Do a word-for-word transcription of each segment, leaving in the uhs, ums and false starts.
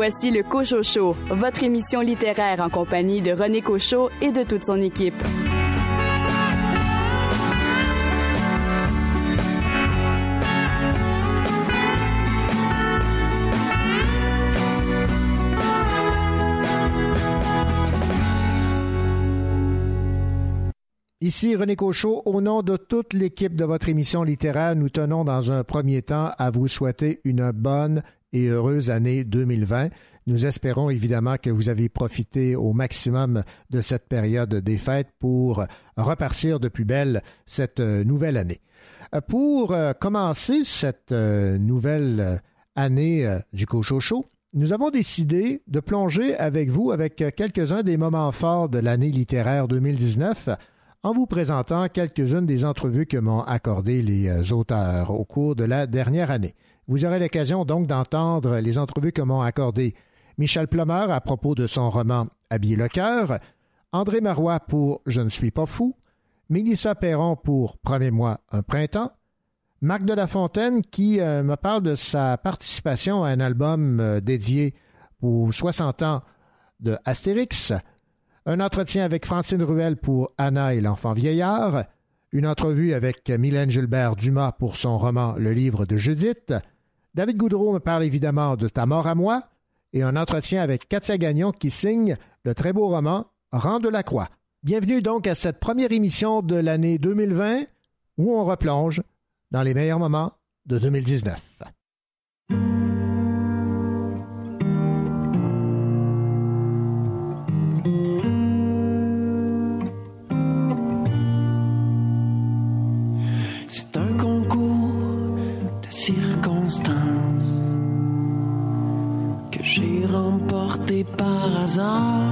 Voici le Cochot Show, votre émission littéraire en compagnie de René Cochot et de toute son équipe. Ici René Cochot, au nom de toute l'équipe de votre émission littéraire, nous tenons dans un premier temps à vous souhaiter une bonne et heureuse année deux mille vingt. Nous espérons évidemment que vous avez profité au maximum de cette période des fêtes pour repartir de plus belle cette nouvelle année. Pour commencer cette nouvelle année du Cochot Show, nous avons décidé de plonger avec vous avec quelques-uns des moments forts de l'année littéraire deux mille dix-neuf en vous présentant quelques-unes des entrevues que m'ont accordées les auteurs au cours de la dernière année. Vous aurez l'occasion donc d'entendre les entrevues que m'ont accordées Michel Plumer à propos de son roman « Habiller le cœur », André Marois pour « Je ne suis pas fou », Mélissa Perron pour « Promets-moi un printemps », Marc de La Fontaine qui euh, me parle de sa participation à un album euh, dédié aux soixante ans de Astérix, un entretien avec Francine Ruel pour Anna et l'enfant vieillard, une entrevue avec Mylène Gilbert-Dumas pour son roman Le livre de Judith, David Goudreau me parle évidemment de Ta mort à moi, et un entretien avec Katia Gagnon qui signe le très beau roman Rang de la Croix. Bienvenue donc à cette première émission de l'année deux mille vingt où on replonge dans les meilleurs moments de deux mille dix-neuf. C'est un concours de circonstances que j'ai remporté par hasard.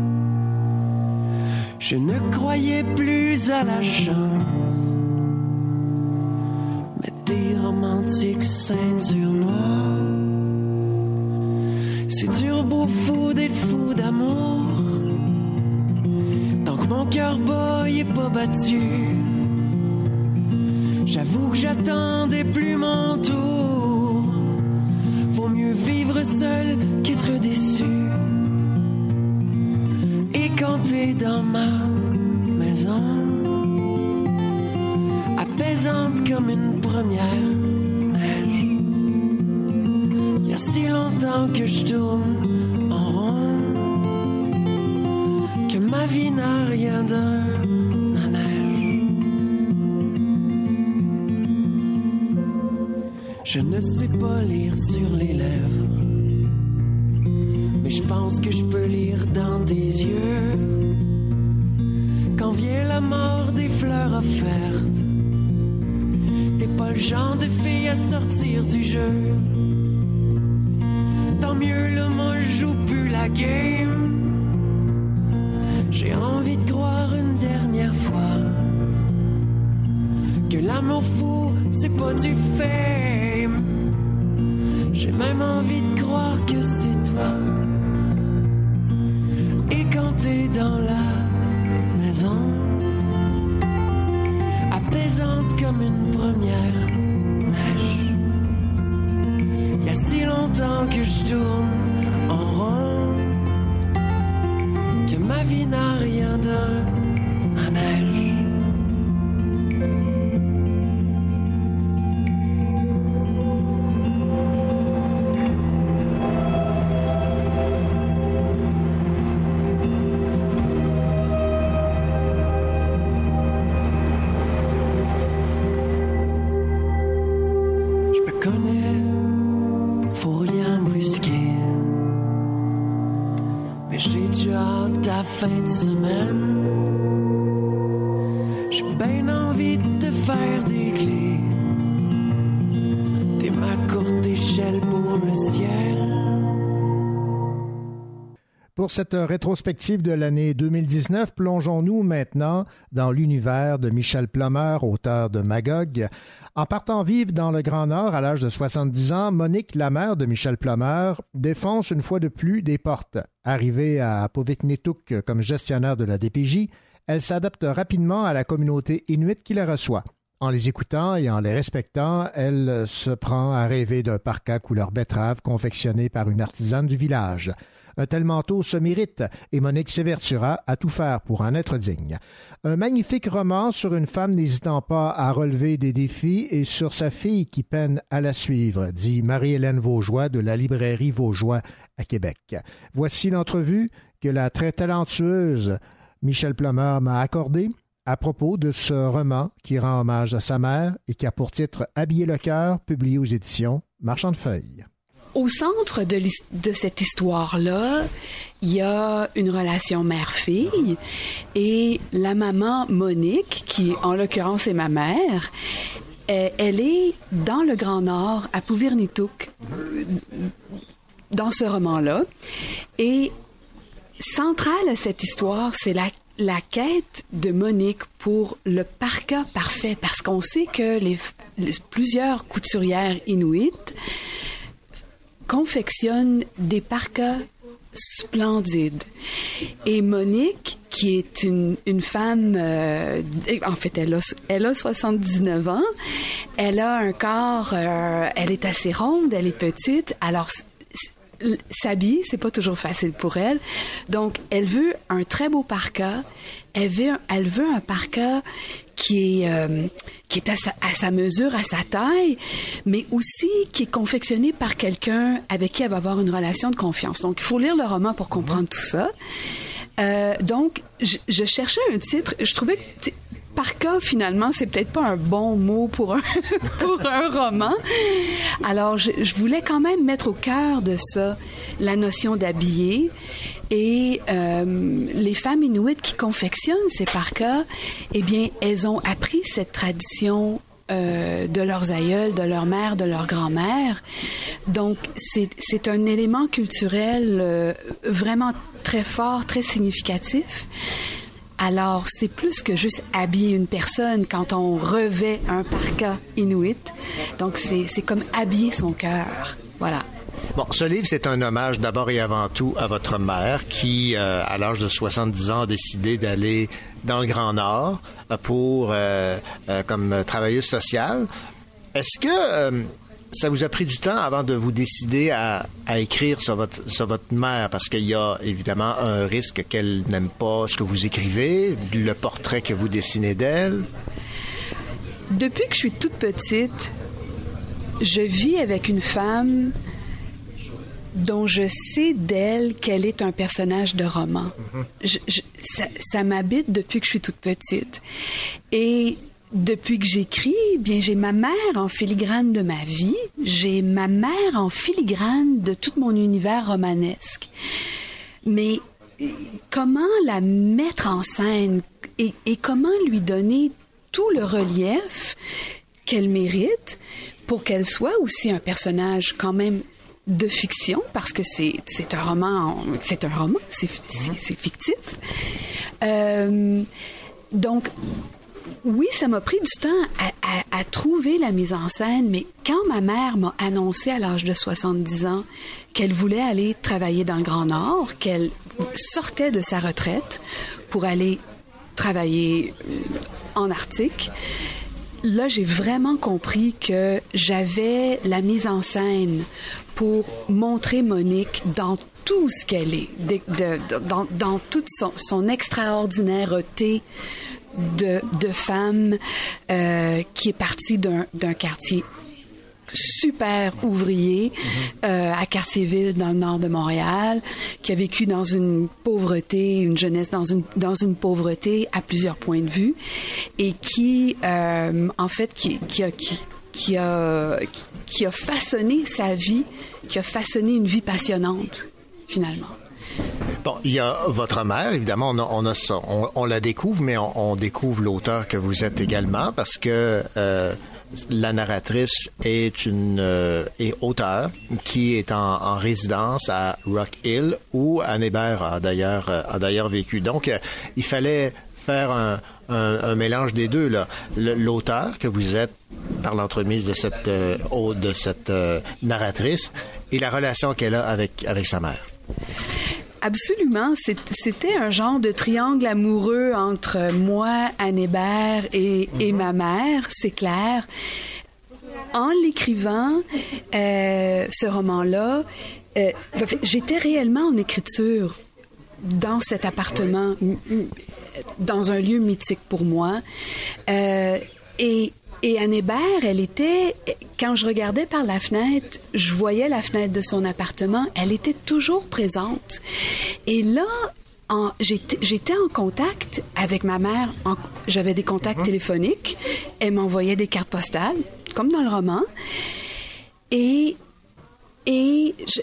Je ne croyais plus à la chance, mais des romantiques ceintures noires. C'est dur beau fou d'être fou d'amour, tant que mon cœur bat il est pas battu. J'avoue que j'attendais plus mon tour. Vaut mieux vivre seul qu'être déçu. Et quand t'es dans ma maison, apaisante comme une première neige, y a si longtemps que je tourne en rond que ma vie n'a rien d'un manège. Je ne sais pas lire sur les lèvres, mais je pense que je peux lire dans tes yeux. Quand vient la mort des fleurs offertes, t'es pas le genre de fille à sortir du jeu. Tant mieux, là, moi je joue plus la game. J'ai envie de croire une dernière fois que l'amour fou, c'est pas du fame. J'ai même envie de croire que c'est toi. Et quand t'es dans la maison, apaisante comme une première neige, y a si longtemps que je tourne en rond que ma vie n'a rien d'un manège. Fin de semaine, j'ai bien envie de te faire des clés. T'es ma courte échelle pour le ciel. Pour cette rétrospective de l'année deux mille dix-neuf, plongeons-nous maintenant dans l'univers de Michel Plumer, auteur de Magog. En partant vivre dans le Grand Nord à l'âge de soixante-dix ans, Monique, la mère de Michel Plumer, défonce une fois de plus des portes. Arrivée à Povik-Nétouk comme gestionnaire de la D P J, elle s'adapte rapidement à la communauté inuite qui la reçoit. En les écoutant et en les respectant, elle se prend à rêver d'un parka couleur betterave confectionné par une artisane du village. Un tel manteau se mérite et Monique s'évertuera à tout faire pour en être digne. Un magnifique roman sur une femme n'hésitant pas à relever des défis et sur sa fille qui peine à la suivre, dit Marie-Hélène Vaugeois de la librairie Vaugeois à Québec. Voici l'entrevue que la très talentueuse Michèle Plummer m'a accordée à propos de ce roman qui rend hommage à sa mère et qui a pour titre « Habiller le cœur », publié aux éditions Marchand de Feuilles. Au centre de, de cette histoire-là, il y a une relation mère-fille et la maman Monique, qui en l'occurrence est ma mère, elle est dans le Grand Nord, à Puvirnitouk, dans ce roman-là. Et centrale à cette histoire, c'est la La quête de Monique pour le parka parfait, parce qu'on sait que les, les plusieurs couturières inuites confectionnent des parkas splendides. Et Monique, qui est une, une femme, euh, en fait, elle a, elle a soixante-dix-neuf ans, elle a un corps, euh, elle est assez ronde, elle est petite, alors s'habiller, c'est pas toujours facile pour elle. Donc, elle veut un très beau parka. Elle veut, elle veut un parka qui est, euh, qui est à sa, à sa mesure, à sa taille, mais aussi qui est confectionné par quelqu'un avec qui elle va avoir une relation de confiance. Donc, il faut lire le roman pour comprendre tout ça. Euh, donc, je, je cherchais un titre. Je trouvais que parka, finalement, c'est peut-être pas un bon mot pour un, pour un roman. Alors, je, je voulais quand même mettre au cœur de ça la notion d'habiller. Et euh, les femmes inuites qui confectionnent ces parkas, eh bien, elles ont appris cette tradition euh, de leurs aïeuls, de leur mère, de leur grand-mère. Donc, c'est, c'est un élément culturel euh, vraiment très fort, très significatif. Alors, c'est plus que juste habiller une personne quand on revêt un parka inuit. Donc, c'est, c'est comme habiller son cœur. Voilà. Bon, ce livre, c'est un hommage d'abord et avant tout à votre mère qui, euh, à l'âge de soixante-dix ans, a décidé d'aller dans le Grand Nord pour, euh, euh, comme travailleuse sociale. Est-ce que euh, ça vous a pris du temps avant de vous décider à, à écrire sur votre, sur votre mère? Parce qu'il y a évidemment un risque qu'elle n'aime pas ce que vous écrivez, le portrait que vous dessinez d'elle. Depuis que je suis toute petite, je vis avec une femme dont je sais d'elle qu'elle est un personnage de roman. Mm-hmm. Je, je, ça, ça m'habite depuis que je suis toute petite. Et depuis que j'écris, bien, j'ai ma mère en filigrane de ma vie, j'ai ma mère en filigrane de tout mon univers romanesque. Mais comment la mettre en scène et, et comment lui donner tout le relief qu'elle mérite pour qu'elle soit aussi un personnage quand même de fiction, parce que c'est, c'est un roman, c'est un roman, c'est, c'est, c'est fictif. Euh, donc, oui, ça m'a pris du temps à, à, à trouver la mise en scène, mais quand ma mère m'a annoncé à l'âge de soixante-dix ans qu'elle voulait aller travailler dans le Grand Nord, qu'elle sortait de sa retraite pour aller travailler en Arctique, là, j'ai vraiment compris que j'avais la mise en scène pour montrer Monique dans tout ce qu'elle est, de, de, de, dans, dans toute son, son extraordinaireté de, de femme euh, qui est partie d'un, d'un quartier super ouvrier mm-hmm. euh, à Cartierville dans le nord de Montréal, qui a vécu dans une pauvreté, une jeunesse dans une dans une pauvreté à plusieurs points de vue, et qui euh, en fait qui qui a qui, qui a qui a façonné sa vie, qui a façonné une vie passionnante finalement. Bon, il y a votre mère, évidemment, on a, on a ça, on, on la découvre, mais on, on découvre l'auteur que vous êtes également, parce que euh, la narratrice est une euh, est auteure qui est en, en résidence à Rock Hill, où Anne Hébert a d'ailleurs a d'ailleurs vécu. Donc, euh, il fallait faire un, un, un mélange des deux là. Le, l'auteur que vous êtes par l'entremise de cette euh, de cette euh, narratrice et la relation qu'elle a avec avec sa mère. Absolument. C'est, c'était un genre de triangle amoureux entre moi, Anne Hébert et, et ma mère, c'est clair. En l'écrivant, euh, ce roman-là, euh, j'étais réellement en écriture dans cet appartement, dans un lieu mythique pour moi. Euh, et, et Anne Hébert, elle était, quand je regardais par la fenêtre, je voyais la fenêtre de son appartement, elle était toujours présente. Et là, en, j'étais, j'étais en contact avec ma mère, en, j'avais des contacts téléphoniques, elle m'envoyait des cartes postales, comme dans le roman, et, et je,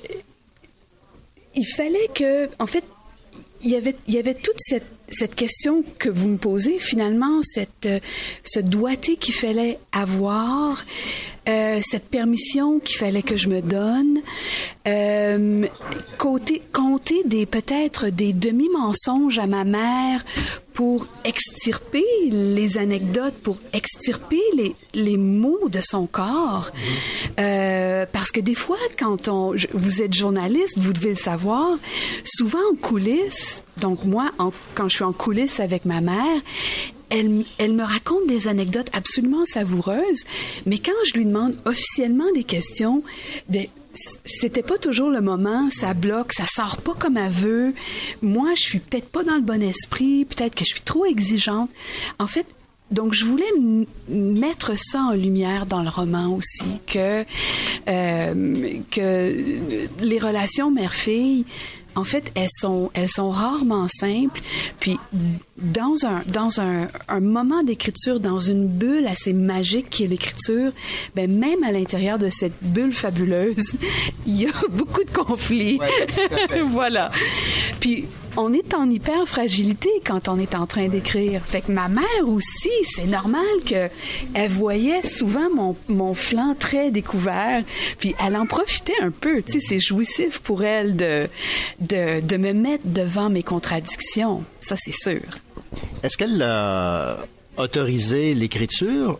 il fallait que, en fait, il y avait, il y avait toute cette, cette question que vous me posez, finalement, cette, ce doigté qu'il fallait avoir, euh, cette permission qu'il fallait que je me donne, euh, compter, compter des, peut-être des demi-mensonges à ma mère pour extirper les anecdotes, pour extirper les, les mots de son corps. Euh, parce que des fois, quand on, vous êtes journaliste, vous devez le savoir, souvent en coulisses, donc moi, en, quand je suis en coulisses avec ma mère, elle, elle me raconte des anecdotes absolument savoureuses, mais quand je lui demande officiellement des questions, bien, c'était pas toujours le moment, ça bloque, ça sort pas comme elle veut. Moi, je suis peut-être pas dans le bon esprit, peut-être que je suis trop exigeante. En fait, donc je voulais m- mettre ça en lumière dans le roman aussi, que, euh, que les relations mère-fille, en fait, elles sont, elles sont rarement simples. Puis, dans un, dans un, un moment d'écriture, dans une bulle assez magique qui est l'écriture, ben même à l'intérieur de cette bulle fabuleuse, il y a beaucoup de conflits. Ouais, voilà. Puis, on est en hyper fragilité quand on est en train d'écrire. Fait que ma mère aussi, c'est normal que elle voyait souvent mon, mon flanc très découvert, puis elle en profitait un peu. Tu sais, c'est jouissif pour elle de, de, de me mettre devant mes contradictions. Ça, c'est sûr. Est-ce qu'elle a autorisé l'écriture?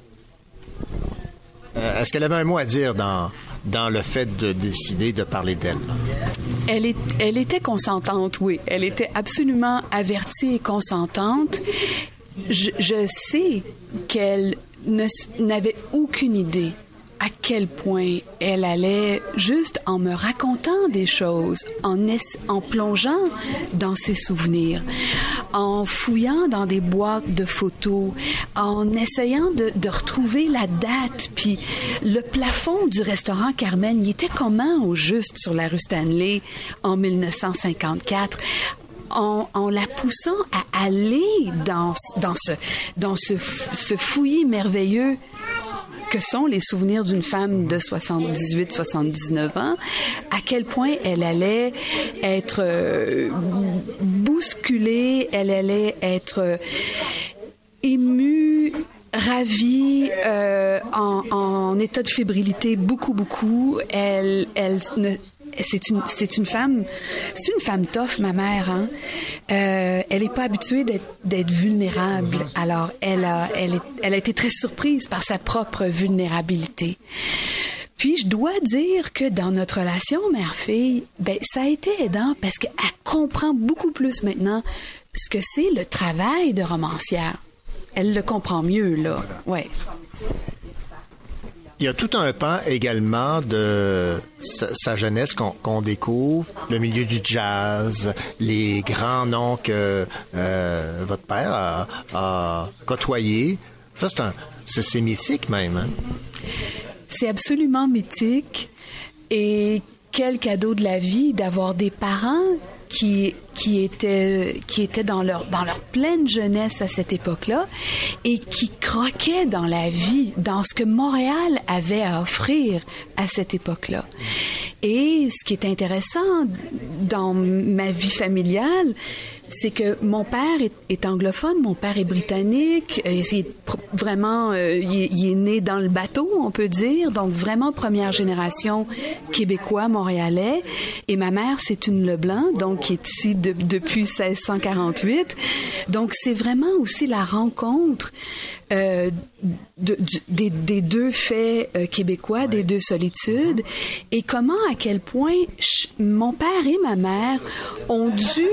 Euh, est-ce qu'elle avait un mot à dire dans... dans le fait de décider de parler d'elle? Elle, est, elle était consentante, oui. Elle était absolument avertie et consentante. Je, je sais qu'elle ne, n'avait aucune idée à quel point elle allait, juste en me racontant des choses, en, es, en plongeant dans ses souvenirs, en fouillant dans des boîtes de photos, en essayant de, de retrouver la date, puis le plafond du restaurant Carmen, il était comment au juste sur la rue Stanley en dix-neuf cent cinquante-quatre? En, en la poussant à aller dans, dans, ce, dans ce, ce fouillis merveilleux que sont les souvenirs d'une femme de soixante-dix-huit soixante-dix-neuf ans, à quel point elle allait être euh, bousculée, elle allait être euh, émue, ravie, euh, en, en état de fébrilité, beaucoup, beaucoup. Elle, elle ne... C'est une, c'est une femme, c'est une femme tough, ma mère. Hein? Euh, elle n'est pas habituée d'être, d'être vulnérable. Alors, elle a, elle, est, elle a été très surprise par sa propre vulnérabilité. Puis, je dois dire que dans notre relation mère-fille, ben, ça a été aidant parce qu'elle comprend beaucoup plus maintenant ce que c'est le travail de romancière. Elle le comprend mieux, là. Ouais. Il y a tout un pan également de sa, sa jeunesse qu'on, qu'on découvre, le milieu du jazz, les grands noms que euh, votre père a, a côtoyés. Ça, c'est, un, c'est, c'est mythique même. Hein? C'est absolument mythique. Et quel cadeau de la vie d'avoir des parents qui qui étaient qui étaient dans leur dans leur pleine jeunesse à cette époque-là et qui croquaient dans la vie, dans ce que Montréal avait à offrir à cette époque-là. Et ce qui est intéressant dans ma vie familiale, c'est que mon père est, est anglophone, mon père est britannique, euh, c'est pr- vraiment, euh, il, est, il est né dans le bateau, on peut dire, donc vraiment première génération québécois, montréalais, et ma mère, c'est une Leblanc, donc qui est ici de, depuis seize cent quarante-huit, donc c'est vraiment aussi la rencontre euh, de, de, des, des deux faits euh, québécois, ouais. des deux solitudes, et comment, à quel point ch- mon père et ma mère ont dû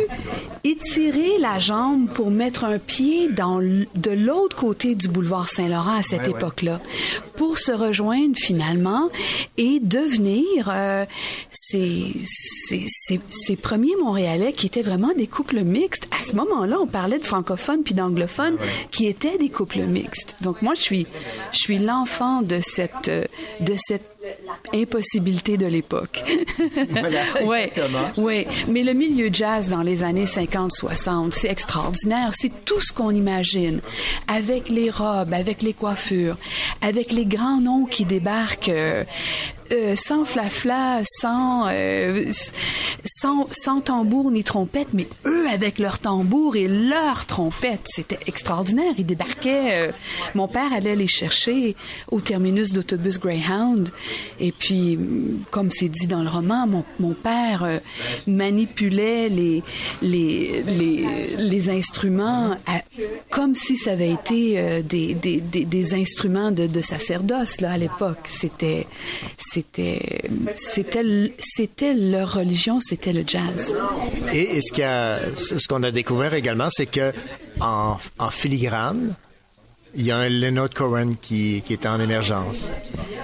étirer la jambe pour mettre un pied dans l- de l'autre côté du boulevard Saint-Laurent à cette ouais, époque-là, ouais. pour se rejoindre finalement et devenir euh, ces, ces, ces, ces premiers Montréalais qui étaient vraiment des couples mixtes. À ce moment-là, on parlait de francophones puis d'anglophones ouais. qui étaient des couples mixtes. Donc moi, je suis, je suis l'enfant de cette, de cette impossibilité de l'époque. Voilà, ouais, ouais. Mais le milieu jazz dans les années cinquante soixante, c'est extraordinaire. C'est tout ce qu'on imagine. Avec les robes, avec les coiffures, avec les grands noms qui débarquent euh, euh, sans flafla, sans, euh, sans, sans tambour ni trompette, mais eux avec leur tambour et leur trompette. C'était extraordinaire. Ils débarquaient. Euh, mon père allait les chercher au terminus d'autobus Greyhound. Et puis, comme c'est dit dans le roman, mon, mon père euh, manipulait les, les, les, les instruments à, comme si ça avait été euh, des, des, des, des instruments de, de sacerdoce là, à l'époque. C'était, c'était, c'était, c'était leur religion, c'était le jazz. Et, et ce, qu'il y a, ce qu'on a découvert également, c'est que en, en filigrane, il y a un Leonard Cohen qui, qui est en émergence.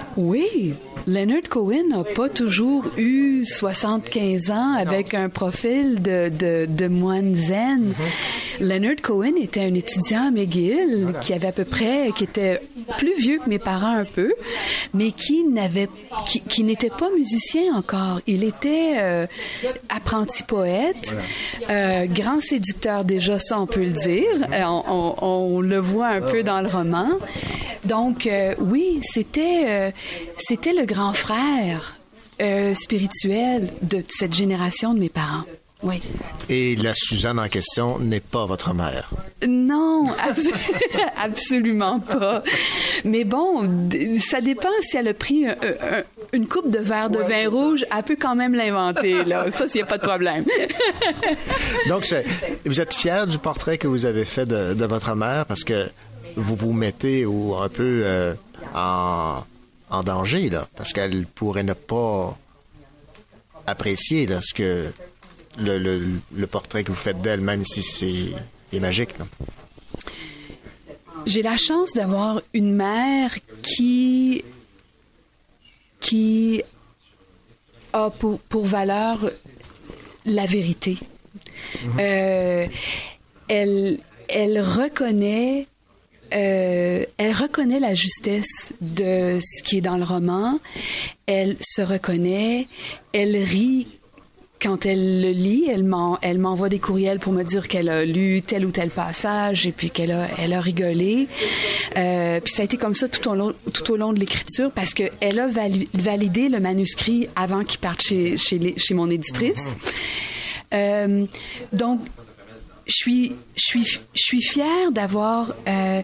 Oui, Leonard Cohen n'a pas toujours eu soixante-quinze ans avec non. un profil de, de, de moine zen. Mm-hmm. Leonard Cohen était un étudiant à McGill voilà. qui avait à peu près, qui était plus vieux que mes parents un peu, mais qui n'avait, qui, qui n'était pas musicien encore. Il était euh, apprenti poète, voilà. euh, grand séducteur déjà, ça on peut le dire. Euh, on, on, on le voit un oh. peu dans le roman. Donc euh, oui, c'était euh, c'était le grand frère euh, spirituel de cette génération de mes parents. Oui. Et la Suzanne en question n'est pas votre mère? Non, abs- absolument pas. Mais bon, ça dépend si elle a pris un, un, une coupe de verre de ouais, vin rouge, elle peut quand même l'inventer, là. Ça, s'il n'y a pas de problème. Donc, c'est, vous êtes fier du portrait que vous avez fait de, de votre mère parce que vous vous mettez ou un peu euh, en, en danger, là, parce qu'elle pourrait ne pas apprécier là, ce que le, le, le portrait que vous faites d'elle, même si c'est, c'est magique. Là. J'ai la chance d'avoir une mère qui, qui a pour, pour valeur la vérité. Mm-hmm. Euh, elle, elle reconnaît Euh, elle reconnaît la justesse de ce qui est dans le roman. Elle se reconnaît. Elle rit quand elle le lit. Elle, m'en, elle m'envoie des courriels pour me dire qu'elle a lu tel ou tel passage et puis qu'elle a, elle a rigolé. Euh, puis ça a été comme ça tout au long, tout au long de l'écriture parce qu'elle a vali- validé le manuscrit avant qu'il parte chez, chez, les, chez mon éditrice. Euh, donc, Je suis, je suis, je suis fière d'avoir, euh,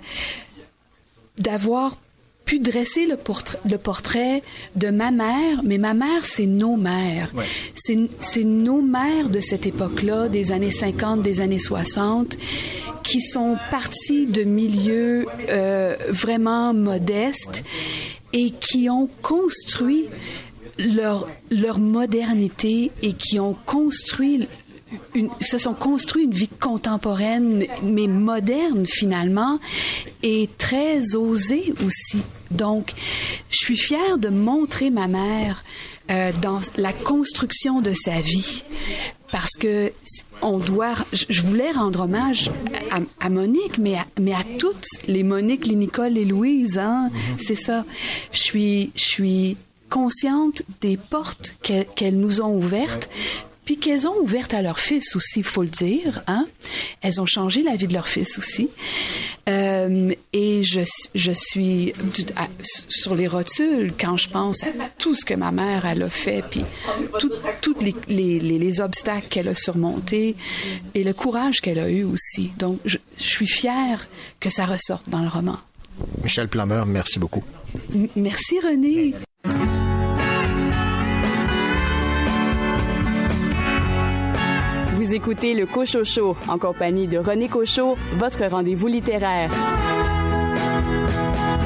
d'avoir pu dresser le portrait, le portrait de ma mère, mais ma mère, c'est nos mères. Ouais. C'est, c'est nos mères de cette époque-là, des années cinquante, des années soixante, qui sont parties de milieux euh, vraiment modestes et qui ont construit leur, leur modernité et qui ont construit Une, se sont construits une vie contemporaine, mais moderne finalement, et très osée aussi. Donc, je suis fière de montrer ma mère euh, dans la construction de sa vie, parce que on doit. Je voulais rendre hommage à, à Monique, mais à, mais à toutes les Monique, les Nicole et Louise. Hein, mm-hmm. C'est ça. Je suis, je suis consciente des portes qu'elles, qu'elles nous ont ouvertes. Ouais. Puis qu'elles ont ouvertes à leur fils aussi, il faut le dire. Hein? Elles ont changé la vie de leur fils aussi. Euh, et je, je suis à, sur les rotules quand je pense à tout ce que ma mère elle a fait, puis tous les, les, les, les obstacles qu'elle a surmontés et le courage qu'elle a eu aussi. Donc, je, je suis fière que ça ressorte dans le roman. Michel Plameur, merci beaucoup. M- merci René. Vous écoutez le Cochocho en compagnie de René Cochot, votre rendez-vous littéraire.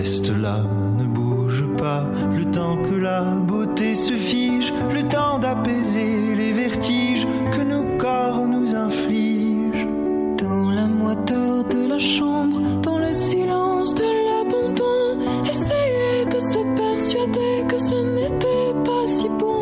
Reste là, ne bouge pas, le temps que la beauté se fige, le temps d'apaiser les vertiges que nos corps nous infligent. Dans la moiteur de la chambre, dans le silence de l'abandon, essayer de se persuader que ce n'était pas si bon.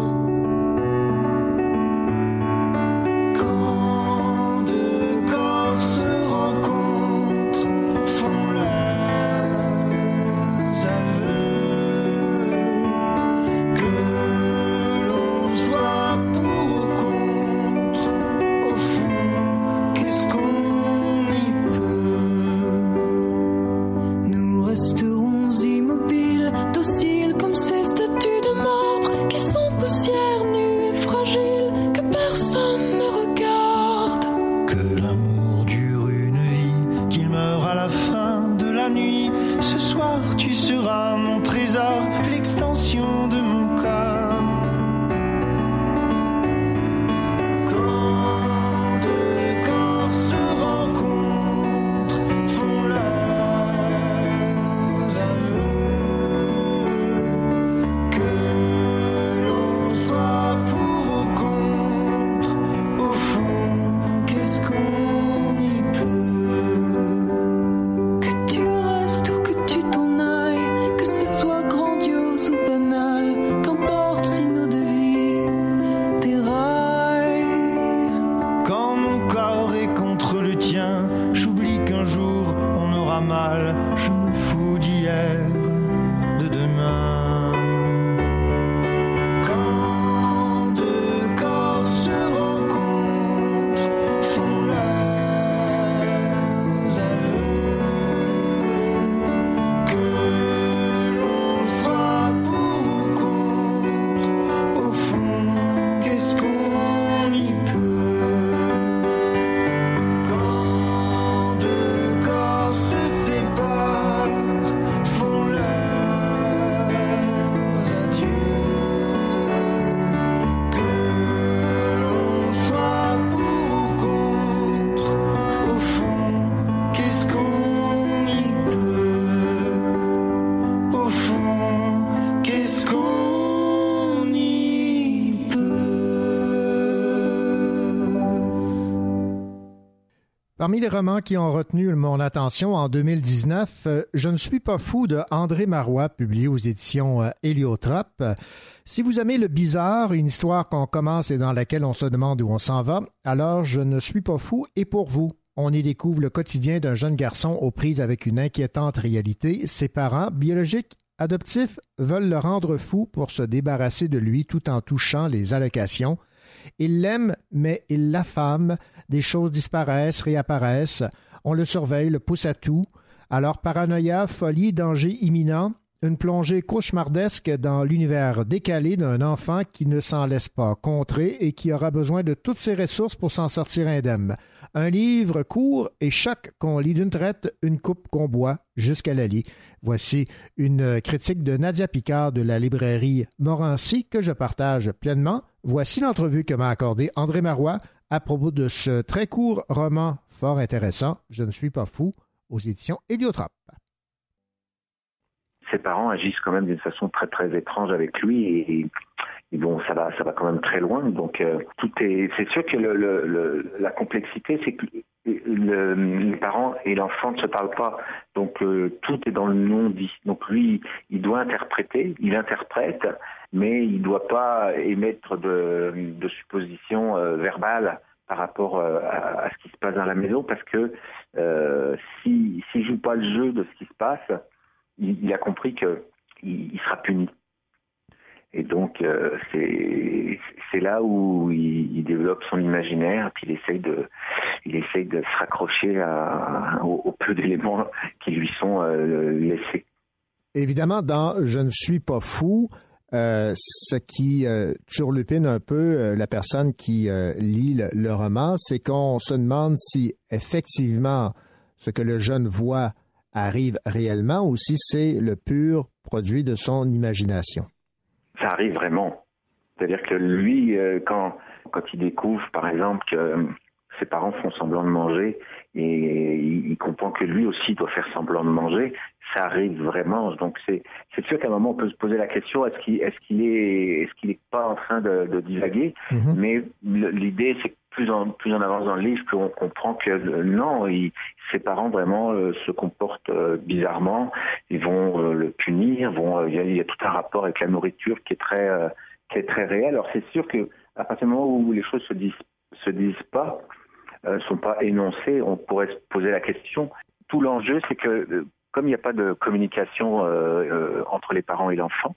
Parmi les romans qui ont retenu mon attention en deux mille dix-neuf, euh, Je ne suis pas fou de André Marois, publié aux éditions euh, Héliotrope. Si vous aimez le bizarre, une histoire qu'on commence et dans laquelle on se demande où on s'en va, alors Je ne suis pas fou est pour vous. On y découvre le quotidien d'un jeune garçon aux prises avec une inquiétante réalité. Ses parents, biologiques, adoptifs, veulent le rendre fou pour se débarrasser de lui tout en touchant les allocations. Il l'aime, mais il l'affame. Des choses disparaissent, réapparaissent. On le surveille, le pousse à tout. Alors paranoïa, folie, danger imminent, une plongée cauchemardesque dans l'univers décalé d'un enfant qui ne s'en laisse pas contrer et qui aura besoin de toutes ses ressources pour s'en sortir indemne. Un livre court et chaque qu'on lit d'une traite, une coupe qu'on boit jusqu'à la lit. Voici une critique de Nadia Picard de la librairie Morancy que je partage pleinement. Voici l'entrevue que m'a accordée André Marois à propos de ce très court roman fort intéressant, Je ne suis pas fou, aux éditions Héliotrope. Ses parents agissent quand même d'une façon très très étrange avec lui et, et bon, ça va, ça va quand même très loin. Donc euh, tout est, c'est sûr que le, le, le, la complexité, c'est que le, les parents et l'enfant ne se parlent pas. Donc euh, tout est dans le non-dit. Donc lui, il doit interpréter, il interprète, mais il ne doit pas émettre de, de suppositions euh, verbales par rapport euh, à, à ce qui se passe dans la maison, parce que euh, si, s'il ne joue pas le jeu de ce qui se passe, il, il a compris qu'il il sera puni. Et donc, euh, c'est, c'est là où il, il développe son imaginaire, puis il essaye de, il essaye de se raccrocher à, à, au, au peu d'éléments qui lui sont euh, laissés. Évidemment, dans « Je ne suis pas fou », Euh, ce qui euh, turlupine un peu euh, la personne qui euh, lit le, le roman, c'est qu'on se demande si effectivement ce que le jeune voit arrive réellement ou si c'est le pur produit de son imagination. Ça arrive vraiment. C'est-à-dire que lui, euh, quand, quand il découvre, par exemple, que euh, ses parents font semblant de manger et il comprend que lui aussi doit faire semblant de manger, ça arrive vraiment. Donc c'est c'est sûr qu'à un moment on peut se poser la question, est-ce qu'il est-ce qu'il est est-ce qu'il est pas en train de, de divaguer? Mm-hmm. Mais l'idée c'est que plus en plus on avance dans le livre, plus on comprend que euh, non, il, ses parents vraiment euh, se comportent euh, bizarrement. Ils vont euh, le punir, vont euh, il y a, il y a tout un rapport avec la nourriture qui est très euh, qui est très réel. Alors c'est sûr que à partir du moment où les choses se disent se disent pas, euh, sont pas énoncées, on pourrait se poser la question. Tout l'enjeu, c'est que euh, comme il n'y a pas de communication euh, euh, entre les parents et l'enfant,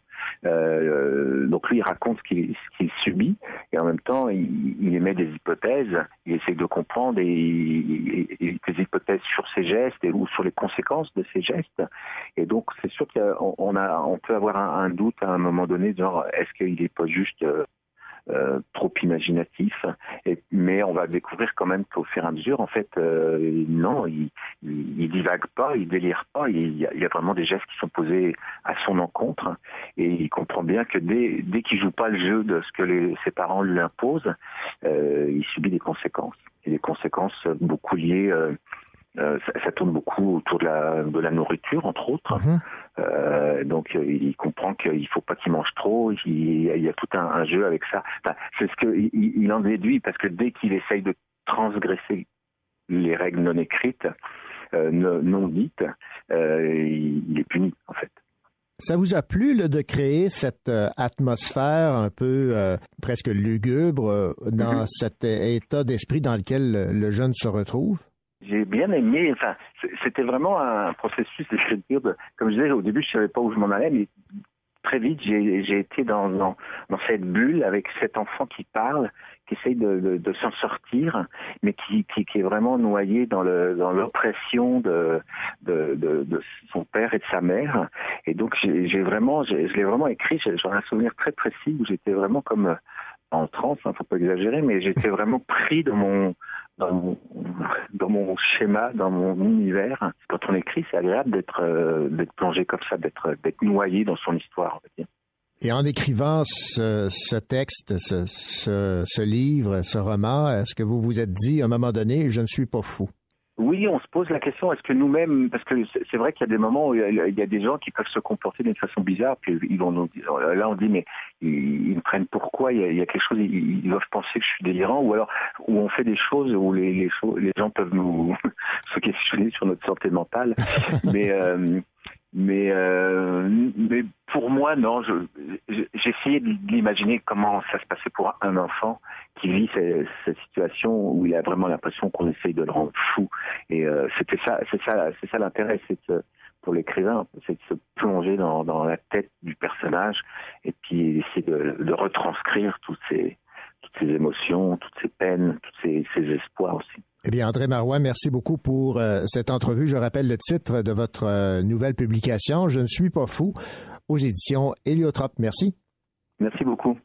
euh, donc lui il raconte ce qu'il, ce qu'il subit et en même temps il, il émet des hypothèses, il essaie de comprendre et, et, et des hypothèses sur ses gestes et, ou sur les conséquences de ses gestes. Et donc c'est sûr qu'on a, on peut avoir un, un doute à un moment donné, genre est-ce qu'il n'est pas juste euh, Euh, trop imaginatif, et, mais on va découvrir quand même qu'au fur et à mesure, en fait, euh, non, il, il, il divague pas, il délire pas, il y, a, il y a vraiment des gestes qui sont posés à son encontre, et il comprend bien que dès, dès qu'il joue pas le jeu de ce que les, ses parents lui imposent, euh, il subit des conséquences, et des conséquences beaucoup liées. Euh, Euh, ça, ça tourne beaucoup autour de la, de la nourriture, entre autres. Mmh. Euh, donc, euh, il comprend qu'il faut pas qu'il mange trop. Il, il y a tout un, un jeu avec ça. Enfin, c'est ce que il, il en déduit, parce que dès qu'il essaye de transgresser les règles non écrites, euh, non dites, euh, il, il est puni, en fait. Ça vous a plu là, de créer cette euh, atmosphère un peu euh, presque lugubre euh, dans mmh. cet état d'esprit dans lequel le, le jeune se retrouve? J'ai bien aimé, enfin, c'était vraiment un processus d'écriture. De, comme je disais, au début, je savais pas où je m'en allais, mais très vite, j'ai, j'ai été dans, dans, dans cette bulle avec cet enfant qui parle, qui essaye de, de, de s'en sortir, mais qui, qui, qui est vraiment noyé dans, le, dans l'oppression de, de, de, de son père et de sa mère. Et donc, j'ai, j'ai vraiment, j'ai, je l'ai vraiment écrit, j'ai, j'en ai un souvenir très précis où j'étais vraiment comme en transe, hein, faut pas exagérer, mais j'étais vraiment pris dans mon... Dans mon, dans mon schéma, dans mon univers. Quand on écrit, c'est agréable d'être, euh, d'être plongé comme ça, d'être, d'être noyé dans son histoire, on va dire. Et en écrivant ce, ce texte, ce, ce, ce livre, ce roman, est-ce que vous vous êtes dit à un moment donné, je ne suis pas fou? Oui, on se pose la question, est-ce que nous-mêmes, parce que c'est vrai qu'il y a des moments où il y a des gens qui peuvent se comporter d'une façon bizarre, puis ils vont nous dire, là on dit, mais ils, ils me prennent pourquoi, il y, a, il y a quelque chose, ils, ils doivent penser que je suis délirant, ou alors où on fait des choses où les, les, les gens peuvent nous se questionner sur notre santé mentale, mais... Euh, Mais, euh, mais pour moi, non. Je, j'ai essayé de l'imaginer comment ça se passait pour un enfant qui vit cette, cette situation où il a vraiment l'impression qu'on essaye de le rendre fou. Et euh, c'était ça, c'est ça, c'est ça l'intérêt, c'est de, pour l'écrivain, c'est de se plonger dans, dans la tête du personnage et puis essayer de, de retranscrire toutes ces, toutes ces émotions, toutes ces peines, tous ces, ces espoirs aussi. Eh bien, André Marois, merci beaucoup pour euh, cette entrevue. Je rappelle le titre de votre euh, nouvelle publication, « Je ne suis pas fou », aux éditions Héliotrope. Merci. Merci beaucoup.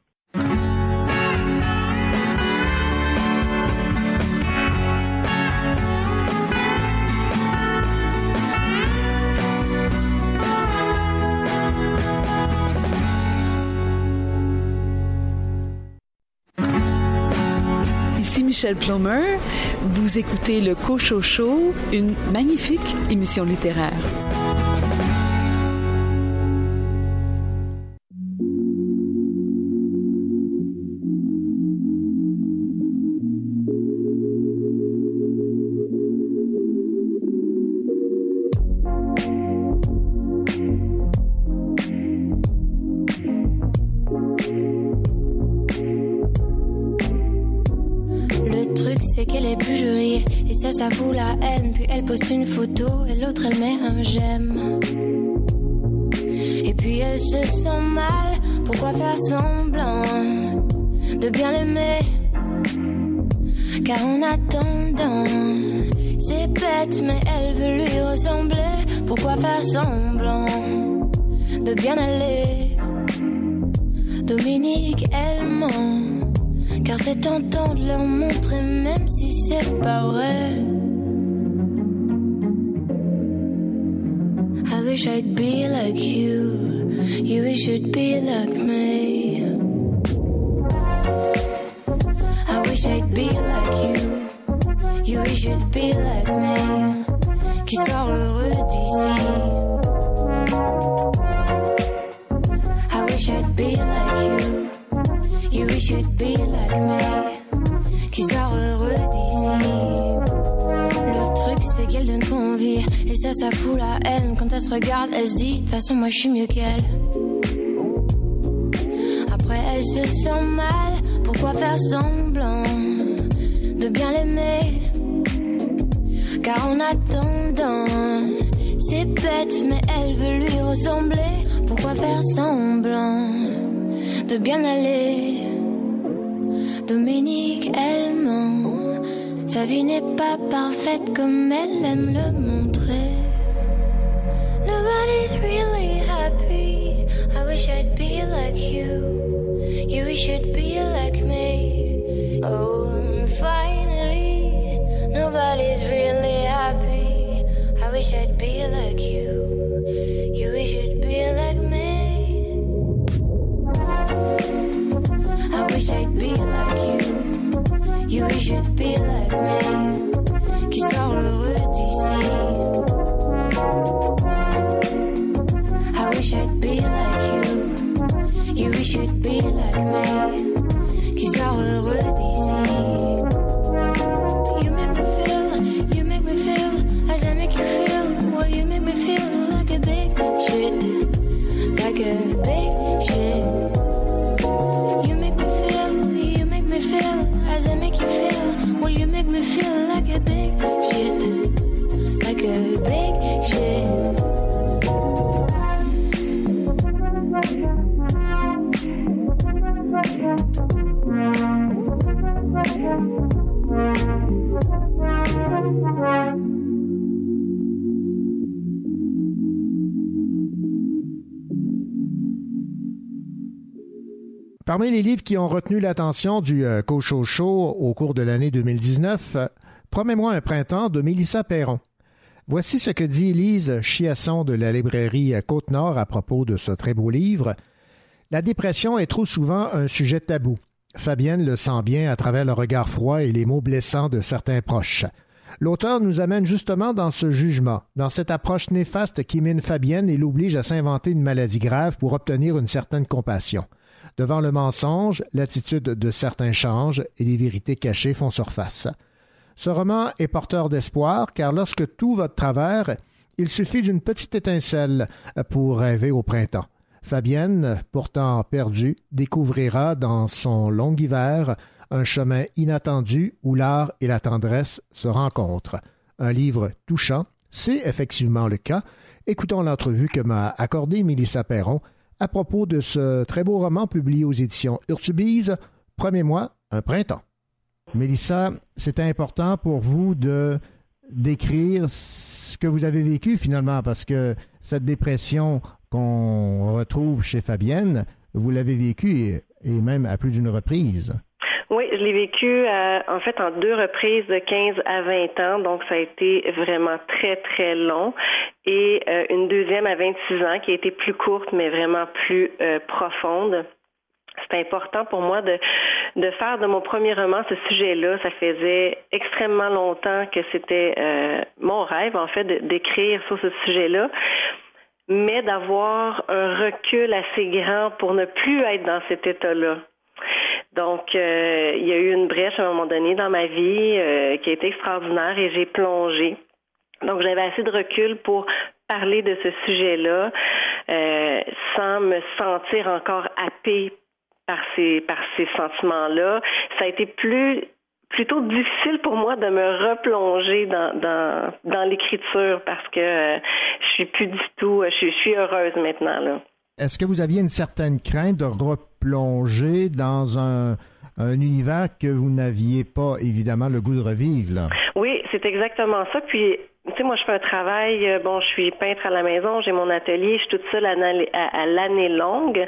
Ici Michel Plummer, vous écoutez le Cocho Show, une magnifique émission littéraire. Ça fout la haine, puis elle poste une photo et l'autre elle met un j'aime. Et puis elle se sent mal, pourquoi faire semblant de bien l'aimer? Car en attendant, c'est bête mais elle veut lui ressembler. Pourquoi faire semblant de bien aller? Dominique elle ment, car c'est tentant de leur montrer même si c'est pas vrai. I wish I'd be like you, you wish you'd be like me. I wish I'd be like you, you wish you'd be like me. Qui sort heureux d'ici? envie. Et ça, ça fout la haine. Quand elle se regarde, elle se dit, de toute façon, moi, je suis mieux qu'elle. Après, elle se sent mal. Pourquoi faire semblant de bien l'aimer? Car en attendant, c'est bête, mais elle veut lui ressembler. Pourquoi faire semblant de bien aller? Dominique, elle ment. Sa vie n'est pas parfaite comme elle aime le montrer. Nobody's really happy. I wish I'd be like you. You should be like me. Oh, finally, nobody's really happy. I wish I'd be like you. You should be like me. I wish I'd be like you. You should be like me. Qui sort heureux d'ici. I wish I'd be like you. You should be like me. Qui sort heureux d'ici. You make me feel, you make me feel as I make you feel. Well, you make me feel like a big shit. Like a big shit. You make me feel, you make me feel as I make you feel. Well, you make me feel like a big shit. Like a big shit. Parmi les livres qui ont retenu l'attention du euh, Cochot Show au cours de l'année deux mille dix-neuf, euh, Promets-moi un printemps de Mélissa Perron. Voici ce que dit Lise Chiasson de la librairie Côte-Nord à propos de ce très beau livre. La dépression est trop souvent un sujet tabou. Fabienne le sent bien à travers le regard froid et les mots blessants de certains proches. L'auteur nous amène justement dans ce jugement, dans cette approche néfaste qui mine Fabienne et l'oblige à s'inventer une maladie grave pour obtenir une certaine compassion. Devant le mensonge, l'attitude de certains change et des vérités cachées font surface. Ce roman est porteur d'espoir car lorsque tout va de travers, il suffit d'une petite étincelle pour rêver au printemps. Fabienne, pourtant perdue, découvrira dans son long hiver un chemin inattendu où l'art et la tendresse se rencontrent. Un livre touchant, c'est effectivement le cas. Écoutons l'entrevue que m'a accordée Mélissa Perron à propos de ce très beau roman publié aux éditions Urtubise, « Promets-moi un printemps ». Mélissa, c'était important pour vous de décrire ce que vous avez vécu finalement, parce que cette dépression qu'on retrouve chez Fabienne, vous l'avez vécue et même à plus d'une reprise. Oui, je l'ai vécu euh, en fait en deux reprises de quinze à vingt ans, donc ça a été vraiment très, très long. Et euh, une deuxième à vingt-six ans qui a été plus courte, mais vraiment plus euh, profonde. C'est important pour moi de, de faire de mon premier roman ce sujet-là. Ça faisait extrêmement longtemps que c'était euh, mon rêve, en fait, de, d'écrire sur ce sujet-là, mais d'avoir un recul assez grand pour ne plus être dans cet état-là. Donc, euh, il y a eu une brèche à un moment donné dans ma vie euh, qui a été extraordinaire et j'ai plongé. Donc, j'avais assez de recul pour parler de ce sujet-là euh, sans me sentir encore happée par ces, par ces sentiments-là. Ça a été plus plutôt difficile pour moi de me replonger dans, dans, dans l'écriture parce que euh, je suis plus du tout, je, je suis heureuse maintenant, là. Est-ce que vous aviez une certaine crainte de replonger dans un, un univers que vous n'aviez pas, évidemment, le goût de revivre, là? Oui, c'est exactement ça. Puis, tu sais, moi, je fais un travail, bon, je suis peintre à la maison, j'ai mon atelier, je suis toute seule à, à, à l'année longue.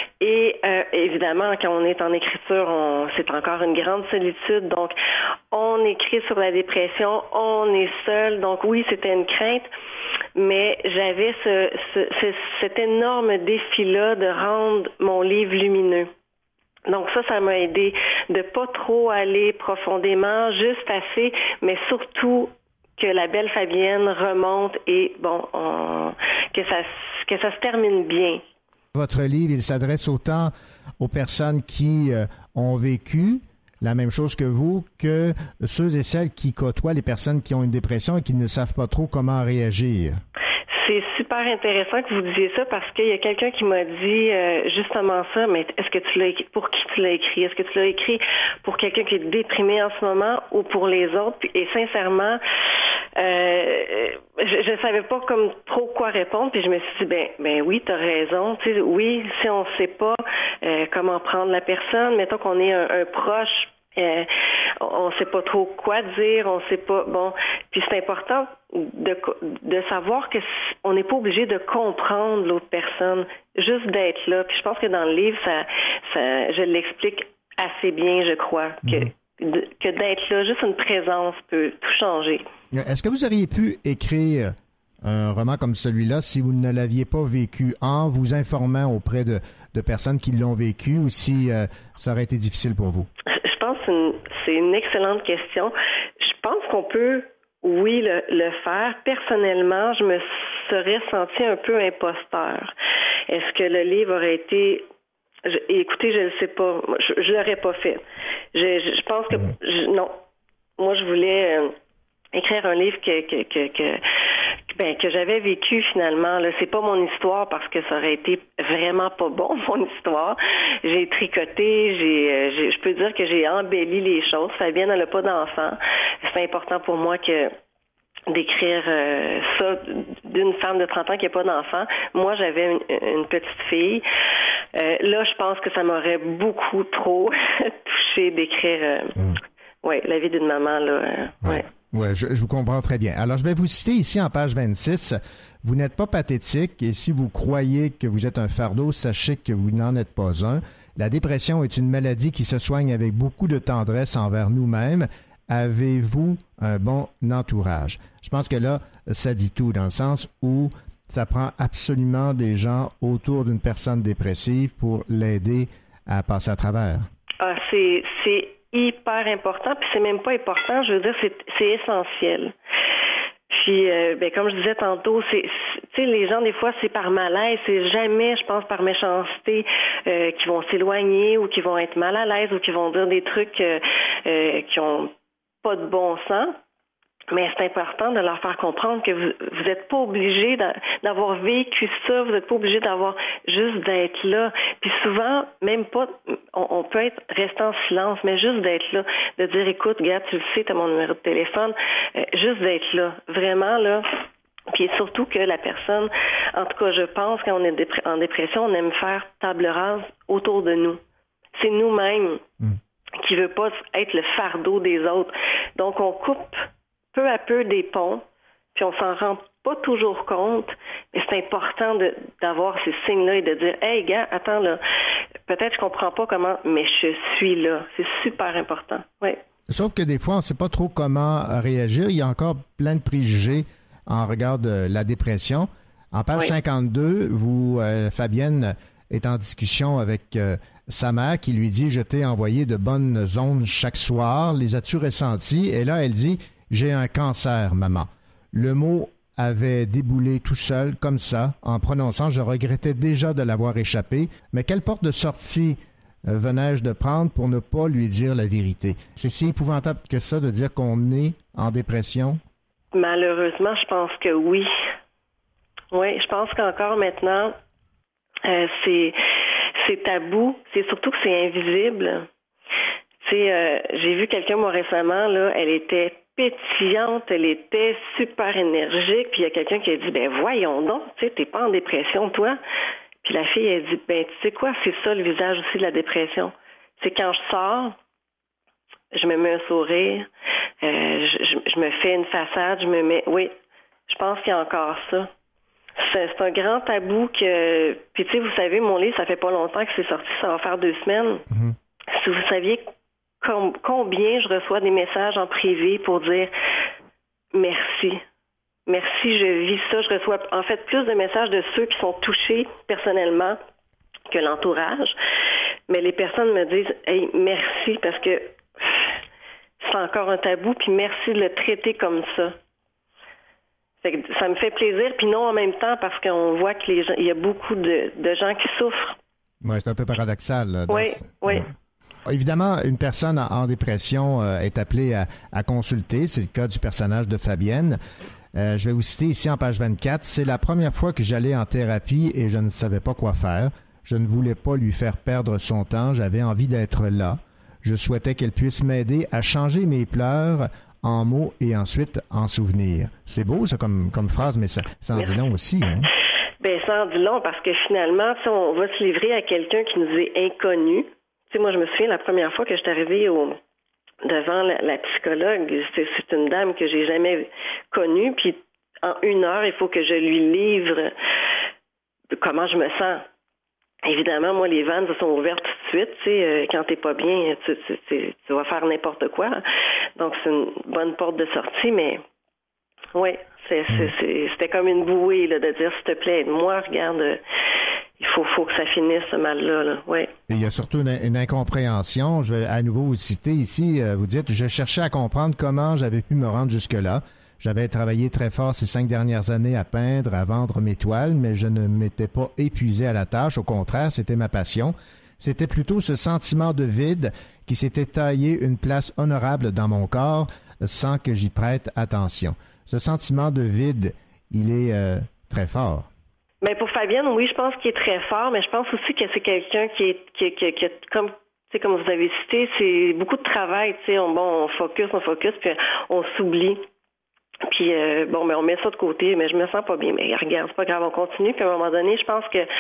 Et euh, évidemment, quand on est en écriture, on, c'est encore une grande solitude. Donc, on écrit sur la dépression, on est seul. Donc, oui, c'était une crainte. Mais j'avais ce, ce, ce, cet énorme défi-là de rendre mon livre lumineux. Donc ça, ça m'a aidé de pas trop aller profondément, juste assez, mais surtout que la belle Fabienne remonte et bon, on, que ça que ça se termine bien. Votre livre, il s'adresse autant aux personnes qui euh, ont vécu la même chose que vous, que ceux et celles qui côtoient les personnes qui ont une dépression et qui ne savent pas trop comment réagir. C'est super intéressant que vous disiez ça parce qu'il y a quelqu'un qui m'a dit euh, justement ça, mais est-ce que tu l'as écrit, pour qui tu l'as écrit? Est-ce que tu l'as écrit pour quelqu'un qui est déprimé en ce moment ou pour les autres? Et sincèrement, euh, je ne savais pas comme trop quoi répondre, puis je me suis dit, ben, ben oui, tu as raison. Tu sais, oui, si on ne sait pas euh, comment prendre la personne, mettons qu'on est un, un proche, Euh, on ne sait pas trop quoi dire, on sait pas. Bon, puis c'est important de, de savoir que on n'est pas obligé de comprendre l'autre personne, juste d'être là. Puis je pense que dans le livre, ça, ça je l'explique assez bien, je crois, que, mmh. de, que d'être là, juste une présence peut tout changer. Est-ce que vous auriez pu écrire un roman comme celui-là si vous ne l'aviez pas vécu, en vous informant auprès de, de personnes qui l'ont vécu, ou si euh, ça aurait été difficile pour vous? Je pense que c'est une, c'est une excellente question. Je pense qu'on peut, oui, le, le faire. Personnellement, je me serais sentie un peu imposteur. Est-ce que le livre aurait été... Je, écoutez, je ne sais pas. Je ne l'aurais pas fait. Je, je, je pense que... Je, non. Moi, je voulais euh, écrire un livre que... que, que, que Ben, que j'avais vécu finalement. Là, c'est pas mon histoire parce que ça aurait été vraiment pas bon, mon histoire. J'ai tricoté, j'ai, j'ai je peux dire que j'ai embelli les choses. Fabienne, elle n'a pas d'enfant. C'est important pour moi que d'écrire euh, ça d'une femme de trente ans qui n'a pas d'enfant. Moi, j'avais une, une petite fille. Euh, là, je pense que ça m'aurait beaucoup trop touché d'écrire euh, mm. ouais, la vie d'une maman. Là, euh, ouais. ouais. Oui, je, je vous comprends très bien. Alors, je vais vous citer ici en page vingt-six. Vous n'êtes pas pathétique et si vous croyez que vous êtes un fardeau, sachez que vous n'en êtes pas un. La dépression est une maladie qui se soigne avec beaucoup de tendresse envers nous-mêmes. Avez-vous un bon entourage? Je pense que là, ça dit tout dans le sens où ça prend absolument des gens autour d'une personne dépressive pour l'aider à passer à travers. Ah, c'est... c'est... hyper important, puis c'est même pas important, je veux dire, c'est, c'est essentiel. Puis, euh, ben, comme je disais tantôt, c'est, c'est tu sais, les gens, des fois, c'est par malaise, c'est jamais, je pense, par méchanceté euh, qui vont s'éloigner ou qui vont être mal à l'aise ou qui vont dire des trucs euh, euh, qui ont pas de bon sens. Mais c'est important de leur faire comprendre que vous vous n'êtes pas obligé d'avoir vécu ça, vous n'êtes pas obligé d'avoir juste d'être là. Puis souvent, même pas, on, on peut être resté en silence, mais juste d'être là, de dire, écoute, regarde, tu le sais, tu as mon numéro de téléphone, euh, juste d'être là, vraiment là. Puis surtout que la personne, en tout cas, je pense, quand on est dépr- en dépression, on aime faire table rase autour de nous. C'est nous-mêmes mmh. qui ne veut pas être le fardeau des autres. Donc, on coupe peu à peu des ponts, puis on s'en rend pas toujours compte, mais c'est important de, d'avoir ces signes-là et de dire « Hey, gars, attends, là, peut-être je comprends pas comment, mais je suis là. » C'est super important, oui. Sauf que des fois, on ne sait pas trop comment réagir. Il y a encore plein de préjugés en regard de la dépression. En page oui. cinquante-deux, vous, euh, Fabienne, est en discussion avec euh, sa mère qui lui dit « Je t'ai envoyé de bonnes ondes chaque soir. Les as-tu ressenties? » Et là, elle dit « J'ai un cancer, maman. » Le mot avait déboulé tout seul, comme ça, en prononçant. Je regrettais déjà de l'avoir échappé. Mais quelle porte de sortie euh, venais-je de prendre pour ne pas lui dire la vérité? C'est si épouvantable que ça de dire qu'on est en dépression? Malheureusement, je pense que oui. Oui, je pense qu'encore maintenant, euh, c'est, c'est tabou. C'est surtout que c'est invisible. Tu sais, euh, j'ai vu quelqu'un, moi, récemment, là, elle était pétillante, elle était super énergique, puis il y a quelqu'un qui a dit, ben voyons donc, tu sais, t'es pas en dépression, toi? Puis la fille, elle dit, ben tu sais quoi, c'est ça le visage aussi de la dépression. C'est quand je sors, je me mets un sourire, euh, je, je, je me fais une façade, je me mets, oui, je pense qu'il y a encore ça. C'est, c'est un grand tabou que, puis tu sais, vous savez, mon livre, ça fait pas longtemps que c'est sorti, ça va faire deux semaines. Mm-hmm. Si vous saviez com- combien je reçois des messages en privé pour dire merci. Merci, je vis ça. Je reçois en fait plus de messages de ceux qui sont touchés personnellement que l'entourage. Mais les personnes me disent hey, merci parce que c'est encore un tabou, puis merci de le traiter comme ça. Fait que ça me fait plaisir, puis non en même temps parce qu'on voit que les gens, il y a beaucoup de, de gens qui souffrent. Oui, c'est un peu paradoxal. Là, oui, ce... oui. Évidemment, une personne en dépression euh, est appelée à, à consulter. C'est le cas du personnage de Fabienne. Euh, je vais vous citer ici en page vingt-quatre. C'est la première fois que j'allais en thérapie et je ne savais pas quoi faire. Je ne voulais pas lui faire perdre son temps. J'avais envie d'être là. Je souhaitais qu'elle puisse m'aider à changer mes pleurs en mots et ensuite en souvenirs. C'est beau, ça, comme, comme phrase, mais ça, ça en dit long aussi. Hein? Bien, ça en dit long parce que finalement, on va se livrer à quelqu'un qui nous est inconnu. Tu sais, moi, je me souviens la première fois que je suis arrivée au, devant la, la psychologue, c'est, c'est une dame que j'ai jamais connue, puis en une heure, il faut que je lui livre comment je me sens. Évidemment, moi, les vannes se sont ouvertes tout de suite. Tu sais, euh, quand t'es pas bien, tu, tu, tu, tu vas faire n'importe quoi. Donc, c'est une bonne porte de sortie, mais oui, c'est, c'est, c'est, c'était comme une bouée là, de dire, s'il te plaît, aide-moi, regarde, euh, il faut, faut que ça finisse, ce mal-là. Là. Ouais. Et il y a surtout une, une incompréhension. Je vais à nouveau vous citer ici. Vous dites, je cherchais à comprendre comment j'avais pu me rendre jusque-là. J'avais travaillé très fort ces cinq dernières années à peindre, à vendre mes toiles, mais je ne m'étais pas épuisé à la tâche. Au contraire, c'était ma passion. C'était plutôt ce sentiment de vide qui s'était taillé une place honorable dans mon corps sans que j'y prête attention. Ce sentiment de vide, il est euh, très fort. Bien, pour Fabienne, oui, je pense qu'il est très fort, mais je pense aussi que c'est quelqu'un qui est, qui, qui, qui, comme, tu sais, comme vous avez cité, c'est beaucoup de travail, tu sais, on, bon, on focus, on focus, puis on s'oublie. Puis, euh, bon, mais on met ça de côté, mais je me sens pas bien. Mais regarde, c'est pas grave, on continue. Puis, à un moment donné, je pense que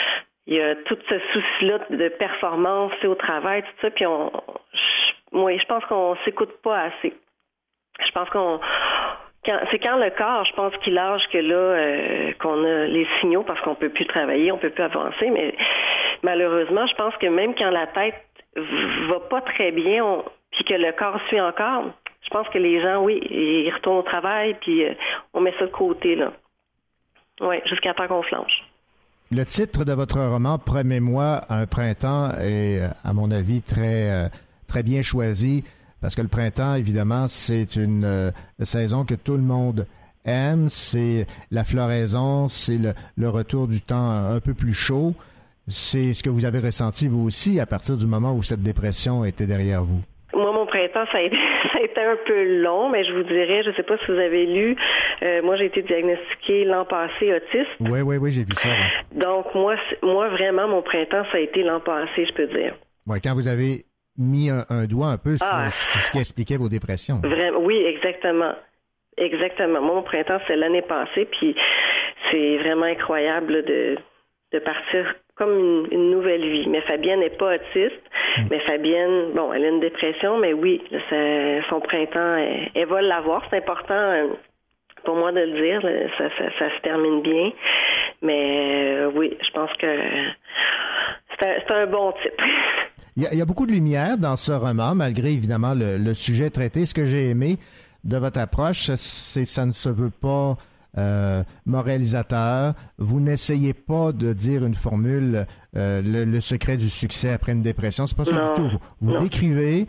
il y a tout ce souci-là de performance, au travail, tout ça. Puis, on, je, moi, je pense qu'on s'écoute pas assez. Je pense qu'on, quand, c'est quand le corps, je pense qu'il lâche que là, euh, qu'on a les signaux parce qu'on peut plus travailler, on peut plus avancer. Mais malheureusement, je pense que même quand la tête va pas très bien, on, puis que le corps suit encore, je pense que les gens, oui, ils retournent au travail, puis euh, on met ça de côté, là. Oui, jusqu'à temps qu'on flanche. Le titre de votre roman, Promets-moi un printemps, est, à mon avis, très, euh, très bien choisi, parce que le printemps, évidemment, c'est une euh, saison que tout le monde aime. C'est la floraison, c'est le, le retour du temps un peu plus chaud. C'est ce que vous avez ressenti, vous aussi, à partir du moment où cette dépression était derrière vous. Moi, mon printemps, ça a été, ça a été un peu long, mais je vous dirais, je ne sais pas si vous avez lu, euh, moi, j'ai été diagnostiquée l'an passé autiste. Oui, oui, oui, j'ai vu ça. Ouais. Donc, moi, moi, vraiment, mon printemps, ça a été l'an passé, je peux dire. Oui, quand vous avez mis un, un doigt un peu sur ah, ce, qui, ce qui expliquait vos dépressions. Vraiment, oui, exactement. Exactement. Moi, mon printemps, c'est l'année passée, puis c'est vraiment incroyable de, de partir comme une, une nouvelle vie. Mais Fabienne n'est pas autiste, mmh. mais Fabienne, bon, elle a une dépression, mais oui, là, ça, son printemps, elle, elle va l'avoir. C'est important euh, pour moi de le dire, là, ça, ça, ça se termine bien. Mais euh, oui, je pense que c'est un, c'est un bon titre. Il y, a, il y a beaucoup de lumière dans ce roman, malgré évidemment le, le sujet traité. Ce que j'ai aimé de votre approche, c'est ça ne se veut pas Euh, moralisateur. Vous n'essayez pas de dire une formule, euh, le, le secret du succès après une dépression. C'est pas ça non, du tout. Vous, vous décrivez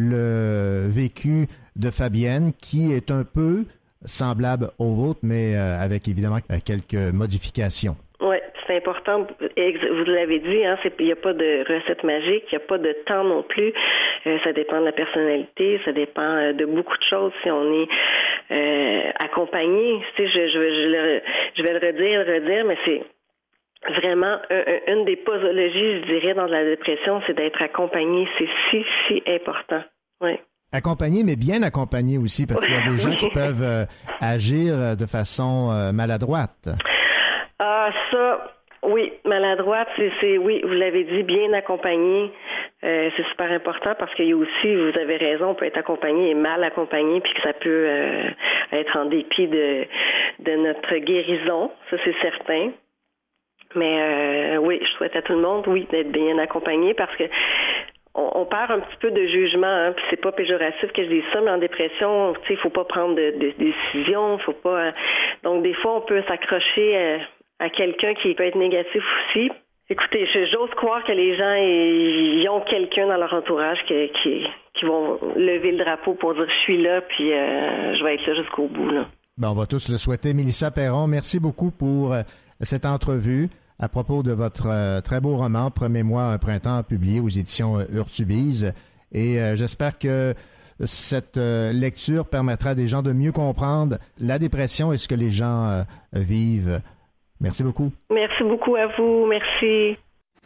le vécu de Fabienne qui est un peu semblable au vôtre, mais euh, avec évidemment quelques modifications. Oui, c'est important. Vous l'avez dit, hein, il n'y a pas de recette magique, il n'y a pas de temps non plus. Euh, ça dépend de la personnalité, ça dépend de beaucoup de choses si on est euh, accompagné. Tu sais, je, je, je, le, je vais le redire, le redire, mais c'est vraiment un, un, une des posologies, je dirais, dans la dépression, c'est d'être accompagné. C'est si, si important. Oui. Accompagné, mais bien accompagné aussi, parce qu'il y a des gens oui. qui peuvent euh, agir de façon euh, maladroite. Ah, ça, oui, maladroite, c'est, c'est oui, vous l'avez dit, bien accompagné, euh, c'est super important parce qu'il y a aussi, vous avez raison, on peut être accompagné et mal accompagné, puis que ça peut euh, être en dépit de, de notre guérison, ça c'est certain. Mais euh, oui, je souhaite à tout le monde, oui, d'être bien accompagné parce que on, on perd un petit peu de jugement, hein, puis c'est pas péjoratif que je dise ça, mais en dépression, tu sais, il faut pas prendre de, de, de décisions, faut pas. Euh, donc des fois, on peut s'accrocher à, à quelqu'un qui peut être négatif aussi. Écoutez, j'ose croire que les gens ils ont quelqu'un dans leur entourage qui, qui, qui vont lever le drapeau pour dire je suis là, puis euh, je vais être là jusqu'au bout. Là. Ben, on va tous le souhaiter. Mélissa Perron, merci beaucoup pour euh, cette entrevue. à propos de votre euh, très beau roman, Promets-moi un printemps, publié aux éditions euh, Urtubise. Et euh, j'espère que cette euh, lecture permettra à des gens de mieux comprendre la dépression et ce que les gens euh, vivent. Merci beaucoup. Merci beaucoup à vous. Merci.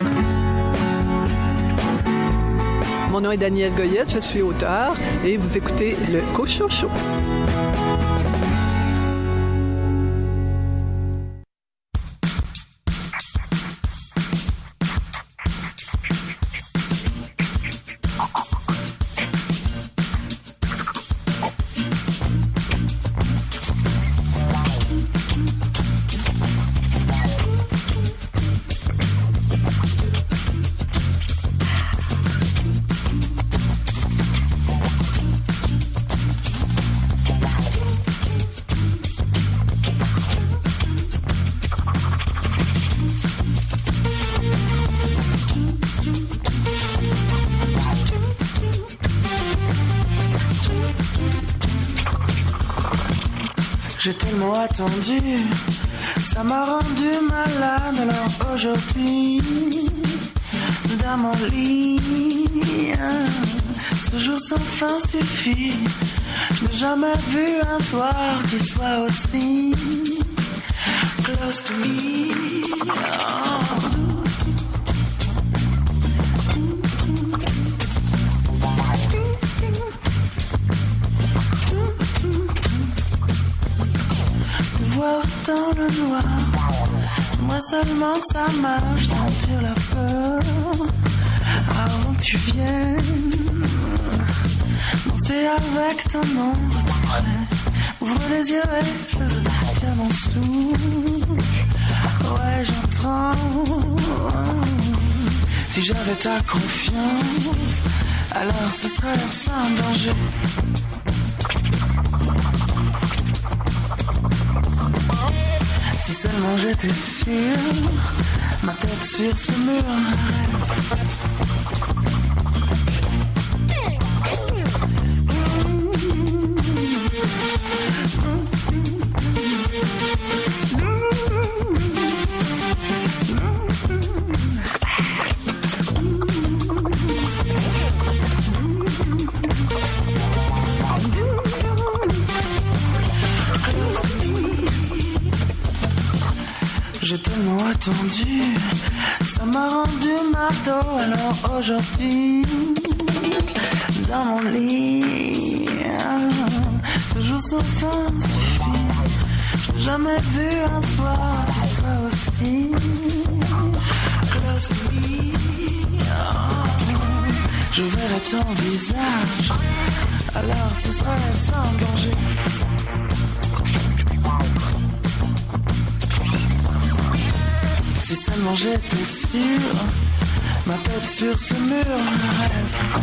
Mon nom est Danielle Goyette, je suis auteure et vous écoutez le Cochon Show. J'ai tellement attendu, ça m'a rendu malade. Alors aujourd'hui, dans mon lit, ce jour sans fin suffit. Je n'ai jamais vu un soir qui soit aussi close to me. Oh. Voir dans le noir, moi seulement que ça marche, sentir la peur avant que tu viennes danser avec ton ombre tout près. Ouvre les yeux et je tiens mon souffle. Ouais, j'entends. Si j'avais ta confiance, alors ce serait sans danger. Si seulement j'étais sûr, ma tête sur ce mur, un rêve. J'ai tellement attendu, ça m'a rendu marteau. Alors aujourd'hui, dans mon lit, ce jour sans fin suffit. Je n'ai jamais vu un soir qui soit aussi close to me. Je verrai ton visage, alors ce sera sans danger. Si seulement j'étais sûr, ma tête sur ce mur, un rêve.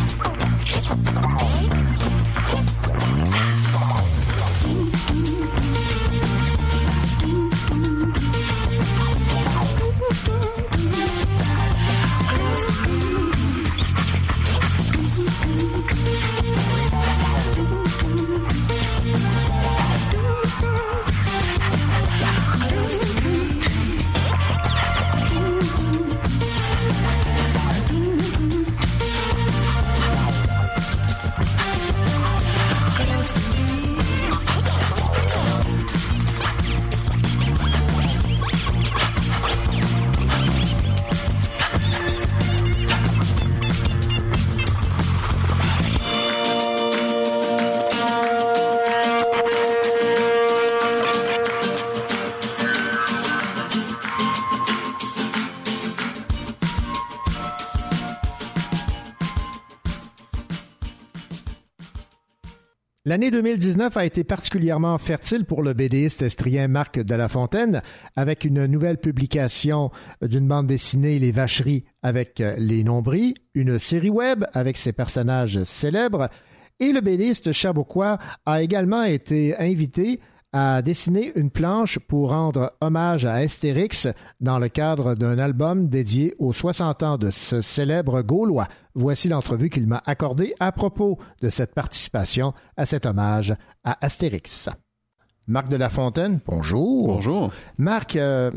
L'année deux mille dix-neuf a été particulièrement fertile pour le BDiste estrien Marc de La Fontaine, avec une nouvelle publication d'une bande dessinée Les Vacheries avec les Nombris, une série web avec ses personnages célèbres, et le BDiste Sherbrookeois a également été invité à dessiner une planche pour rendre hommage à Astérix dans le cadre d'un album dédié aux soixante ans de ce célèbre Gaulois. Voici l'entrevue qu'il m'a accordée à propos de cette participation à cet hommage à Astérix. Marc de La Fontaine, bonjour. Bonjour. Marc, euh,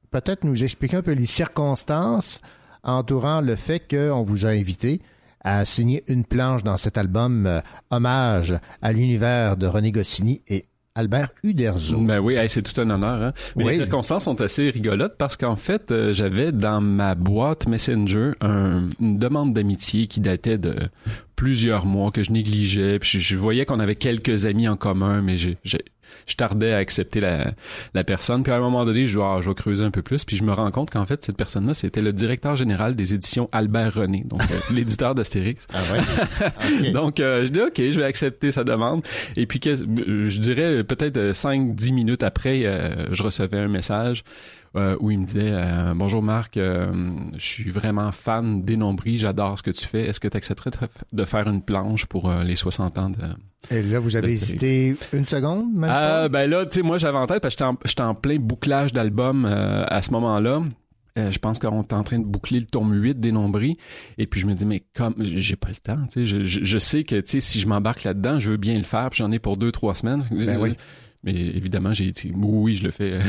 peut-être nous expliquer un peu les circonstances entourant le fait qu'on vous a invité à signer une planche dans cet album euh, hommage à l'univers de René Goscinny et Albert Uderzo. Ben oui, hey, c'est tout un honneur. Hein? Mais oui. Les circonstances sont assez rigolotes parce qu'en fait, euh, j'avais dans ma boîte Messenger un, une demande d'amitié qui datait de plusieurs mois que je négligeais. Puis je, je voyais qu'on avait quelques amis en commun, mais j'ai, j'ai je tardais à accepter la, la personne. Puis à un moment donné, je dis, ah, je vais creuser un peu plus. Puis je me rends compte qu'en fait, cette personne-là, c'était le directeur général des éditions Albert René, donc euh, l'éditeur d'Astérix. Ah ouais? Okay. Donc, euh, je dis, OK, je vais accepter sa demande. Et puis, que, je dirais peut-être cinq dix minutes après, euh, je recevais un message Euh, où il me disait euh, « Bonjour Marc, euh, je suis vraiment fan des nombris, j'adore ce que tu fais. Est-ce que tu accepterais de faire une planche pour euh, les soixante ans de... » Et là, vous avez hésité une seconde, même euh, pas? Ben là, tu sais, moi, j'avais en tête, parce que j'étais en, j'étais en plein bouclage d'album euh, à ce moment-là. Euh, je pense qu'on est en train de boucler le tome huit des nombris. Et puis, je me dis, mais comme j'ai pas le temps, tu sais, je, je, je sais que, tu sais, si je m'embarque là-dedans, je veux bien le faire, puis j'en ai pour deux, trois semaines. Ben oui. Mais évidemment, j'ai dit oui, je le fais.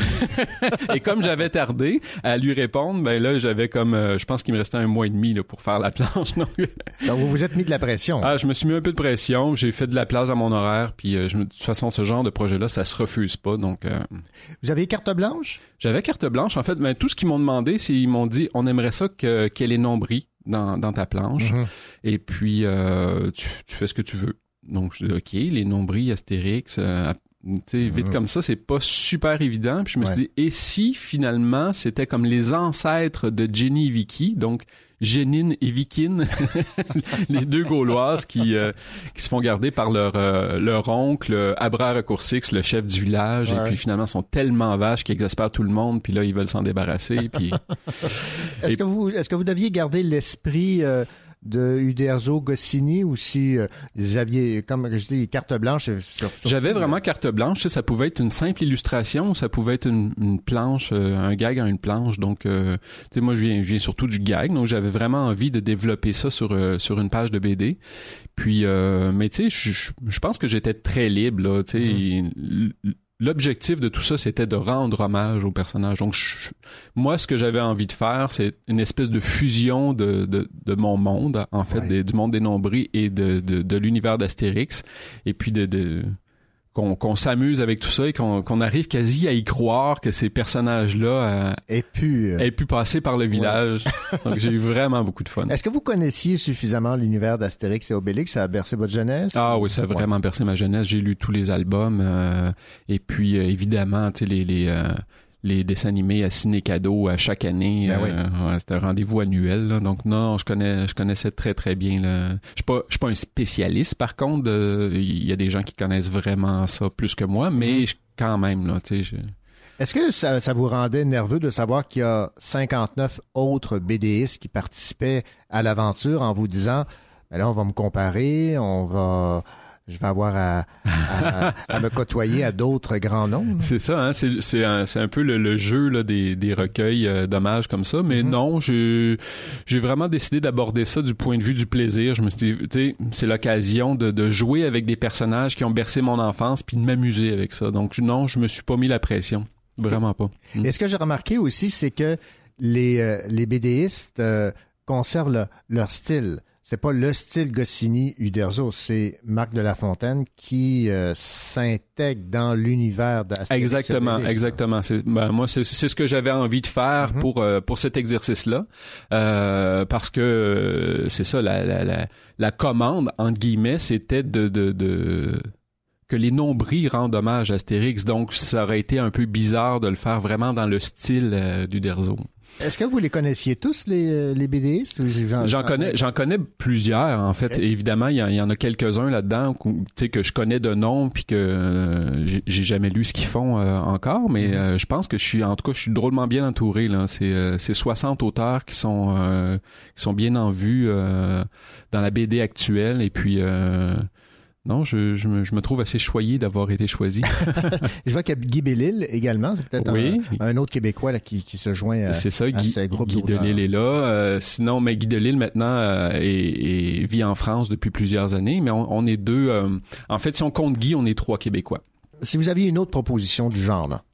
Et comme j'avais tardé à lui répondre, ben là, j'avais comme, euh, je pense qu'il me restait un mois et demi là, pour faire la planche. Donc, donc vous vous êtes mis de la pression. Ah, je me suis mis un peu de pression. J'ai fait de la place à mon horaire. Puis euh, je me, de toute façon, ce genre de projet-là, ça se refuse pas. Donc, euh, vous avez carte blanche? J'avais carte blanche. En fait, ben, tout ce qu'ils m'ont demandé, c'est ils m'ont dit, on aimerait ça que qu'elle ait nombris dans, dans ta planche. Mm-hmm. Et puis, euh, tu, tu fais ce que tu veux. Donc, je dis, OK, les nombris Astérix. Euh, Tu sais, vite mmh. comme ça, c'est pas super évident. Puis je me ouais. suis dit, et si finalement c'était comme les ancêtres de Jenny et Vicky, donc Génine et Vikine, les deux Gauloises qui euh, qui se font garder par leur euh, leur oncle Abra Raccourcix, le chef du village, ouais. et puis finalement sont tellement vaches qu'ils exaspèrent tout le monde, puis là ils veulent s'en débarrasser. Puis est-ce et... que vous est-ce que vous deviez garder l'esprit euh... de Uderzo, Goscinny, ou si euh, vous aviez, comme je dis, carte blanche? Sur, sur J'avais vraiment carte blanche. Ça pouvait être une simple illustration, ça pouvait être une, une planche, euh, un gag à une planche. Donc, euh, tu sais, moi, je viens, je viens surtout du gag. Donc, j'avais vraiment envie de développer ça sur euh, sur une page de B D. Puis, euh, mais tu sais, je, je pense que j'étais très libre, là. Tu sais, mm-hmm. L'objectif de tout ça, c'était de rendre hommage au personnage. Donc, je, moi, ce que j'avais envie de faire, c'est une espèce de fusion de, de, de mon monde, en fait, ouais. des, du monde des nombris et de, de, de l'univers d'Astérix. Et puis, de, de qu'on, qu'on s'amuse avec tout ça et qu'on, qu'on arrive quasi à y croire que ces personnages-là aient pu, aient pu passer par le village. Ouais. Donc, j'ai eu vraiment beaucoup de fun. Est-ce que vous connaissiez suffisamment l'univers d'Astérix et Obélix? Ça a bercé votre jeunesse? Ah oui, ça a vraiment ouais. bercé ma jeunesse. J'ai lu tous les albums. Euh, et puis, euh, évidemment, tu sais, les... les euh, les dessins animés à Ciné Cadeau à chaque année. Ben oui. euh, ouais, c'était un rendez-vous annuel. Là. Donc non, je connais, je connaissais très très bien. Là. Je suis pas, je suis pas un spécialiste. Par contre, il euh, y a des gens qui connaissent vraiment ça plus que moi, mais mm-hmm. quand même là, tu sais. Je... Est-ce que ça, ça vous rendait nerveux de savoir qu'il y a cinquante-neuf autres BDistes qui participaient à l'aventure en vous disant, ben là, on va me comparer, on va je vais avoir à, à, à me côtoyer à d'autres grands noms. C'est ça, hein? C'est, c'est, un, c'est un peu le, le jeu là, des, des recueils euh, d'hommages comme ça. Mais mm-hmm. non, j'ai, j'ai vraiment décidé d'aborder ça du point de vue du plaisir. Je me suis dit, tu sais, c'est l'occasion de, de jouer avec des personnages qui ont bercé mon enfance puis de m'amuser avec ça. Donc non, je me suis pas mis la pression. Vraiment pas. Mm. Et ce que j'ai remarqué aussi, c'est que les, euh, les BDistes euh, conservent le, leur style. C'est pas le style Goscinny Uderzo, c'est Marc de La Fontaine qui euh, s'intègre dans l'univers d'Astérix. Exactement, Obélix, exactement. C'est, ben, moi, c'est, c'est ce que j'avais envie de faire mm-hmm. pour euh, pour cet exercice-là, euh, parce que euh, c'est ça, la, la la la commande entre guillemets, c'était de de de que les nombris rendent hommage à Astérix, donc ça aurait été un peu bizarre de le faire vraiment dans le style euh, d'Uderzo. Est-ce que vous les connaissiez tous, les, les BDistes? J'en, j'en, connais, j'en connais plusieurs, en fait. Okay. Évidemment, il y, y en a quelques-uns là-dedans que je connais de nom puis que euh, j'ai, j'ai jamais lu ce qu'ils font euh, encore, mais mm-hmm. euh, je pense que je suis, en tout cas, je suis drôlement bien entouré. Là. C'est, euh, c'est soixante auteurs qui sont, euh, qui sont bien en vue euh, dans la B D actuelle et puis... Euh, Non, je, je, me, je me trouve assez choyé d'avoir été choisi. Je vois qu'il y a Guy Bellil également. C'est peut-être oui. un, un autre Québécois là, qui, qui se joint à, c'est ça, à Guy, ce groupe Guy d'auteurs. Delisle est là. Euh, sinon, mais Guy Delisle maintenant euh, est, est, vit en France depuis plusieurs années. Mais on, on est deux. Euh, en fait, si on compte Guy, on est trois Québécois. Si vous aviez une autre proposition du genre, là,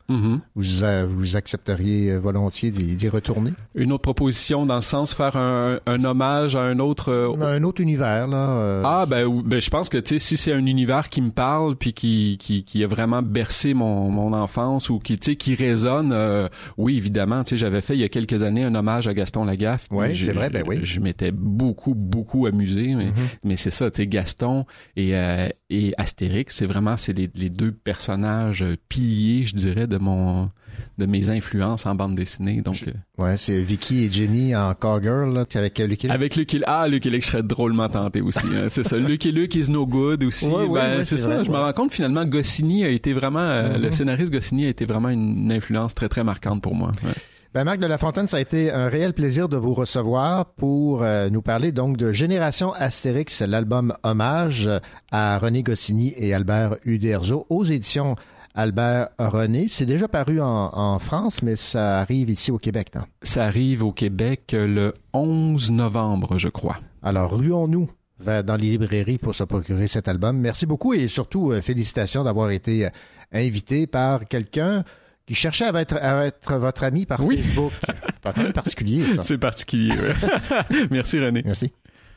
Mm-hmm. Vous, euh, vous accepteriez volontiers d'y, d'y retourner? Une autre proposition dans le sens faire un, un hommage à un autre... Euh... Un autre univers, là. Euh... Ah, ben, ben je pense que, tu sais, si c'est un univers qui me parle puis qui, qui, qui a vraiment bercé mon, mon enfance ou qui, tu sais, qui résonne, euh, oui, évidemment, tu sais, j'avais fait il y a quelques années un hommage à Gaston Lagaffe. Oui, c'est vrai, ben oui. Je, je m'étais beaucoup, beaucoup amusé, mais, mm-hmm. mais c'est ça, tu sais, Gaston et, euh, et Astérix, c'est vraiment, c'est les, les deux personnages piliers, je dirais, de mon de mes influences en bande dessinée. Donc, je, ouais, c'est Vicky et Jenny en Cowgirl, là, c'est avec Lucky Luke. Avec Lucky Luke. Ah, Lucky Luke, je serais drôlement tenté aussi. Hein, c'est ça. Lucky Luke is no good aussi. Ouais, ben, ouais, ouais, c'est, c'est ça. Vrai, je ouais. me rends compte finalement, Goscinny a été vraiment, euh, mm-hmm. le scénariste Goscinny a été vraiment une influence très très marquante pour moi. Ouais. Ben Marc de La Fontaine, ça a été un réel plaisir de vous recevoir pour euh, nous parler donc de Génération Astérix, l'album hommage à René Goscinny et Albert Uderzo aux éditions Albert René. C'est déjà paru en, en France, mais ça arrive ici au Québec, non? Ça arrive au Québec le onze novembre, je crois. Alors, ruons-nous vers, dans les librairies pour se procurer cet album. Merci beaucoup et surtout, euh, félicitations d'avoir été euh, invité par quelqu'un qui cherchait à être, à être votre ami par oui. Facebook. C'est particulier, ça. C'est particulier, oui. Merci, René. Merci.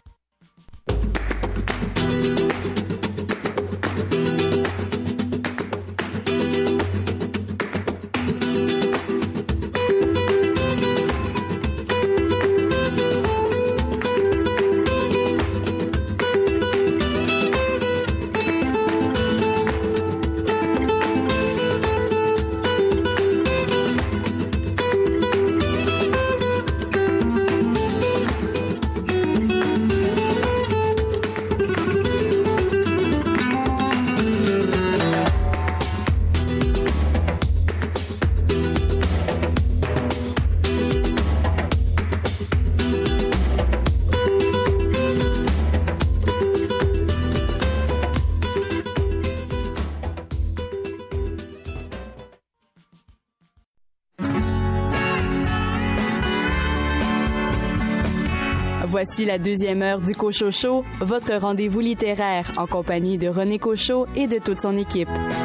Voici la deuxième heure du Cochocho, votre rendez-vous littéraire en compagnie de René Cochot et de toute son équipe.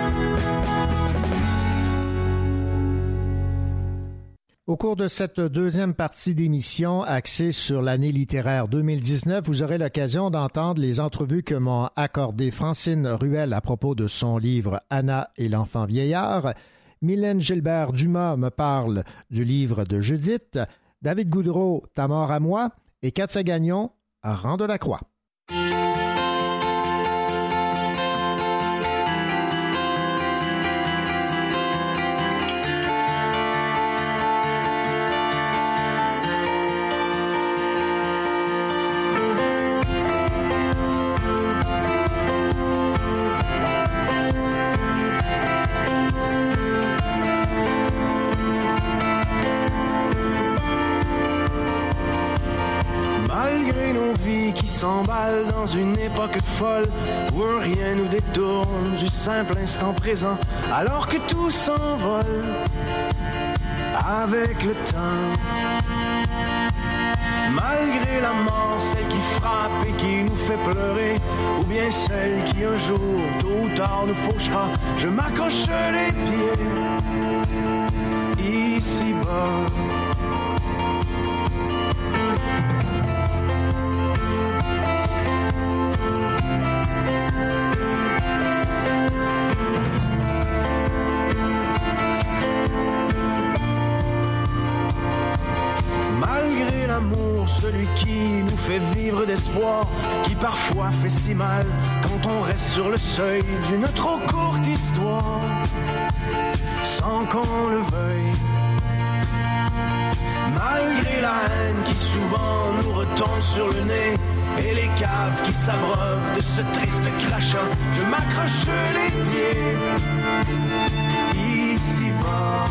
Au cours de cette deuxième partie d'émission axée sur l'année littéraire deux mille dix-neuf, vous aurez l'occasion d'entendre les entrevues que m'ont accordées Francine Ruel à propos de son livre « Anna et l'enfant vieillard ». Mylène Gilbert-Dumas me parle du livre de Judith. David Goudreau, « Ta mort à moi ». Et Katia Gagnon, Rang de la Croix. S'emballe dans une époque folle où un rien nous détourne du simple instant présent, alors que tout s'envole avec le temps. Malgré la mort, celle qui frappe et qui nous fait pleurer, ou bien celle qui un jour, tôt ou tard, nous fauchera, je m'accroche les pieds ici-bas. Malgré l'amour, celui qui nous fait vivre d'espoir, qui parfois fait si mal quand on reste sur le seuil d'une trop courte histoire, sans qu'on le veuille. Malgré la haine qui souvent nous retombe sur le nez et les caves qui s'abreuvent de ce triste crachat, je m'accroche les pieds ici-bas.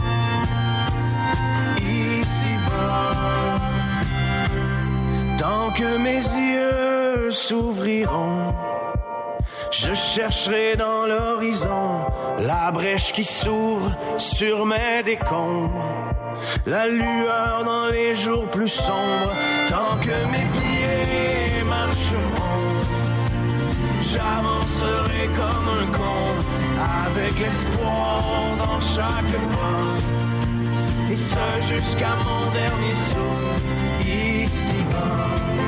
Tant que mes yeux s'ouvriront, je chercherai dans l'horizon la brèche qui s'ouvre sur mes décombres, la lueur dans les jours plus sombres. Tant que mes pieds marcheront, J'avancerai comme un con, avec l'espoir dans chaque pas, et ce jusqu'à mon dernier souffle, ici-bas.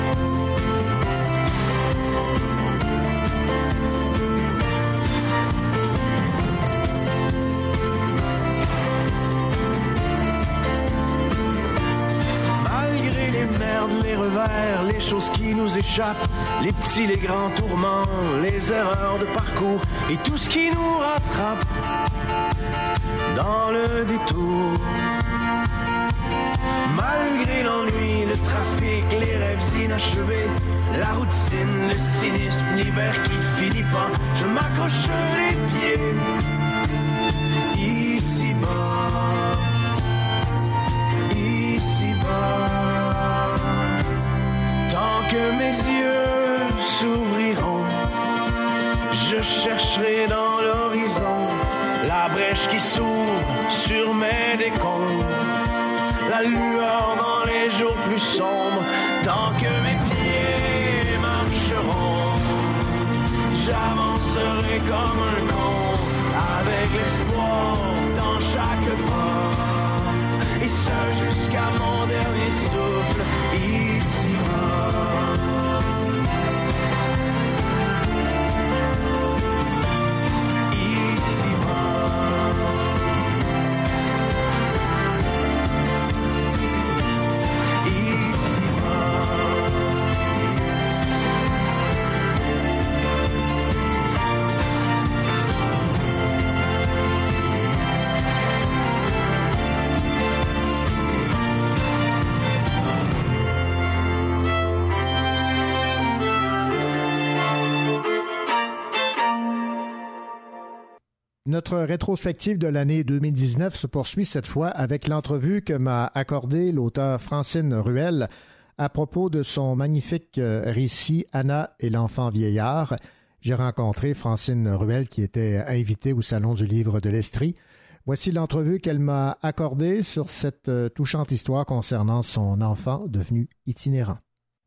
Malgré les merdes, les revers, les choses qui nous échappent, les petits, les grands tourments, les erreurs de parcours et tout ce qui nous rattrape dans le détour. Malgré l'ennui, le trafic, les rêves inachevés, la routine, le cynisme, l'hiver qui finit pas, je m'accroche les pieds ici-bas, ici-bas. Tant que mes yeux s'ouvriront, je chercherai dans l'horizon la brèche qui s'ouvre sur mes décombres, la lueur dans les jours plus sombres. Tant que mes pieds marcheront, j'avancerai comme un con, avec l'espoir dans chaque pas, et ce jusqu'à mon dernier souffle, ici-bas. Notre rétrospective de l'année deux mille dix-neuf se poursuit cette fois avec l'entrevue que m'a accordée l'auteur Francine Ruel à propos de son magnifique récit « Anna et l'enfant vieillard ». J'ai rencontré Francine Ruel qui était invitée au Salon du livre de l'Estrie. Voici l'entrevue qu'elle m'a accordée sur cette touchante histoire concernant son enfant devenu itinérant.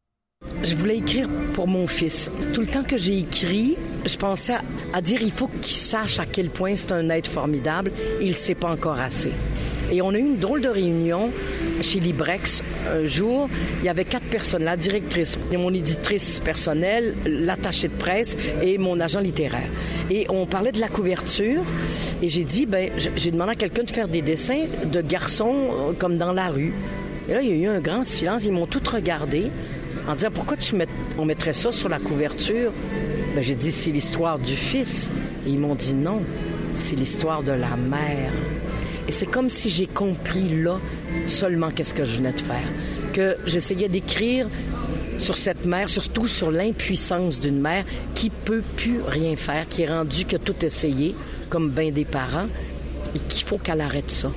Je voulais écrire pour mon fils. Tout le temps que j'ai écrit, je pensais à, à dire il faut qu'il sache à quel point c'est un être formidable. Il ne sait pas encore assez. Et on a eu une drôle de réunion chez Librex un jour. Il y avait quatre personnes, la directrice, mon éditrice personnelle, l'attaché de presse et mon agent littéraire. Et on parlait de la couverture. Et j'ai dit, ben, j'ai demandé à quelqu'un de faire des dessins de garçons comme dans la rue. Et là, il y a eu un grand silence. Ils m'ont tous regardé en disant, pourquoi tu met, on mettrait ça sur la couverture? Ben, j'ai dit, c'est l'histoire du fils. Et ils m'ont dit, non, c'est l'histoire de la mère. Et c'est comme si j'ai compris là seulement qu'est-ce que je venais de faire. Que j'essayais d'écrire sur cette mère, surtout sur l'impuissance d'une mère qui peut plus rien faire, qui est rendue que tout essayer, comme bien des parents, et qu'il faut qu'elle arrête ça.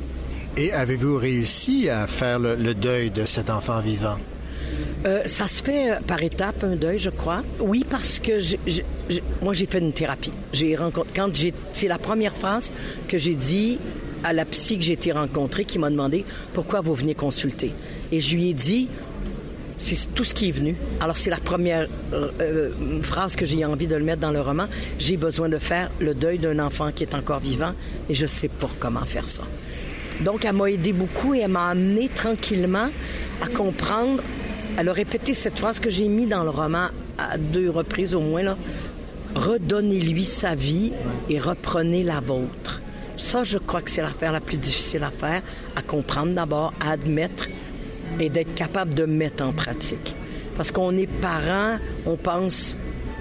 Et avez-vous réussi à faire le, le deuil de cet enfant vivant? Euh, ça se fait par étapes, un deuil, je crois. Oui, parce que j'ai, j'ai, j'ai, moi, j'ai fait une thérapie. J'ai rencontré, quand j'ai, c'est la première phrase que j'ai dit à la psy que j'ai été rencontrée, qui m'a demandé pourquoi vous venez consulter. Et je lui ai dit, c'est tout ce qui est venu. Alors, c'est la première euh, euh, phrase que j'ai envie de le mettre dans le roman. J'ai besoin de faire le deuil d'un enfant qui est encore vivant et je sais pas comment faire ça. Donc, elle m'a aidé beaucoup et elle m'a amené tranquillement à comprendre. Elle a répété cette phrase que j'ai mise dans le roman à deux reprises au moins, là. Redonnez-lui sa vie et reprenez la vôtre. Ça, je crois que c'est l'affaire la plus difficile à faire, à comprendre d'abord, à admettre et d'être capable de mettre en pratique. Parce qu'on est parents, on pense,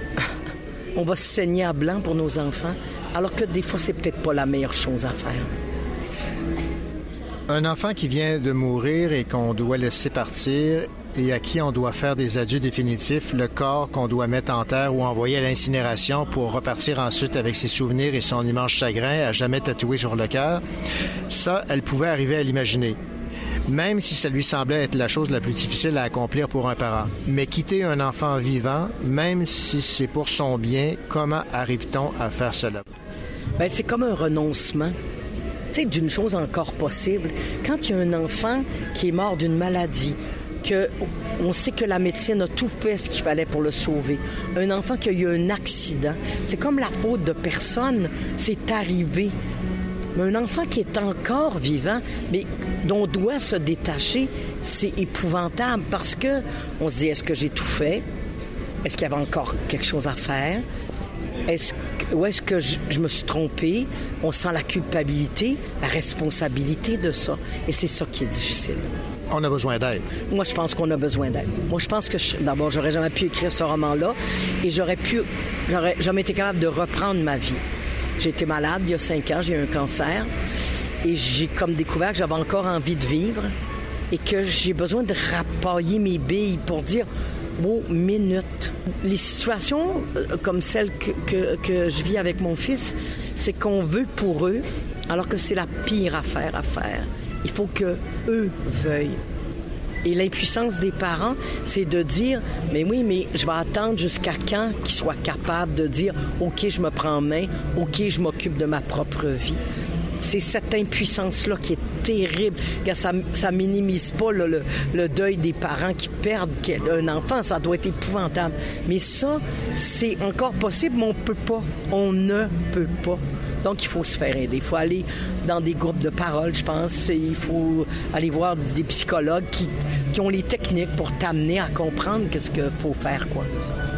on va se saigner à blanc pour nos enfants, alors que des fois, c'est peut-être pas la meilleure chose à faire. Un enfant qui vient de mourir et qu'on doit laisser partir et à qui on doit faire des adieux définitifs, le corps qu'on doit mettre en terre ou envoyer à l'incinération pour repartir ensuite avec ses souvenirs et son immense chagrin à jamais tatoué sur le cœur, ça, elle pouvait arriver à l'imaginer. Même si ça lui semblait être la chose la plus difficile à accomplir pour un parent. Mais quitter un enfant vivant, même si c'est pour son bien, comment arrive-t-on à faire cela? Bien, c'est comme un renoncement. Tu sais, d'une chose encore possible. Quand il y a un enfant qui est mort d'une maladie, que on sait que la médecine a tout fait ce qu'il fallait pour le sauver. Un enfant qui a eu un accident, c'est comme la faute de personne, c'est arrivé. Mais un enfant qui est encore vivant, mais dont on doit se détacher, c'est épouvantable parce que on se dit, est-ce que j'ai tout fait? Est-ce qu'il y avait encore quelque chose à faire? Est-ce que, ou est-ce que je, je me suis trompée? On sent la culpabilité, la responsabilité de ça. Et c'est ça qui est difficile. On a besoin d'aide. Moi, je pense qu'on a besoin d'aide. Moi, je pense que, je, d'abord, j'aurais jamais pu écrire ce roman-là et j'aurais pu, j'aurais jamais été capable de reprendre ma vie. J'ai été malade il y a cinq ans, j'ai eu un cancer et j'ai comme découvert que j'avais encore envie de vivre et que j'ai besoin de rapailler mes billes pour dire oh, minute. Les situations comme celle que, que, que je vis avec mon fils, c'est qu'on veut pour eux, alors que c'est la pire affaire à faire. Il faut que eux veuillent. Et l'impuissance des parents, c'est de dire, mais oui, mais je vais attendre jusqu'à quand qu'ils soient capables de dire, OK, je me prends en main, OK, je m'occupe de ma propre vie. C'est cette impuissance-là qui est terrible. Ça ne minimise pas là, le, le deuil des parents qui perdent un enfant. Ça doit être épouvantable. Mais ça, c'est encore possible, mais on ne peut pas. On ne peut pas. Donc, il faut se faire aider. Il faut aller dans des groupes de parole, je pense. Il faut aller voir des psychologues qui, qui ont les techniques pour t'amener à comprendre qu'est-ce qu'il faut faire, quoi.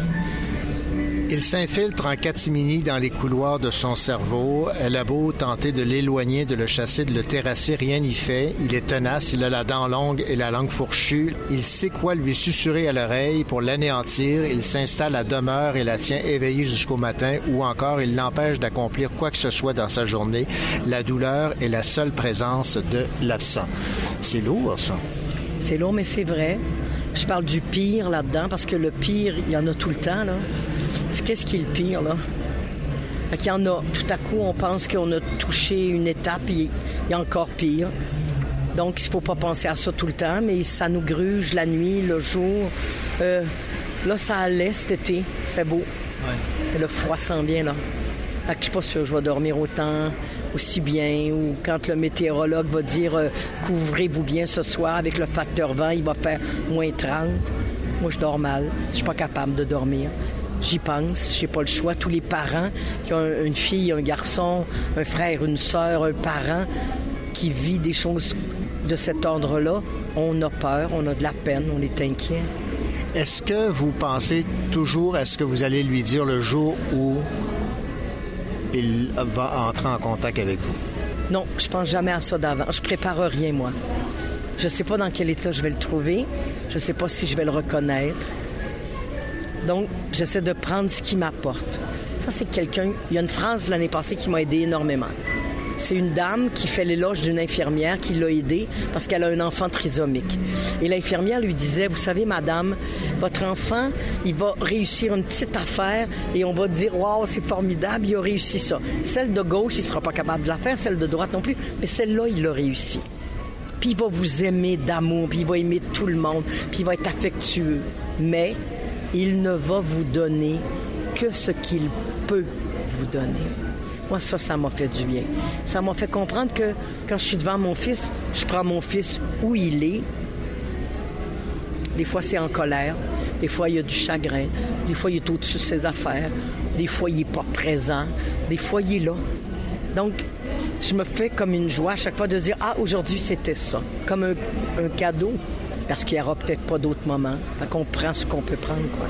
Il s'infiltre en catimini dans les couloirs de son cerveau. Elle a beau tenter de l'éloigner, de le chasser, de le terrasser, rien n'y fait. Il est tenace, il a la dent longue et la langue fourchue. Il sait quoi lui susurrer à l'oreille pour l'anéantir. Il s'installe à demeure et la tient éveillée jusqu'au matin, ou encore il l'empêche d'accomplir quoi que ce soit dans sa journée. La douleur est la seule présence de l'absent. C'est lourd, ça. C'est lourd, mais c'est vrai. Je parle du pire là-dedans, parce que le pire, il y en a tout le temps, là. C'est qu'est-ce qui est le pire, là? Fait qu'il y en a, tout à coup, on pense qu'on a touché une étape, et il y a encore pire. Donc, il ne faut pas penser à ça tout le temps, mais ça nous gruge la nuit, le jour. Euh, là, ça allait cet été, il fait beau. Ouais. Le froid s'en vient, là. Fait que je suis pas sûre que je vais dormir autant, aussi bien, ou quand le météorologue va dire euh, couvrez-vous bien ce soir avec le facteur vent, il va faire moins trente. Moi, je dors mal. Je suis pas capable de dormir. J'y pense, j'ai pas le choix. Tous les parents qui ont une fille, un garçon, un frère, une sœur, un parent qui vit des choses de cet ordre-là, on a peur, on a de la peine, on est inquiet. Est-ce que vous pensez toujours à ce que vous allez lui dire le jour où il va entrer en contact avec vous? Non, je pense jamais à ça d'avant. Je prépare rien, moi. Je sais pas dans quel état je vais le trouver. Je sais pas si je vais le reconnaître. Donc, j'essaie de prendre ce qui m'apporte. Ça, c'est quelqu'un... Il y a une phrase l'année passée qui m'a aidé énormément. C'est une dame qui fait l'éloge d'une infirmière qui l'a aidée parce qu'elle a un enfant trisomique. Et l'infirmière lui disait, vous savez, madame, votre enfant, il va réussir une petite affaire et on va dire, wow, c'est formidable, il a réussi ça. Celle de gauche, il ne sera pas capable de la faire, celle de droite non plus, mais celle-là, il l'a réussi. Puis il va vous aimer d'amour, puis il va aimer tout le monde, puis il va être affectueux. Mais il ne va vous donner que ce qu'il peut vous donner. Moi, ça, ça m'a fait du bien. Ça m'a fait comprendre que quand je suis devant mon fils, je prends mon fils où il est. Des fois, c'est en colère. Des fois, il y a du chagrin. Des fois, il est au-dessus de ses affaires. Des fois, il n'est pas présent. Des fois, il est là. Donc, je me fais comme une joie à chaque fois de dire « Ah, aujourd'hui, c'était ça. » Comme un, un cadeau. Parce qu'il n'y aura peut-être pas d'autres moments. Fait qu'on prend ce qu'on peut prendre, quoi.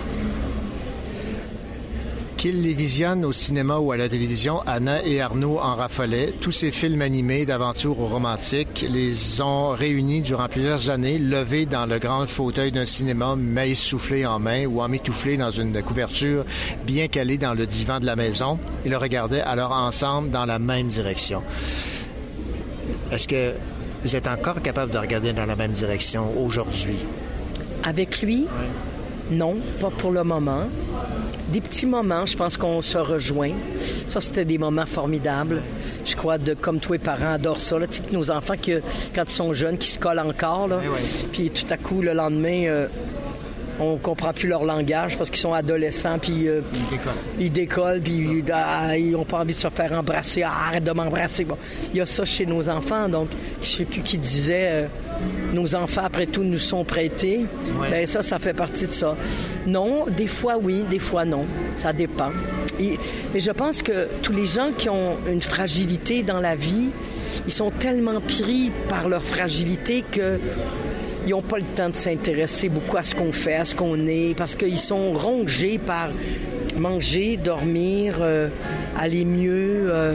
Qu'ils les visionnent au cinéma ou à la télévision, Anna et Arnaud en raffolaient. Tous ces films animés d'aventures romantiques les ont réunis durant plusieurs années, levés dans le grand fauteuil d'un cinéma, maille soufflée en main ou emmitouflés dans une couverture bien calée dans le divan de la maison. Ils le regardaient alors ensemble dans la même direction. Est-ce que vous êtes encore capable de regarder dans la même direction aujourd'hui? Avec lui? Oui. Non, pas pour le moment. Des petits moments, je pense qu'on se rejoint. Ça, c'était des moments formidables. Je crois, de, comme tous les parents adorent ça. Tu sais, que nos enfants, que, quand ils sont jeunes, qui se collent encore. Là, oui, oui. Puis tout à coup, le lendemain, euh, on comprend plus leur langage parce qu'ils sont adolescents, puis euh, ils décollent, puis ils, ah, ils ont pas envie de se faire embrasser. Ah, arrête de m'embrasser. Bon, il y a ça chez nos enfants, donc je sais plus qui disait euh, nos enfants après tout nous sont prêtés. Ouais. Ben ça, ça fait partie de ça. Non, des fois oui, des fois non, ça dépend. Et, mais je pense que tous les gens qui ont une fragilité dans la vie, ils sont tellement pris par leur fragilité que ils n'ont pas le temps de s'intéresser beaucoup à ce qu'on fait, à ce qu'on est, parce qu'ils sont rongés par manger, dormir, euh, aller mieux. Euh,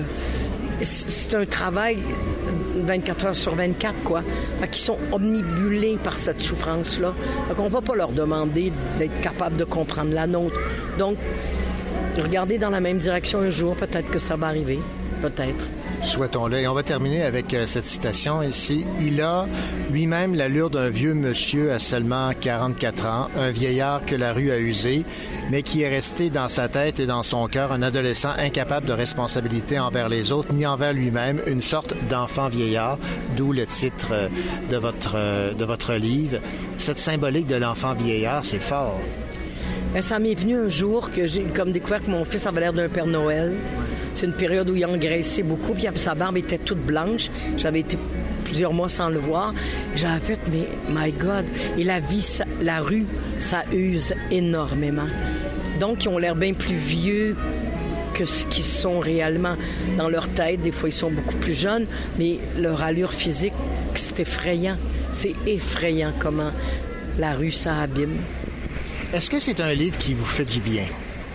c'est un travail vingt-quatre heures sur vingt-quatre, quoi. Fait qu'ils sont omnibulés par cette souffrance-là. Fait qu'on ne peut pas leur demander d'être capable de comprendre la nôtre. Donc, regardez dans la même direction un jour, peut-être que ça va arriver. Peut-être. Souhaitons-le. Et on va terminer avec euh, cette citation ici. Il a lui-même l'allure d'un vieux monsieur à seulement quarante-quatre ans, un vieillard que la rue a usé, mais qui est resté dans sa tête et dans son cœur un adolescent incapable de responsabilité envers les autres, ni envers lui-même, une sorte d'enfant vieillard, d'où le titre euh, de votre, euh, de votre livre. Cette symbolique de l'enfant vieillard, c'est fort. Ben, ça m'est venu un jour que j'ai comme découvert que mon fils avait l'air d'un Père Noël. C'est une période où il engraissait beaucoup, puis sa barbe était toute blanche. J'avais été plusieurs mois sans le voir. J'avais fait, mais my God! Et la vie, ça, la rue, ça use énormément. Donc, ils ont l'air bien plus vieux que ce qu'ils sont réellement dans leur tête. Des fois, ils sont beaucoup plus jeunes, mais leur allure physique, c'est effrayant. C'est effrayant comment la rue, ça abîme. Est-ce que c'est un livre qui vous fait du bien?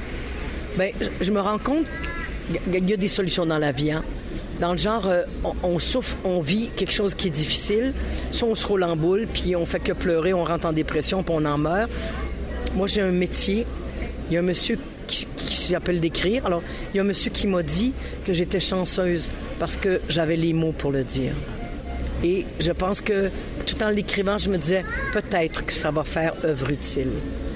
Bien, je me rends compte qu'il y a des solutions dans la vie. Hein? Dans le genre, euh, on, on souffre, on vit quelque chose qui est difficile. Soit on se roule en boule, puis on fait que pleurer, on rentre en dépression, puis on en meurt. Moi, j'ai un métier. Il y a un monsieur qui, qui s'appelle d'écrire. Alors, il y a un monsieur qui m'a dit que j'étais chanceuse parce que j'avais les mots pour le dire. Et je pense que, tout en l'écrivant, je me disais, peut-être que ça va faire œuvre utile.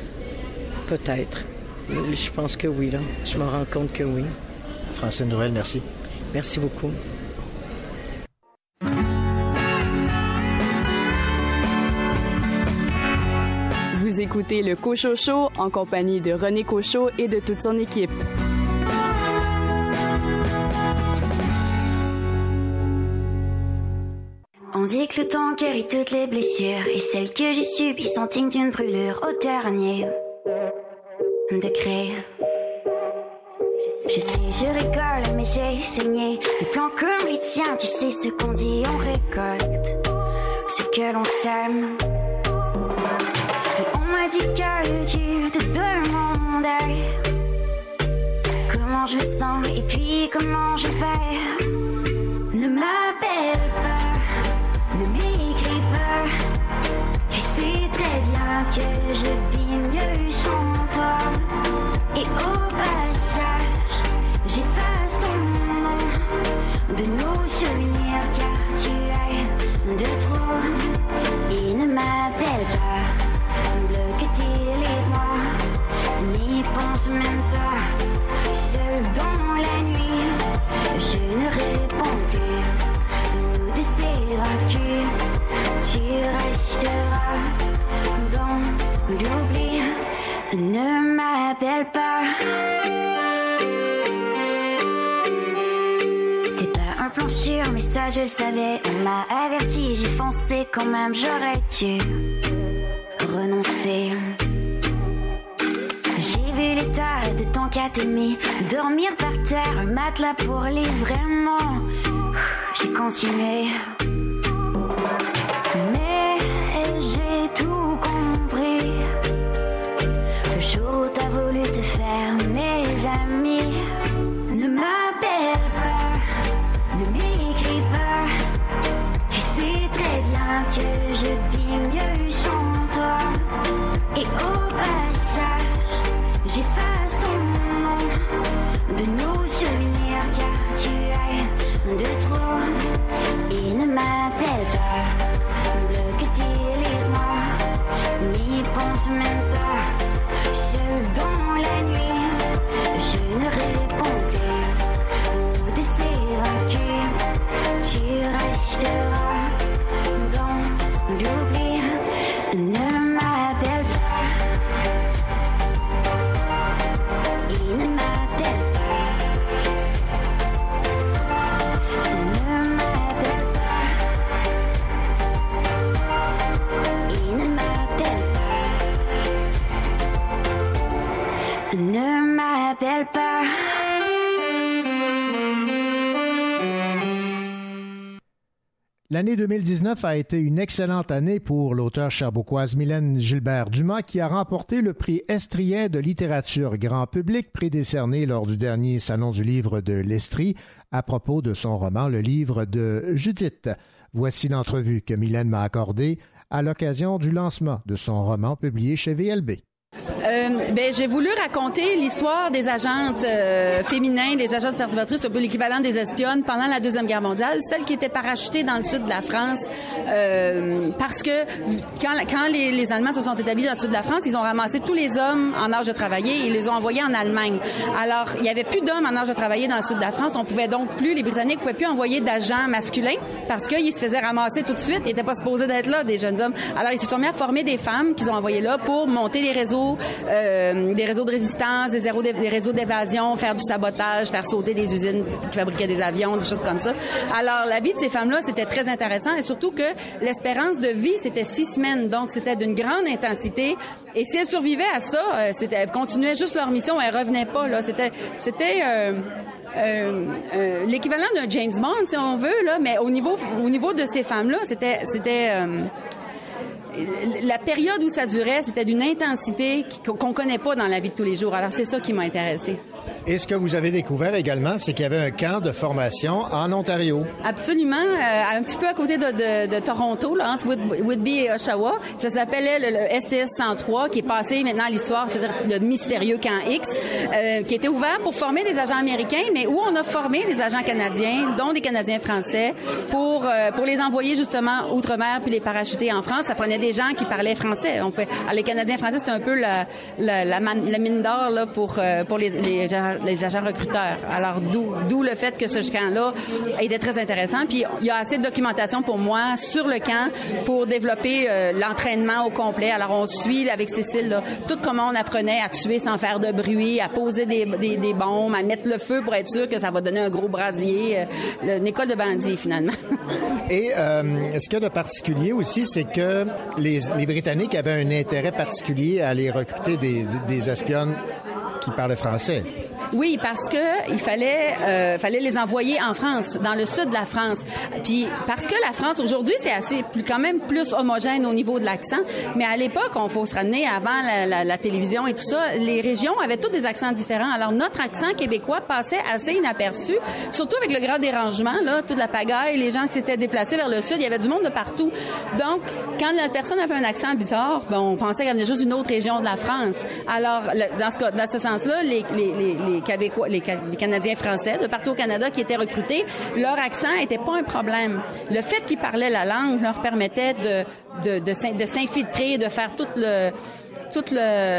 Peut-être. Je pense que oui, là. Je me rends compte que oui. Francine Noël, merci. Merci beaucoup. Vous écoutez le Cochocho en compagnie de René Cochot et de toute son équipe. On dit que le temps guérit toutes les blessures et celles que j'ai subies sont dignes d'une brûlure au dernier degré. Je sais, je rigole, mais j'ai saigné. Les plans comme les tiens, tu sais ce qu'on dit, on récolte ce que l'on sème. Et on m'a dit que tu te demandais comment je me sens et puis comment je vais. Ne m'appelle pas, ne m'écris pas. Tu sais très bien que je vis mieux sans toi. Et au passage, j'efface ton nom de nos souvenirs car tu es de trop. Et ne m'appelle pas, bloque tes lèvres, n'y pense même pas. Seul dans la nuit, je ne réponds plus. Nous deux c'est vaincu, tu resteras dans l'oubli. Ne m'appelle pas. T'es pas un plan sûr, mais ça je le savais. On m'a averti, j'ai foncé quand même, j'aurais dû renoncer. J'ai vu l'état de ton catémie, dormir par terre, un matelas pour les vraiment. J'ai continué, mais j'ai tout compris. Le jour où t'as voulu te faire mes amis. Ne m'appelle pas, ne m'écris pas. Tu sais très bien que je vis mieux sans toi. Et au passage, j'efface ton nom de nos souvenirs car tu es de trop. Et ne m'appelle pas, bloque tes lèvres, n'y pense même pas. Seul dans la nuit, je ne réponds plus. Nous deux c'est vaincu, tu resteras dans l'oubli. m'appelle pas. L'année deux mille dix-neuf a été une excellente année pour l'auteure cherbourgoise Mylène Gilbert-Dumas qui a remporté le prix Estrien de littérature grand public, prix décerné lors du dernier Salon du livre de l'Estrie à propos de son roman Le livre de Judith. Voici l'entrevue que Mylène m'a accordée à l'occasion du lancement de son roman publié chez V L B. Euh, ben, j'ai voulu raconter l'histoire des agentes euh, féminines, des agentes perturbatrices, un peu l'équivalent des espionnes pendant la Deuxième Guerre mondiale, celles qui étaient parachutées dans le sud de la France, euh, parce que quand, quand les, les Allemands se sont établis dans le sud de la France, ils ont ramassé tous les hommes en âge de travailler et les ont envoyés en Allemagne. Alors, il y avait plus d'hommes en âge de travailler dans le sud de la France. On pouvait donc plus, les Britanniques pouvaient plus envoyer d'agents masculins parce qu'ils se faisaient ramasser tout de suite. Ils n'étaient pas supposés d'être là, des jeunes hommes. Alors, ils se sont mis à former des femmes qu'ils ont envoyées là pour monter les réseaux, Euh, des réseaux de résistance, des, zéro, des réseaux d'évasion, faire du sabotage, faire sauter des usines qui fabriquaient des avions, des choses comme ça. Alors, la vie de ces femmes-là, c'était très intéressant et surtout que l'espérance de vie, c'était six semaines. Donc, c'était d'une grande intensité. Et si elles survivaient à ça, euh, c'était, elles continuaient juste leur mission, elles revenaient pas, là. C'était, c'était, euh, Euh, euh, l'équivalent d'un James Bond, si on veut, là, mais au niveau, au niveau de ces femmes-là, c'était, c'était, euh, la période où ça durait, c'était d'une intensité qu'on connaît pas dans la vie de tous les jours. Alors, c'est ça qui m'a intéressée. Et ce que vous avez découvert également, c'est qu'il y avait un camp de formation en Ontario. Absolument, euh, un petit peu à côté de, de, de Toronto, là, entre Whitby et Oshawa. Ça s'appelait le, le S T S cent trois, qui est passé maintenant à l'histoire, c'est le mystérieux camp X, euh, qui était ouvert pour former des agents américains, mais où on a formé des agents canadiens, dont des Canadiens français, pour euh, pour les envoyer justement outre-mer puis les parachuter en France. Ça prenait des gens qui parlaient français. On fait, alors, les Canadiens français, c'était un peu la, la, la, man, la mine d'or là, pour, euh, pour les, les les agents recruteurs. Alors, d'où, d'où le fait que ce camp-là était très intéressant. Puis, il y a assez de documentation pour moi sur le camp pour développer euh, l'entraînement au complet. Alors, on suit avec Cécile là, tout comment on apprenait à tuer sans faire de bruit, à poser des, des, des bombes, à mettre le feu pour être sûr que ça va donner un gros brasier. Euh, une école de bandits, finalement. Et euh, ce qu'il y a de particulier aussi, c'est que les, les Britanniques avaient un intérêt particulier à aller recruter des, des espionnes qui parlaient français. Oui, parce que il fallait euh, fallait les envoyer en France, dans le sud de la France. Puis parce que la France aujourd'hui c'est assez plus quand même plus homogène au niveau de l'accent, mais à l'époque, on faut se ramener avant la, la, la télévision et tout ça, les régions avaient tous des accents différents. Alors notre accent québécois passait assez inaperçu, surtout avec le grand dérangement là, toute la pagaille, les gens qui s'étaient déplacés vers le sud, il y avait du monde de partout. Donc quand la personne avait un accent bizarre, ben, on pensait qu'elle venait juste d'une autre région de la France. Alors le, dans ce cas, dans ce sens-là, les les les, les Québécois, les, les Canadiens français de partout au Canada qui étaient recrutés, leur accent était pas un problème. Le fait qu'ils parlaient la langue leur permettait de de, de, de s'infiltrer, de faire tout le tout le,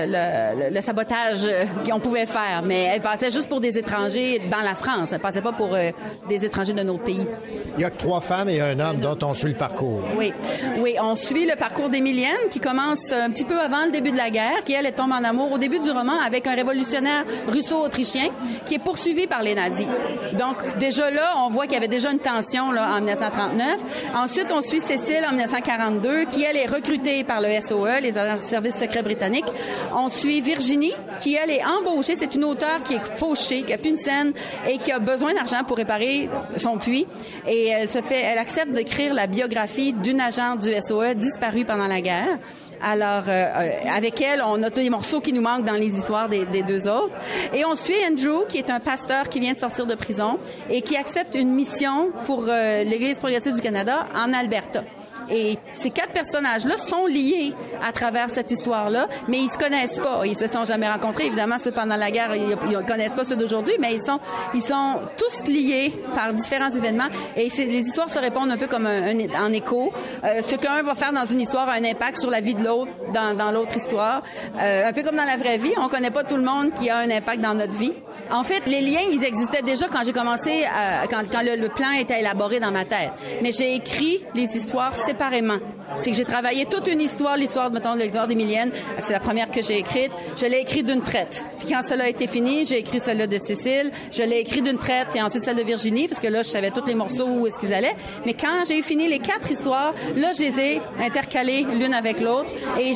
le, le sabotage qu'on pouvait faire, mais elle passait juste pour des étrangers dans la France. Elle passait pas pour euh, des étrangers d'un autre pays. Il y a que trois femmes et un homme dont on suit le parcours. Oui, oui, on suit le parcours d'Émilienne qui commence un petit peu avant le début de la guerre, qui elle, elle tombe en amour au début du roman avec un révolutionnaire russo-autrichien qui est poursuivi par les nazis. Donc déjà là, on voit qu'il y avait déjà une tension là en dix-neuf cent trente-neuf. Ensuite, on suit Cécile en dix-neuf cent quarante-deux qui elle est recrutée par le S O E, les agents de service secret britanniques. On suit Virginie, qui, elle, est embauchée. C'est une auteure qui est fauchée, qui a plus une scène et qui a besoin d'argent pour réparer son puits. Et elle se fait, elle accepte d'écrire la biographie d'une agente du S O E disparue pendant la guerre. Alors, euh, avec elle, on a tous les morceaux qui nous manquent dans les histoires des, des deux autres. Et on suit Andrew, qui est un pasteur qui vient de sortir de prison et qui accepte une mission pour euh, l'Église progressiste du Canada en Alberta. Et ces quatre personnages-là sont liés à travers cette histoire-là, mais ils se connaissent pas. Ils se sont jamais rencontrés. Évidemment, ceux pendant la guerre, ils, ils connaissent pas ceux d'aujourd'hui, mais ils sont, ils sont tous liés par différents événements. Et c'est, les histoires se répondent un peu comme un, un, en écho. Euh, ce qu'un va faire dans une histoire a un impact sur la vie de l'autre dans, dans l'autre histoire. Euh, un peu comme dans la vraie vie, on connaît pas tout le monde qui a un impact dans notre vie. En fait, les liens, ils existaient déjà quand j'ai commencé, à, quand, quand le, le plan était élaboré dans ma tête. Mais j'ai écrit les histoires séparément. C'est que j'ai travaillé toute une histoire, l'histoire, mettons, l'histoire d'Émilienne. C'est la première que j'ai écrite. Je l'ai écrite d'une traite. Puis quand cela a été fini, j'ai écrit celle-là de Cécile. Je l'ai écrite d'une traite et ensuite celle de Virginie, parce que là, je savais tous les morceaux où est-ce qu'ils allaient. Mais quand j'ai fini les quatre histoires, là, je les ai intercalées l'une avec l'autre et j'ai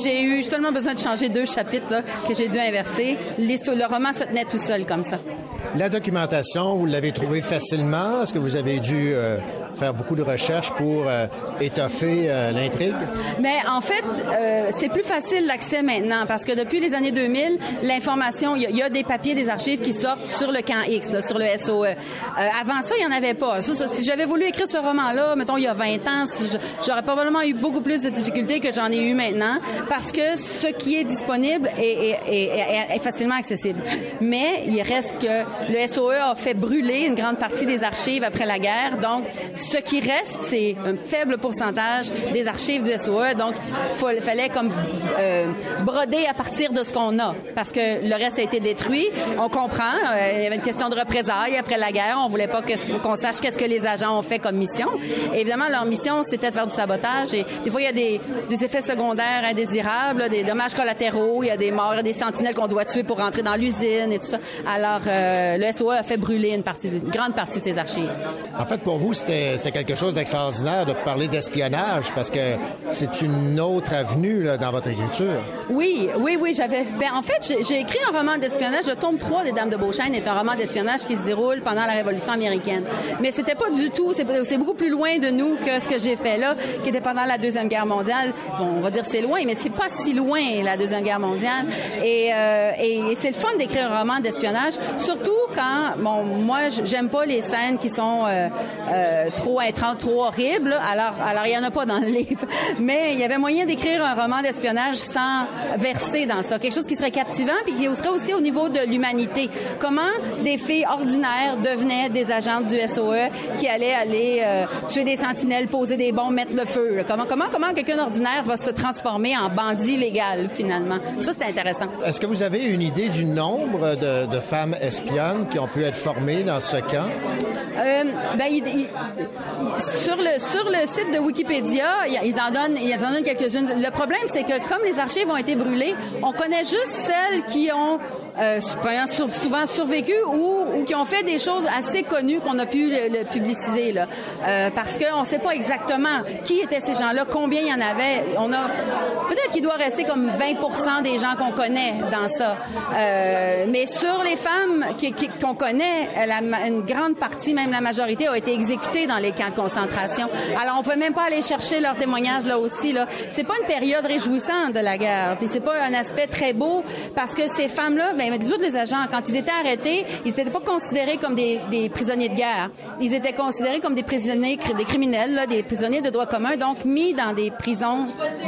j'ai eu seulement besoin de changer deux chapitres là, que j'ai dû inverser. L'histoire, le roman se tenait tout seul comme ça. La documentation, vous l'avez trouvée facilement? Est-ce que vous avez dû euh, faire beaucoup de recherches pour euh, étoffer euh, l'intrigue? Mais en fait, euh, c'est plus facile l'accès maintenant parce que depuis les années deux mille, l'information, il y, y a des papiers, des archives qui sortent sur le camp X, là, sur le S O E. Euh, avant ça, il n'y en avait pas. Ça, ça, si j'avais voulu écrire ce roman-là, mettons, il y a vingt ans, j'aurais probablement eu beaucoup plus de difficultés que j'en ai eu maintenant parce que ce qui est disponible est, est, est, est, est facilement accessible. Mais il reste que le S O E a fait brûler une grande partie des archives après la guerre. Donc, ce qui reste, c'est un faible pourcentage des archives du S O E. Donc, il fallait comme euh, broder à partir de ce qu'on a parce que le reste a été détruit. On comprend. Euh, il y avait une question de représailles après la guerre. On voulait pas que, qu'on sache qu'est-ce que les agents ont fait comme mission. Et évidemment, leur mission, c'était de faire du sabotage. Et des fois, il y a des, des effets secondaires indésirables, là, des dommages collatéraux. Il y a des morts, des sentinelles qu'on doit tuer pour rentrer dans l'usine et tout ça. Alors, euh, le S O E a fait brûler une partie, une grande partie de ses archives. En fait, pour vous, c'était, c'était quelque chose d'extraordinaire de parler d'espionnage parce que c'est une autre avenue là, dans votre écriture. Oui, oui, oui. J'avais. Ben, en fait, j'ai, j'ai écrit un roman d'espionnage. Le tome trois des Dames de Beauchesne est un roman d'espionnage qui se déroule pendant la Révolution américaine. Mais c'était pas du tout. C'est, c'est beaucoup plus loin de nous que ce que j'ai fait là, qui était pendant la Deuxième Guerre mondiale. Bon, on va dire c'est loin, mais c'est pas si loin la Deuxième Guerre mondiale. Et, euh, et, et c'est le fun d'écrire un roman d'espionnage, surtout quand, bon, moi, j'aime pas les scènes qui sont euh, euh, trop intrantes, trop horribles. Alors, alors il y en a pas dans le livre. Mais il y avait moyen d'écrire un roman d'espionnage sans verser dans ça. Quelque chose qui serait captivant puis qui serait aussi au niveau de l'humanité. Comment des filles ordinaires devenaient des agents du S O E qui allaient aller euh, tuer des sentinelles, poser des bombes, mettre le feu. Là. Comment, comment, comment quelqu'un d'ordinaire va se transformer en bandit légal, finalement? Ça, c'est intéressant. Est-ce que vous avez une idée du nombre de, de femmes espionnes qui ont pu être formées dans ce camp? Euh, ben, il, il, il, sur le sur le site de Wikipédia, ils en donnent ils en donnent quelques-unes. Le problème, c'est que comme les archives ont été brûlées, on connaît juste celles qui ont euh, souvent survécu ou, ou qui ont fait des choses assez connues qu'on a pu le, le publiciser là, euh, parce qu'on ne sait pas exactement qui étaient ces gens-là, combien il y en avait. On a peut-être qu'il doit rester comme vingt pour cent des gens qu'on connaît dans ça. Euh, mais sur les femmes qui, qui, qu'on connaît, la, une grande partie, même la majorité, a été exécutée dans les camps de concentration. Alors on peut même pas aller chercher leurs témoignages là aussi là. C'est pas une période réjouissante de la guerre. Puis c'est pas un aspect très beau parce que ces femmes-là, ben tous les agents, quand ils étaient arrêtés, ils n'étaient pas considérés comme des, des prisonniers de guerre. Ils étaient considérés comme des prisonniers, des criminels, là, des prisonniers de droit commun, donc mis dans des prisons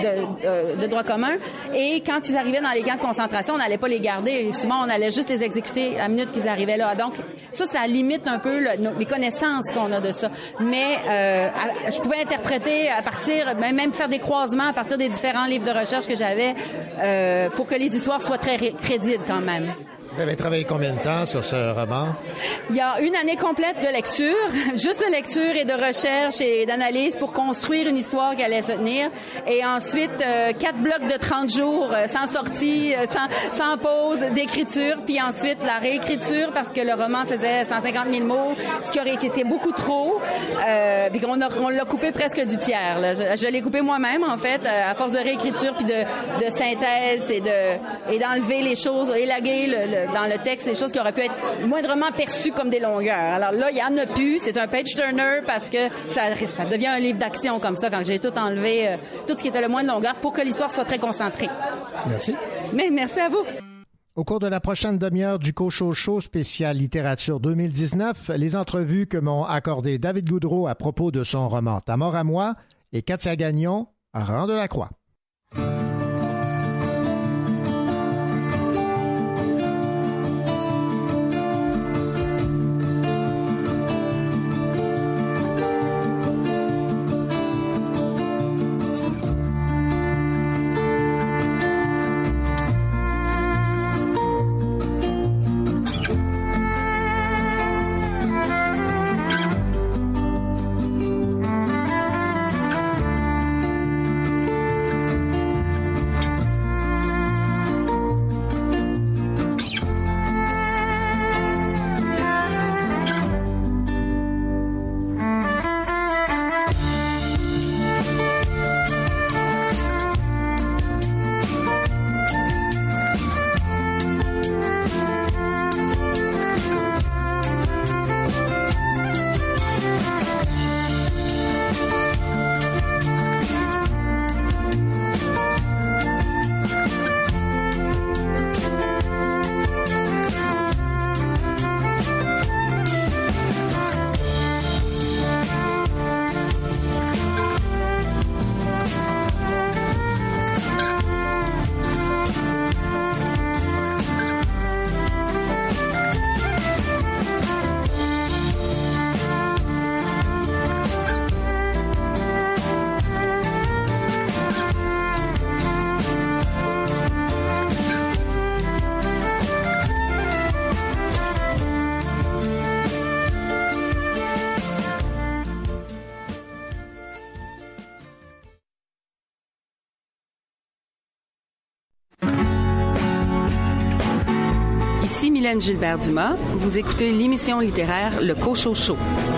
de, de, de droit commun. Et quand ils arrivaient dans les camps de concentration, on n'allait pas les garder. Et souvent, on allait juste les exécuter à la minute qu'ils arrivaient là. Donc, ça, ça limite un peu le, les connaissances qu'on a de ça. Mais euh, à, je pouvais interpréter à partir, même faire des croisements à partir des différents livres de recherche que j'avais euh, pour que les histoires soient très ré- crédibles quand même. Vous avez travaillé combien de temps sur ce roman? Il y a une année complète de lecture, juste de lecture et de recherche et d'analyse pour construire une histoire qui allait se tenir. Et ensuite, euh, quatre blocs de trente jours, euh, sans sortie, euh, sans, sans pause, d'écriture. Puis ensuite, la réécriture, parce que le roman faisait cent cinquante mille mots, ce qui aurait été c'est beaucoup trop. Euh, puis on, a, on l'a coupé presque du tiers. Là. Je, je l'ai coupé moi-même, en fait, à force de réécriture puis de, de synthèse et, de, et d'enlever les choses, élaguer le, le dans le texte des choses qui auraient pu être moindrement perçues comme des longueurs. Alors là, il y en a plus. C'est un page-turner parce que ça, ça devient un livre d'action comme ça quand j'ai tout enlevé, euh, tout ce qui était le moins de longueur pour que l'histoire soit très concentrée. Merci. Mais merci à vous. Au cours de la prochaine demi-heure du Cochocho spécial littérature deux mille dix-neuf, les entrevues que m'ont accordé David Goudreau à propos de son roman Ta mort à moi et Katia Gagnon, Rang de la Croix. Mylène Gilbert-Dumas. Vous écoutez l'émission littéraire Le Cochocho.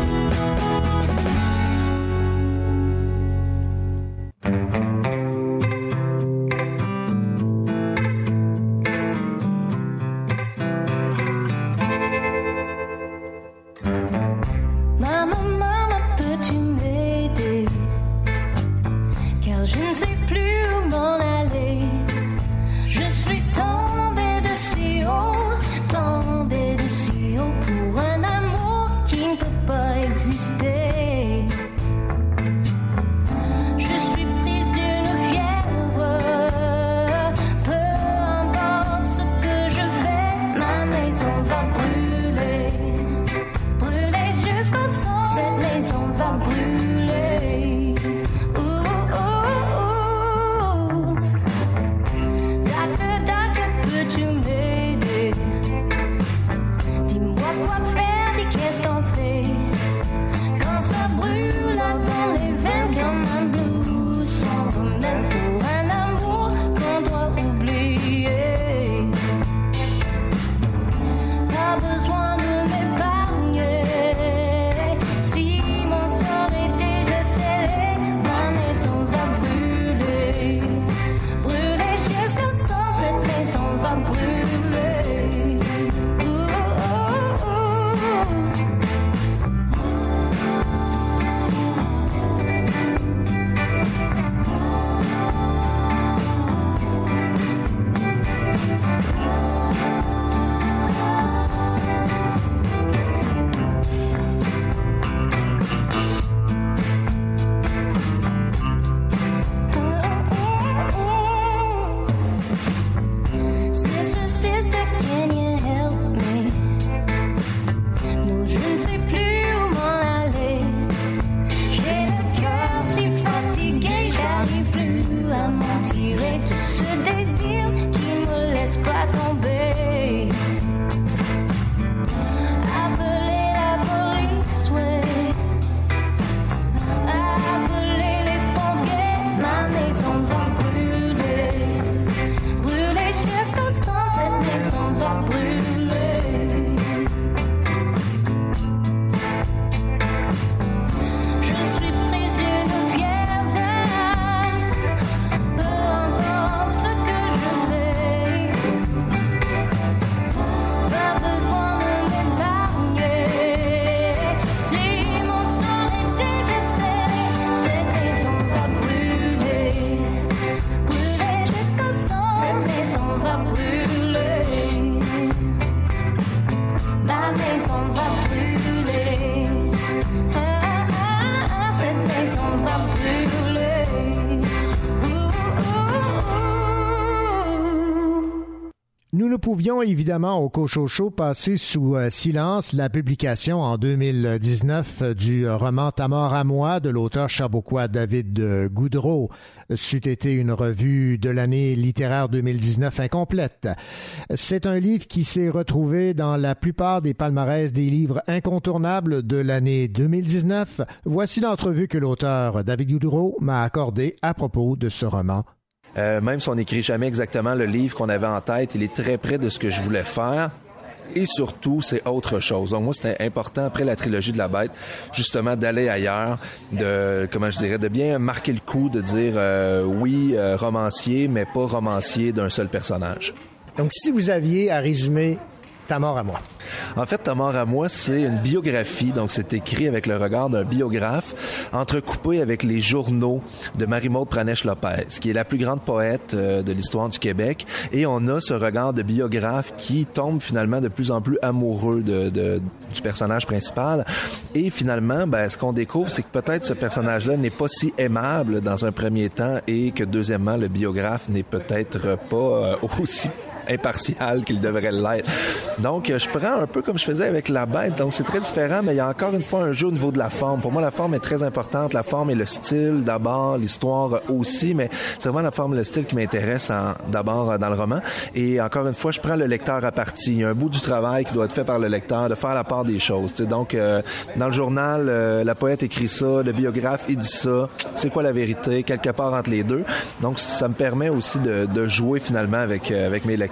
Nous ne pouvions évidemment au Cochocho passer sous euh, silence la publication en deux mille dix-neuf euh, du roman Ta mort à moi de l'auteur sherbrookois David euh, Goudreau. C'eût été une revue de l'année littéraire deux mille dix-neuf incomplète. C'est un livre qui s'est retrouvé dans la plupart des palmarès des livres incontournables de l'année deux mille dix-neuf. Voici l'entrevue que l'auteur David Goudreau m'a accordée à propos de ce roman. Euh, même si on n'écrit jamais exactement le livre qu'on avait en tête, il est très près de ce que je voulais faire. Et surtout, c'est autre chose. Donc moi, c'était important, après la trilogie de la Bête, justement, d'aller ailleurs, de, comment je dirais, de bien marquer le coup, de dire, euh, oui, euh, romancier, mais pas romancier d'un seul personnage. Donc, si vous aviez à résumer Ta mort à moi. En fait, Ta mort à moi, c'est une biographie, donc c'est écrit avec le regard d'un biographe, entrecoupé avec les journaux de Marie-Maude Pranèche-Lopez, qui est la plus grande poète euh, de l'histoire du Québec. Et on a ce regard de biographe qui tombe finalement de plus en plus amoureux de, de, du personnage principal. Et finalement, ben, ce qu'on découvre, c'est que peut-être ce personnage-là n'est pas si aimable dans un premier temps et que deuxièmement, le biographe n'est peut-être pas euh, aussi impartial qu'il devrait l'être. Donc, je prends un peu comme je faisais avec La Bête. Donc, c'est très différent, mais il y a encore une fois un jeu au niveau de la forme. Pour moi, la forme est très importante. La forme et le style, d'abord, l'histoire aussi, mais c'est vraiment la forme et le style qui m'intéresse en, d'abord dans le roman. Et encore une fois, je prends le lecteur à partie. Il y a un bout du travail qui doit être fait par le lecteur, de faire la part des choses. T'sais. Donc, euh, dans le journal, euh, la poète écrit ça, le biographe, il dit ça. C'est quoi la vérité? Quelque part entre les deux. Donc, ça me permet aussi de, de jouer finalement avec, euh, avec mes lecteurs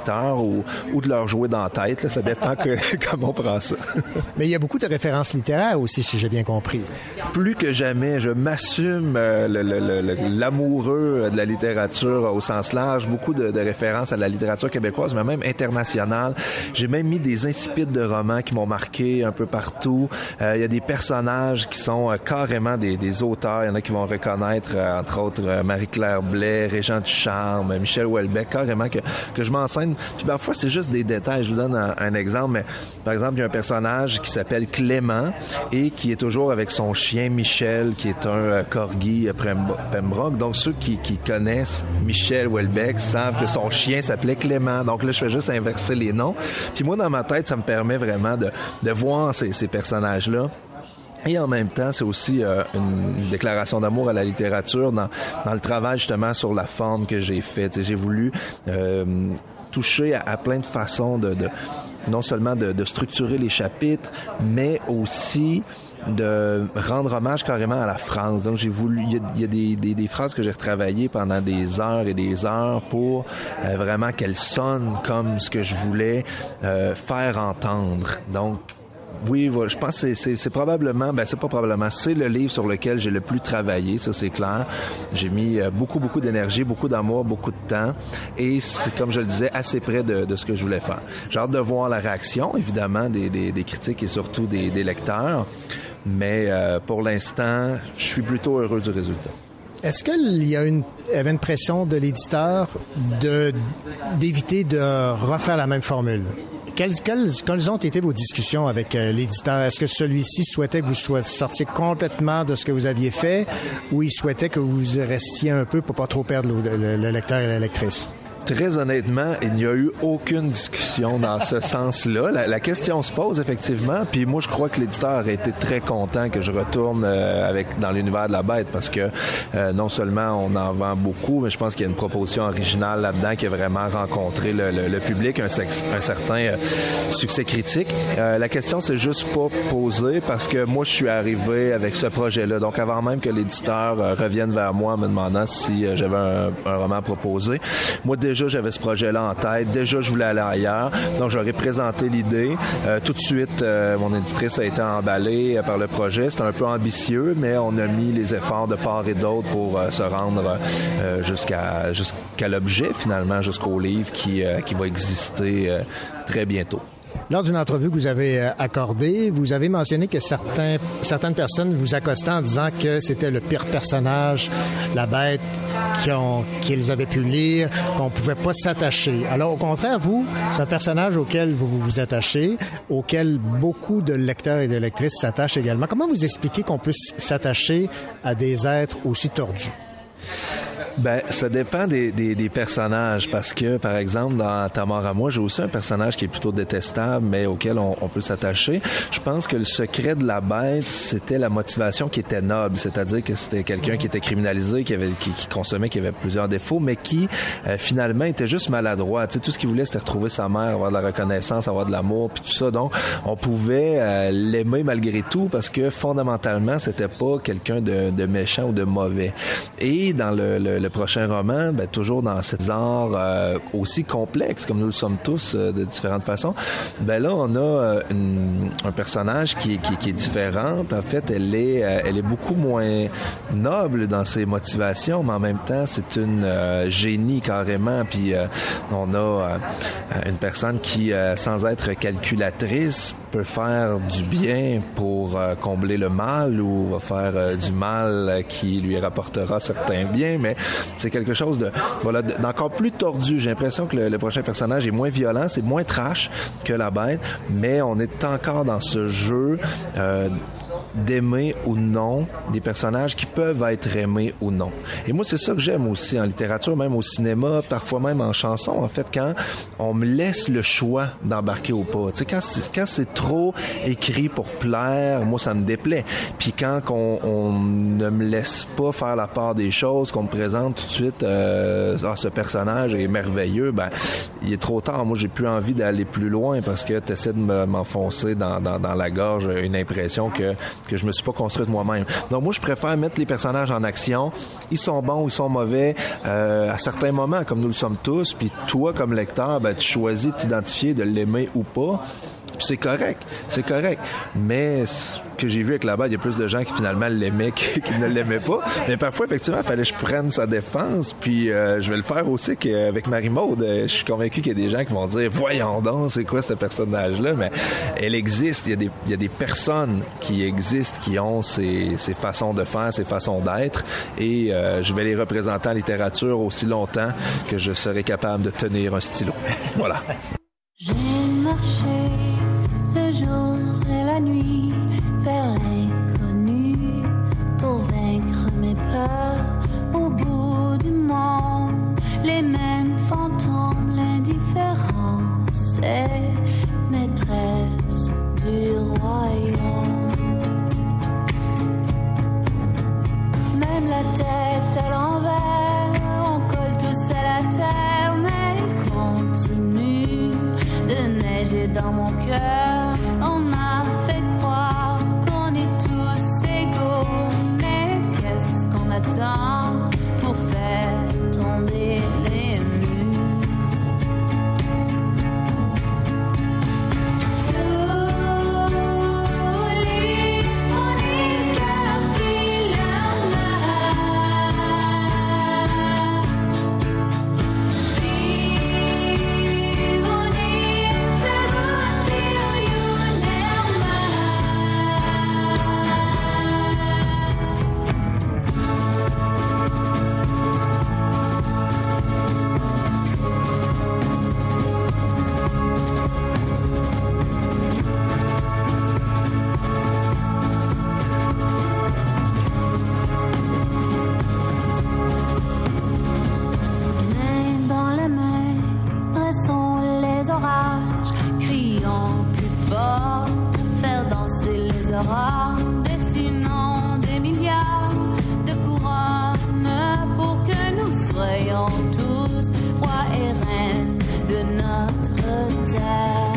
lecteurs ou, ou de leur jouer dans la tête. Là, ça dépend que, comment on prend ça. Mais il y a beaucoup de références littéraires aussi, si j'ai bien compris. Plus que jamais, je m'assume euh, le, le, le, l'amoureux de la littérature au sens large, beaucoup de, de références à la littérature québécoise, mais même internationale. J'ai même mis des incipides de romans qui m'ont marqué un peu partout. Euh, il y a des personnages qui sont euh, carrément des, des auteurs. Il y en a qui vont reconnaître, euh, entre autres, euh, Marie-Claire Blais, Régent Ducharme, Michel Houellebecq, carrément que, que je m'enseigne. Puis parfois, c'est juste des détails. Je vous donne un, un exemple, mais par exemple, il y a un personnage qui s'appelle Clément et qui est toujours avec son chien Michel, qui est un euh, corgi euh, Pembroke. Donc, ceux qui, qui connaissent Michel Houellebecq savent que son chien s'appelait Clément. Donc là, je fais juste inverser les noms. Puis moi, dans ma tête, ça me permet vraiment de, de voir ces, ces personnages-là. Et en même temps, c'est aussi euh, une déclaration d'amour à la littérature dans, dans le travail justement sur la forme que j'ai fait. J'ai voulu euh, toucher à, à plein de façons de, de non seulement de, de structurer les chapitres, mais aussi de rendre hommage carrément à la France. Donc j'ai voulu, il y a, il y a des, des, des phrases que j'ai retravaillées pendant des heures et des heures pour euh, vraiment qu'elles sonnent comme ce que je voulais euh, faire entendre. Donc oui, voilà, je pense que c'est, c'est, c'est probablement, ben c'est pas probablement, c'est le livre sur lequel j'ai le plus travaillé, ça c'est clair. J'ai mis beaucoup, beaucoup d'énergie, beaucoup d'amour, beaucoup de temps, et c'est, comme je le disais, assez près de, de ce que je voulais faire. J'ai hâte de voir la réaction, évidemment, des, des, des critiques et surtout des, des lecteurs, mais euh, pour l'instant, je suis plutôt heureux du résultat. Est-ce qu'il y a une, avait une pression de l'éditeur de, d'éviter de refaire la même formule? Quelles, quelles, quelles ont été vos discussions avec euh, l'éditeur? Est-ce que celui-ci souhaitait que vous sortiez complètement de ce que vous aviez fait ou il souhaitait que vous restiez un peu pour pas trop perdre le, le, le lecteur et la lectrice? Très honnêtement, il n'y a eu aucune discussion dans ce sens-là. La, la question se pose effectivement, puis moi je crois que l'éditeur a été très content que je retourne euh, avec dans l'univers de la bête parce que euh, non seulement on en vend beaucoup, mais je pense qu'il y a une proposition originale là-dedans qui a vraiment rencontré le, le, le public, un, sex, un certain euh, succès critique. Euh, la question s'est juste pas posée parce que moi je suis arrivé avec ce projet-là. Donc avant même que l'éditeur euh, revienne vers moi en me demandant si euh, j'avais un, un roman proposé, moi déjà j'avais ce projet-là en tête, déjà je voulais aller ailleurs, donc j'aurais présenté l'idée. Euh, tout de suite, euh, mon éditrice a été emballée euh, par le projet. C'était un peu ambitieux, mais on a mis les efforts de part et d'autre pour euh, se rendre euh, jusqu'à jusqu'à l'objet finalement, jusqu'au livre qui, euh, qui va exister euh, très bientôt. Lors d'une entrevue que vous avez accordée, vous avez mentionné que certains, certaines personnes vous accostaient en disant que c'était le pire personnage, la bête qu'ils, ont, qu'ils avaient pu lire, qu'on ne pouvait pas s'attacher. Alors, au contraire, vous, c'est un personnage auquel vous vous attachez, auquel beaucoup de lecteurs et de lectrices s'attachent également. Comment vous expliquez qu'on puisse s'attacher à des êtres aussi tordus? Ben, ça dépend des, des, des personnages parce que, par exemple, dans Ta mort à moi, j'ai aussi un personnage qui est plutôt détestable, mais auquel on, on peut s'attacher. Je pense que le secret de la bête, c'était la motivation qui était noble, c'est-à-dire que c'était quelqu'un qui était criminalisé, qui avait, qui, qui consommait, qui avait plusieurs défauts, mais qui, euh, finalement, était juste maladroit. Tu sais, tout ce qu'il voulait, c'était retrouver sa mère, avoir de la reconnaissance, avoir de l'amour, puis tout ça. Donc, on pouvait euh, l'aimer malgré tout parce que, fondamentalement, c'était pas quelqu'un de, de méchant ou de mauvais. Et dans le, le le prochain roman, ben, toujours dans cet genre euh, aussi complexe, comme nous le sommes tous euh, de différentes façons, ben là, on a euh, une, un personnage qui, qui, qui est différente. En fait, elle est, euh, elle est beaucoup moins noble dans ses motivations, mais en même temps, c'est une euh, génie carrément. Puis euh, on a euh, une personne qui, euh, sans être calculatrice, peut faire du bien pour euh, combler le mal ou va faire euh, du mal euh, qui lui rapportera certains biens, mais c'est quelque chose de voilà d'encore plus tordu. J'ai l'impression que le, le prochain personnage est moins violent, c'est moins trash que la bête, mais on est encore dans ce jeu euh, d'aimer ou non des personnages qui peuvent être aimés ou non. Et moi, c'est ça que j'aime aussi en littérature, même au cinéma, parfois même en chanson, en fait, quand on me laisse le choix d'embarquer ou pas. Tu sais, quand c'est, quand c'est trop écrit pour plaire, moi, ça me déplaît. Puis quand on, on ne me laisse pas faire la part des choses, qu'on me présente tout de suite, euh, ah, ce personnage est merveilleux, ben, il est trop tard. Moi, j'ai plus envie d'aller plus loin parce que tu essaies de me, m'enfoncer dans, dans, dans la gorge une impression que que je me suis pas construite moi-même. Donc moi, je préfère mettre les personnages en action. Ils sont bons, ils sont mauvais euh, à certains moments, comme nous le sommes tous. Puis toi, comme lecteur, ben, tu choisis de t'identifier, de l'aimer ou pas. Puis c'est correct, c'est correct. Mais ce que j'ai vu avec là-bas, il y a plus de gens qui finalement l'aimaient qui, qui ne l'aimaient pas. Mais parfois, effectivement, il fallait que je prenne sa défense. Puis euh, je vais le faire aussi avec Marie-Maude. Je suis convaincu qu'il y a des gens qui vont dire « Voyons donc, c'est quoi ce personnage-là? » Mais elle existe. Il y a des, il y a des personnes qui existent, qui ont ces, ces façons de faire, ces façons d'être. Et euh, je vais les représenter en littérature aussi longtemps que je serai capable de tenir un stylo. Voilà. J'ai marché le jour et la nuit vers l'inconnu pour vaincre mes peurs au bout du monde. Les mêmes fantômes, l'indifférence est maîtresse du royaume. Même la tête à l'envers, on colle tous à la terre, mais il continue de neiger dans mon cœur. On a fait croire qu'on est tous égaux, mais qu'est-ce qu'on attend pour faire tomber les murs? Sous les on écartit la main. Si vous dites ça va feel you main dans la main, dressons les orages, crions plus fort, faire danser les aurores, dessinons des milliards de couronnes pour que nous soyons tous rois et reines de notre terre.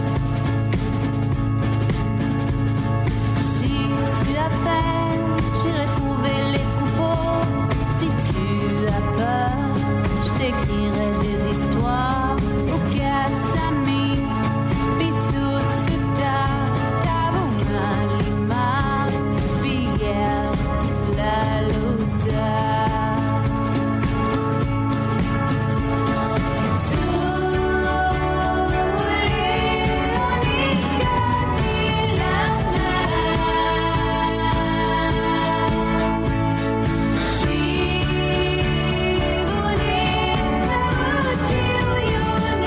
Si tu as faim, j'irai trouver les troupeaux. Si tu as peur, je t'écrirai des histoires aux quatre amis. Bisous sur ta tabuna lima, Pierre la louta. Sous les on écartit la main. Si vous dites ça va feel you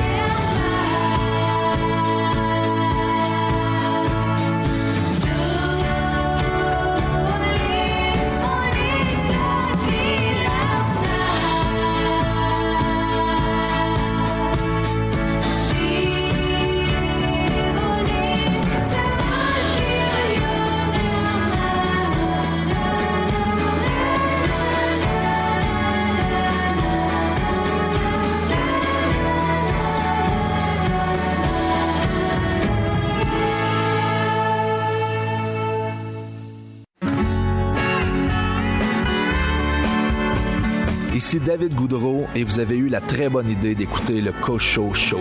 Ici David Goudreau et vous avez eu la très bonne idée d'écouter le Cochot Show.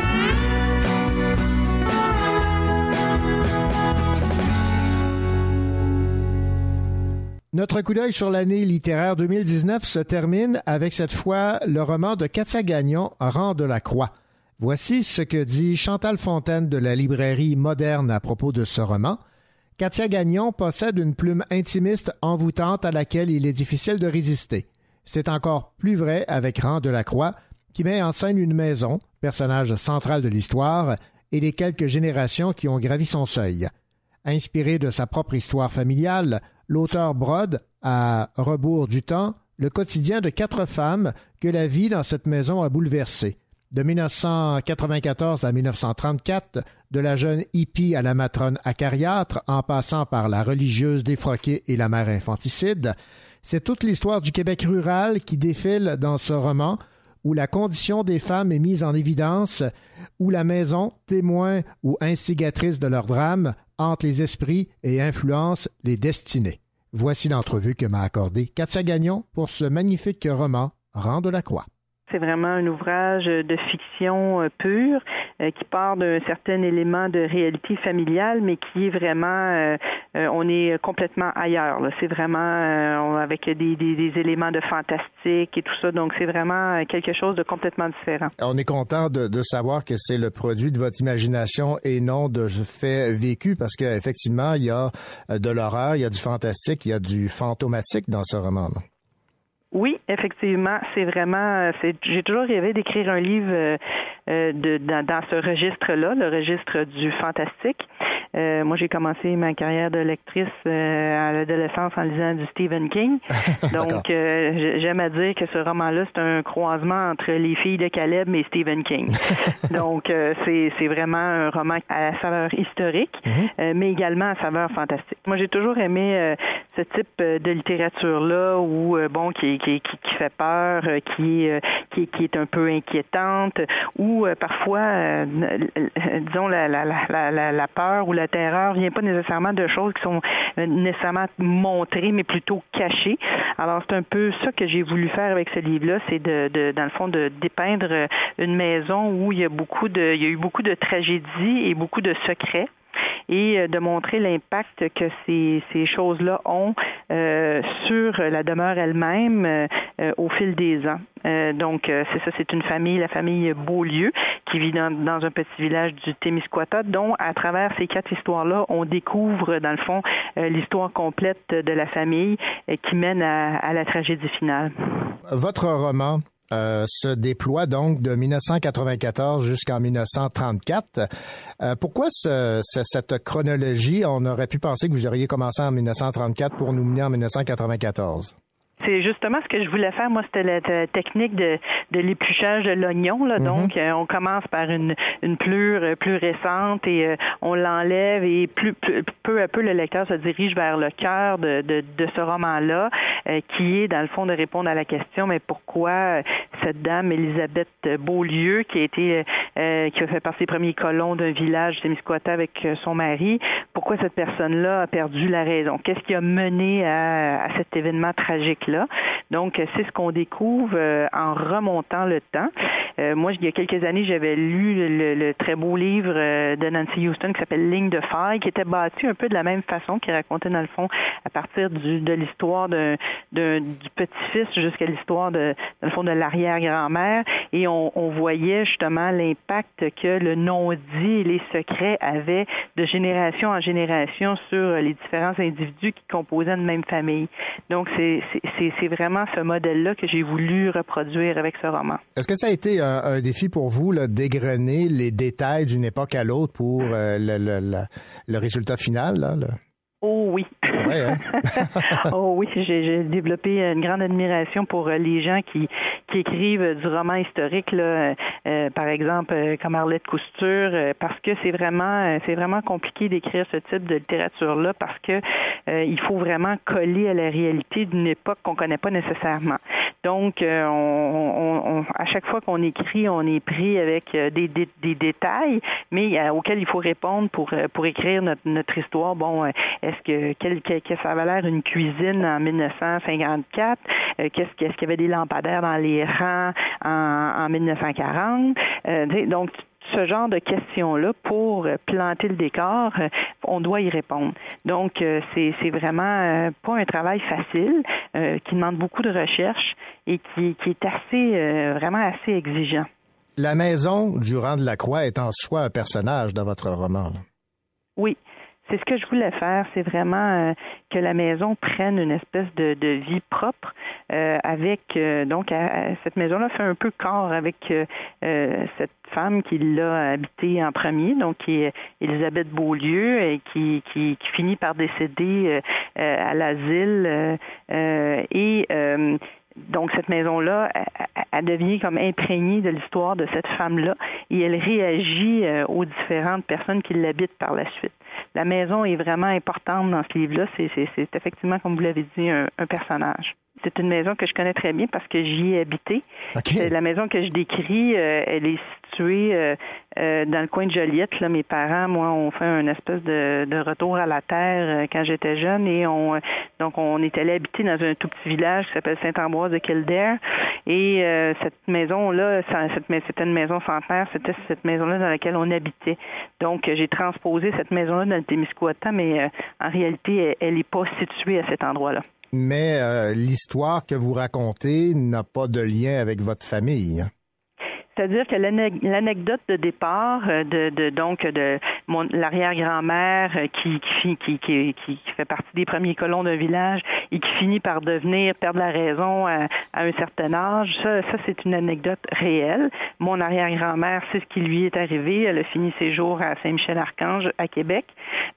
Notre coup d'œil sur l'année littéraire deux mille dix-neuf se termine avec cette fois le roman de Katia Gagnon, Rang de la Croix. Voici ce que dit Chantal Fontaine de la librairie Moderne à propos de ce roman. Katia Gagnon possède une plume intimiste envoûtante à laquelle il est difficile de résister. C'est encore plus vrai avec Rang de la Croix, qui met en scène une maison, personnage central de l'histoire, et les quelques générations qui ont gravi son seuil. Inspiré de sa propre histoire familiale, l'auteur brode, à rebours du temps, le quotidien de quatre femmes que la vie dans cette maison a bouleversées. De dix-neuf cent quatre-vingt-quatorze à dix-neuf cent trente-quatre, de la jeune hippie à la matrone acariâtre, en passant par la religieuse défroquée et la mère infanticide, c'est toute l'histoire du Québec rural qui défile dans ce roman, où la condition des femmes est mise en évidence, où la maison, témoin ou instigatrice de leur drame, hante les esprits et influence les destinées. Voici l'entrevue que m'a accordée Katia Gagnon pour ce magnifique roman Rang de la Croix. C'est vraiment un ouvrage de fiction euh, pure euh, qui part d'un certain élément de réalité familiale, mais qui est vraiment, euh, euh, on est complètement ailleurs. Là. C'est vraiment euh, avec des, des, des éléments de fantastique et tout ça, donc c'est vraiment quelque chose de complètement différent. On est content de, de savoir que c'est le produit de votre imagination et non de faits vécus, parce qu'effectivement, il y a de l'horreur, il y a du fantastique, il y a du fantomatique dans ce roman. Là. Oui, effectivement, c'est vraiment. C'est, j'ai toujours rêvé d'écrire un livre euh, de, dans, dans ce registre-là, le registre du fantastique. Euh, moi, j'ai commencé ma carrière de lectrice euh, à l'adolescence en lisant du Stephen King. Donc, euh, j'aime à dire que ce roman-là, c'est un croisement entre Les Filles de Caleb et Stephen King. Donc, euh, c'est, c'est vraiment un roman à la saveur historique, mm-hmm. euh, mais également à saveur fantastique. Moi, j'ai toujours aimé euh, ce type de littérature-là où, euh, bon, qui, qui, qui, qui fait peur, euh, qui, euh, qui, qui est un peu inquiétante, où euh, parfois, euh, disons, la, la, la, la, la peur ou la terreur vient pas nécessairement de choses qui sont nécessairement montrées, mais plutôt cachées. Alors, c'est un peu ça que j'ai voulu faire avec ce livre-là, c'est de, de dans le fond, de dépeindre une maison où il y a beaucoup de, il y a eu beaucoup de tragédies et beaucoup de secrets, et de montrer l'impact que ces, ces choses-là ont euh, sur la demeure elle-même euh, au fil des ans. Euh, donc, euh, c'est ça, c'est une famille, la famille Beaulieu, qui vit dans, dans un petit village du Témiscouata, dont, à travers ces quatre histoires-là, on découvre, dans le fond, euh, l'histoire complète de la famille euh, qui mène à, à la tragédie finale. Votre roman Euh, se déploie donc de dix-neuf cent quatre-vingt-quatorze jusqu'en dix-neuf cent trente-quatre. Euh, pourquoi ce, ce, cette chronologie? On aurait pu penser que vous auriez commencé en dix-neuf cent trente-quatre pour nous mener en dix-neuf cent quatre-vingt-quatorze. C'est justement ce que je voulais faire. Moi, c'était la, la technique de, de l'épluchage de l'oignon. Là. Mm-hmm. Donc, euh, on commence par une, une pleure plus récente et euh, on l'enlève et plus, plus, peu à peu, le lecteur se dirige vers le cœur de, de, de ce roman-là, euh, qui est, dans le fond, de répondre à la question, mais pourquoi cette dame, Élisabeth Beaulieu, qui a été, euh, qui a fait partie des premiers colons d'un village Témiscouata avec son mari, pourquoi cette personne-là a perdu la raison? Qu'est-ce qui a mené à, à cet événement tragique-là? Donc, c'est ce qu'on découvre euh, en remontant le temps. Euh, moi, il y a quelques années, j'avais lu le, le très beau livre euh, de Nancy Houston qui s'appelle Ligne de faille, qui était bâti un peu de la même façon, qui racontait, dans le fond, à partir du, de l'histoire de, de, du petit-fils jusqu'à l'histoire, de, dans le fond, de l'arrière-grand-mère. Et on, on voyait justement l'impact que le non-dit et les secrets avaient de génération en génération sur les différents individus qui composaient une même famille. Donc, c'est, c'est, c'est C'est vraiment ce modèle-là que j'ai voulu reproduire avec ce roman. Est-ce que ça a été un, un défi pour vous, là, d'égrener les détails d'une époque à l'autre pour euh, le, le, le, le résultat final, là, là? Oh oui. Ouais, hein? Oh oui, j'ai, j'ai développé une grande admiration pour les gens qui, qui écrivent du roman historique, là, euh, par exemple euh, comme Arlette Cousture, euh, parce que c'est vraiment euh, c'est vraiment compliqué d'écrire ce type de littérature-là parce que euh, il faut vraiment coller à la réalité d'une époque qu'on connaît pas nécessairement. Donc, euh, on, on, on, à chaque fois qu'on écrit, on est pris avec euh, des, des, des détails, mais euh, auxquels il faut répondre pour pour écrire notre, notre histoire. Bon, euh, est-ce que quel, quel, que ça avait l'air une cuisine en dix-neuf cent cinquante-quatre? Euh, qu'est-ce, qu'est-ce qu'il y avait des lampadaires dans les rangs en, en dix-neuf cent quarante? Euh, donc, ce genre de questions-là, pour planter le décor, on doit y répondre. Donc, c'est, c'est vraiment pas un travail facile, euh, qui demande beaucoup de recherche et qui, qui est assez, euh, vraiment assez exigeant. La maison du Rang de la Croix est en soi un personnage dans votre roman. Oui. C'est ce que je voulais faire, c'est vraiment euh, que la maison prenne une espèce de, de vie propre euh, avec, euh, donc, à, à, cette maison-là fait un peu corps avec euh, euh, cette femme qui l'a habitée en premier, donc qui est Élisabeth Beaulieu, et qui, qui, qui finit par décéder euh, euh, à l'asile euh, euh, et euh, donc, cette maison-là, elle, elle devient comme imprégnée de l'histoire de cette femme-là et elle réagit euh, aux différentes personnes qui l'habitent par la suite. La maison est vraiment importante dans ce livre-là. C'est, c'est, c'est effectivement, comme vous l'avez dit, un, un personnage. c'est une maison que je connais très bien parce que j'y ai habité. Okay. La maison que je décris, euh, elle est située euh, euh, dans le coin de Joliette. Là, mes parents, moi, ont fait un espèce de, de retour à la terre euh, quand j'étais jeune et on, donc on est allé habiter dans un tout petit village qui s'appelle Saint-Ambroise de Kildare. Et euh, cette maison-là, ça, cette, c'était une maison centenaire, c'était cette maison-là dans laquelle on habitait. Donc, j'ai transposé cette maison-là dans le Témiscouata, mais euh, en réalité, elle n'est pas située à cet endroit-là. Mais euh, l'histoire que vous racontez n'a pas de lien avec votre famille. C'est-à-dire que l'anecdote de départ euh, de, de donc de mon l'arrière-grand-mère euh, qui, qui, qui, qui, qui fait partie des premiers colons d'un village et qui finit par devenir perdre la raison à, à un certain âge, ça, ça c'est une anecdote réelle. Mon arrière-grand-mère, c'est ce qui lui est arrivé. Elle a fini ses jours à Saint-Michel-Archange, à Québec.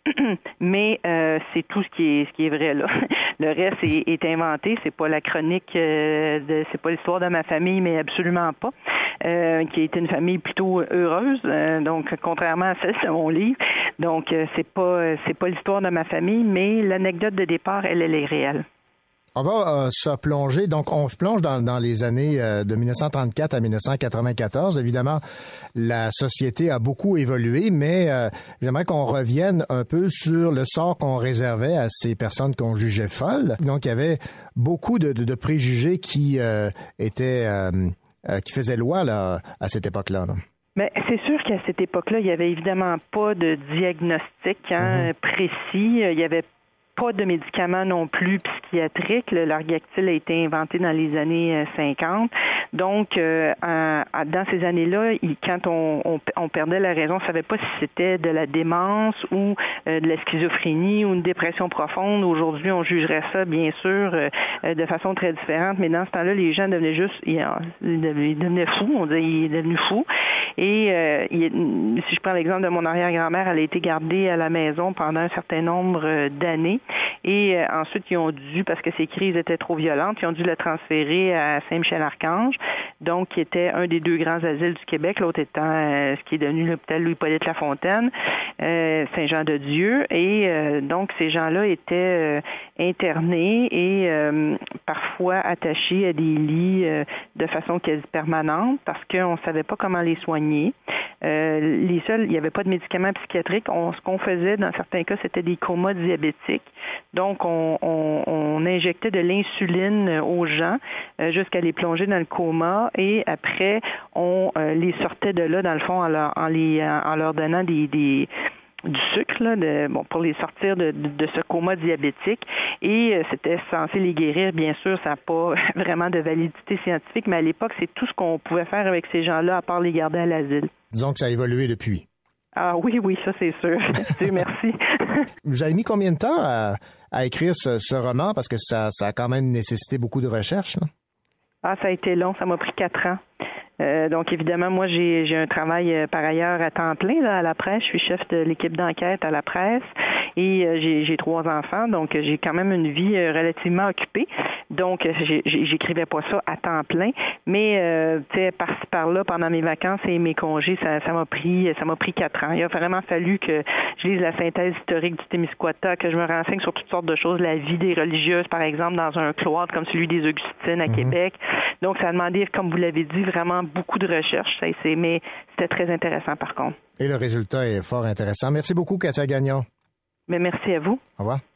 Mais euh, c'est tout ce qui est ce qui est vrai là. Le reste est, est inventé. C'est pas la chronique, euh, de, c'est pas l'histoire de ma famille, mais absolument pas. Euh, qui était une famille plutôt heureuse, euh, donc contrairement à celle de mon livre. Donc euh, c'est pas c'est pas l'histoire de ma famille, mais l'anecdote de départ, elle, elle est réelle. On va euh, se plonger, donc on se plonge dans, dans les années euh, de dix-neuf cent trente-quatre à dix-neuf cent quatre-vingt-quatorze. Évidemment, la société a beaucoup évolué, mais euh, j'aimerais qu'on revienne un peu sur le sort qu'on réservait à ces personnes qu'on jugeait folles. Donc il y avait beaucoup de, de, de préjugés qui euh, étaient euh, euh, qui faisaient loi là, à cette époque-là. Là. Mais c'est sûr qu'à cette époque-là, il n'y avait évidemment pas de diagnostic hein, mm-hmm. précis. Il y avait pas de médicaments non plus psychiatriques. Le Largactil a été inventé dans les années cinquante. Donc, euh, en, dans ces années-là, il, quand on, on, on perdait la raison, on ne savait pas si c'était de la démence ou euh, de la schizophrénie ou une dépression profonde. Aujourd'hui, on jugerait ça, bien sûr, euh, de façon très différente. Mais dans ce temps-là, les gens devenaient juste... Ils, ils devenaient fous. On disait il est devenu fou. Et euh, il, si je prends l'exemple de mon arrière-grand-mère, elle a été gardée à la maison pendant un certain nombre d'années. Et euh, ensuite, ils ont dû, parce que ses crises étaient trop violentes, ils ont dû la transférer à Saint-Michel-Archange, donc qui était un des deux grands asiles du Québec, l'autre étant euh, ce qui est devenu l'hôpital Louis-Hippolyte Lafontaine, euh, Saint-Jean-de-Dieu. Et euh, donc, ces gens-là étaient euh, internés et euh, parfois attachés à des lits euh, de façon quasi permanente parce qu'on ne savait pas comment les soigner. Euh, les seuls, il n'y avait pas de médicaments psychiatriques. On, ce qu'on faisait, dans certains cas, c'était des comas diabétiques. Donc, on, on, on injectait de l'insuline aux gens euh, jusqu'à les plonger dans le coma et après, on euh, les sortait de là, dans le fond, en leur, en les, en leur donnant des, des du sucre là, de, bon, pour les sortir de, de, de ce coma diabétique. Et euh, c'était censé les guérir, bien sûr, ça n'a pas vraiment de validité scientifique, mais à l'époque, c'est tout ce qu'on pouvait faire avec ces gens-là, à part les garder à l'asile. Disons que ça a évolué depuis. Ah oui, oui, ça c'est sûr. Dieu merci. Vous avez mis combien de temps à, à écrire ce, ce roman? Parce que ça, ça a quand même nécessité beaucoup de recherche, là. Ah, ça a été long, ça m'a pris quatre ans. Euh, donc, évidemment, moi, j'ai, j'ai un travail euh, par ailleurs à temps plein là, à la presse. Je suis chef de l'équipe d'enquête à la presse et euh, j'ai, j'ai trois enfants, donc euh, j'ai quand même une vie euh, relativement occupée. Donc, euh, j'ai, j'écrivais pas ça à temps plein, mais euh, tu sais, par-ci par-là, pendant mes vacances et mes congés, ça, ça m'a pris, ça m'a pris quatre ans. Il a vraiment fallu que je lise la synthèse historique du Témiscouata, que je me renseigne sur toutes sortes de choses, la vie des religieuses, par exemple, dans un cloître comme celui des Augustines à mm-hmm. Québec. Donc, ça a demandé, comme vous l'avez dit, vraiment beaucoup de recherche, ça, c'est, mais c'était très intéressant par contre. Et le résultat est fort intéressant. Merci beaucoup, Katia Gagnon. Mais merci à vous. Au revoir.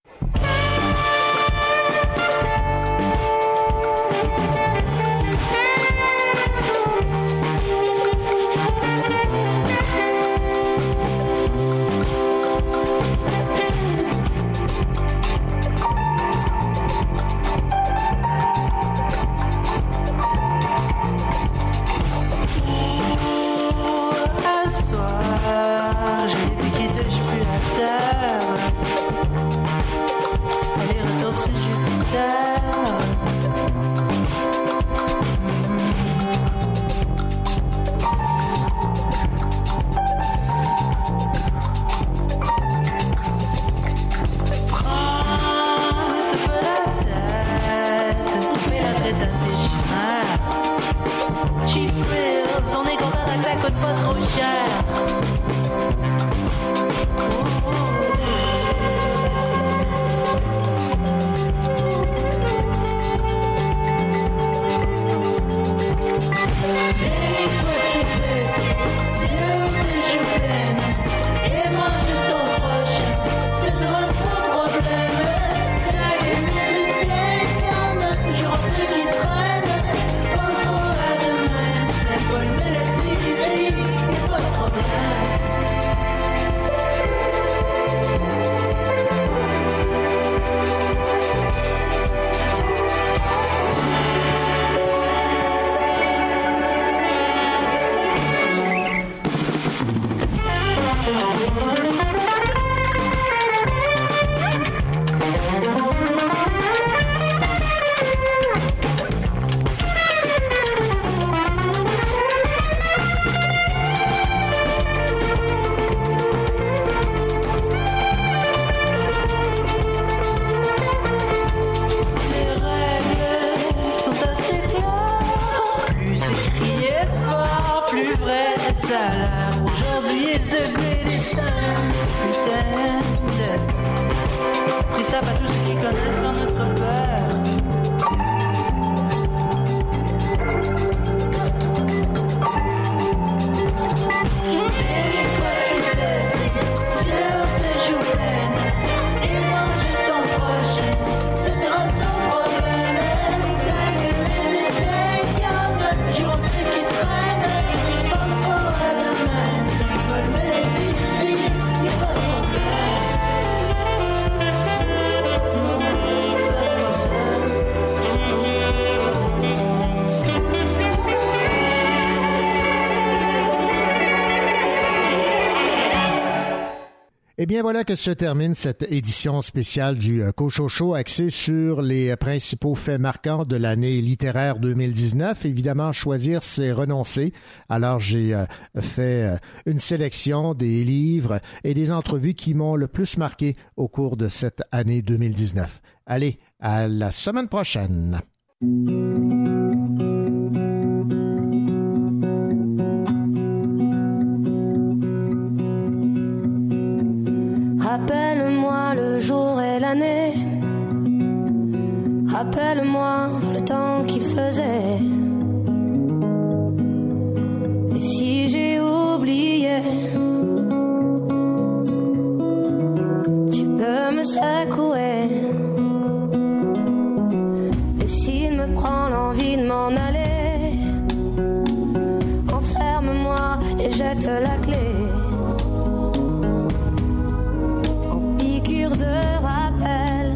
Aller-retour sur Jupiter. Prends-te pas la tête, mets la tête à tes chemins. Cheap thrills, on est content que ça coûte pas trop cher. salaire. Aujourd'hui, it's the greatest time. Pretend. Christophe à tous ceux qui connaissent leur notre père. Et sois-tu petit, sur tes joues pleines, et mange ton prochain, ce sera sans problème. J'ai envie qu'il traîne, pense pas à demain, c'est pas le maladie ici, y'a pas de problème. Eh bien, voilà que se termine cette édition spéciale du Cochocho axée sur les principaux faits marquants de l'année littéraire deux mille dix-neuf. Évidemment, choisir, c'est renoncer. Alors, j'ai fait une sélection des livres et des entrevues qui m'ont le plus marqué au cours de cette année deux mille dix-neuf. Allez, à la semaine prochaine. Rappelle-moi le jour et l'année. Rappelle-moi le temps qu'il faisait. Et si j'ai oublié, tu peux me secouer. Et s'il me prend l'envie de m'en aller, enferme-moi et jette la clé. De rappel,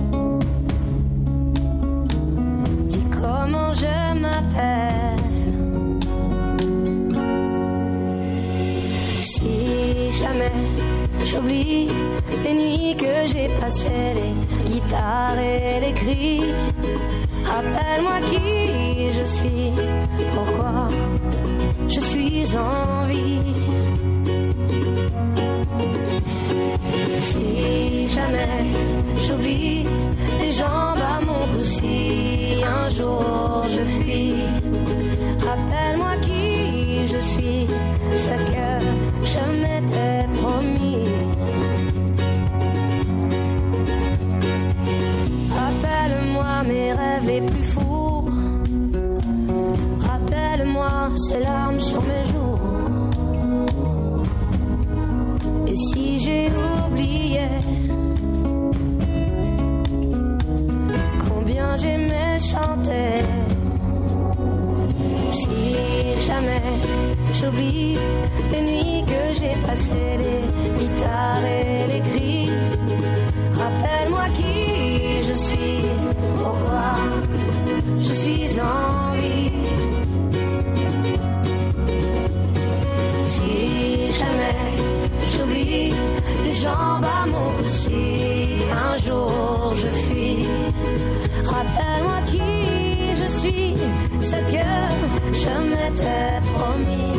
dis comment je m'appelle. Si jamais j'oublie les nuits que j'ai passées, les guitares et les cris, rappelle-moi qui je suis, pourquoi je suis en vie. Si jamais j'oublie les jambes à mon cou, si un jour je fuis, rappelle-moi qui je suis, ce que je m'étais promis. Rappelle-moi mes rêves les plus fous, rappelle-moi ces larmes sur mes joues. Et si j'ai oublié combien j'aimais chanter, si jamais j'oublie les nuits que j'ai passées, les guitares et les cris, rappelle-moi qui je suis, pourquoi je suis en vie. Si jamais j'oublie les jambes à mon cou, si un jour je fuis, rappelle-moi qui je suis, ce que je m'étais promis.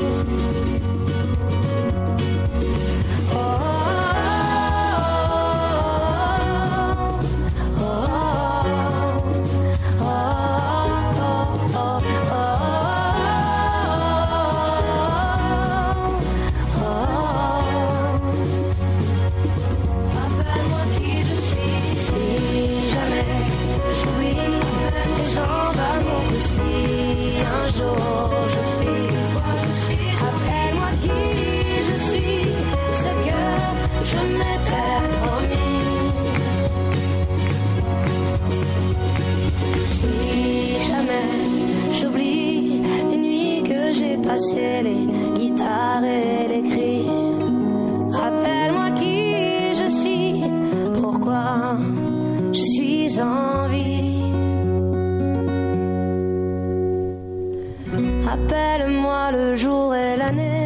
Oh, oh, oh, oh, oh, oh, oh, jambes à mon cou, si un jour je fuis, rappelle-moi qui je suis, ce que je m'étais promis. Si jamais j'oublie les nuits que j'ai passées, les guitares et les cris, rappelle-moi qui je suis, pourquoi je suis en vie. Rappelle-moi le jour et l'année.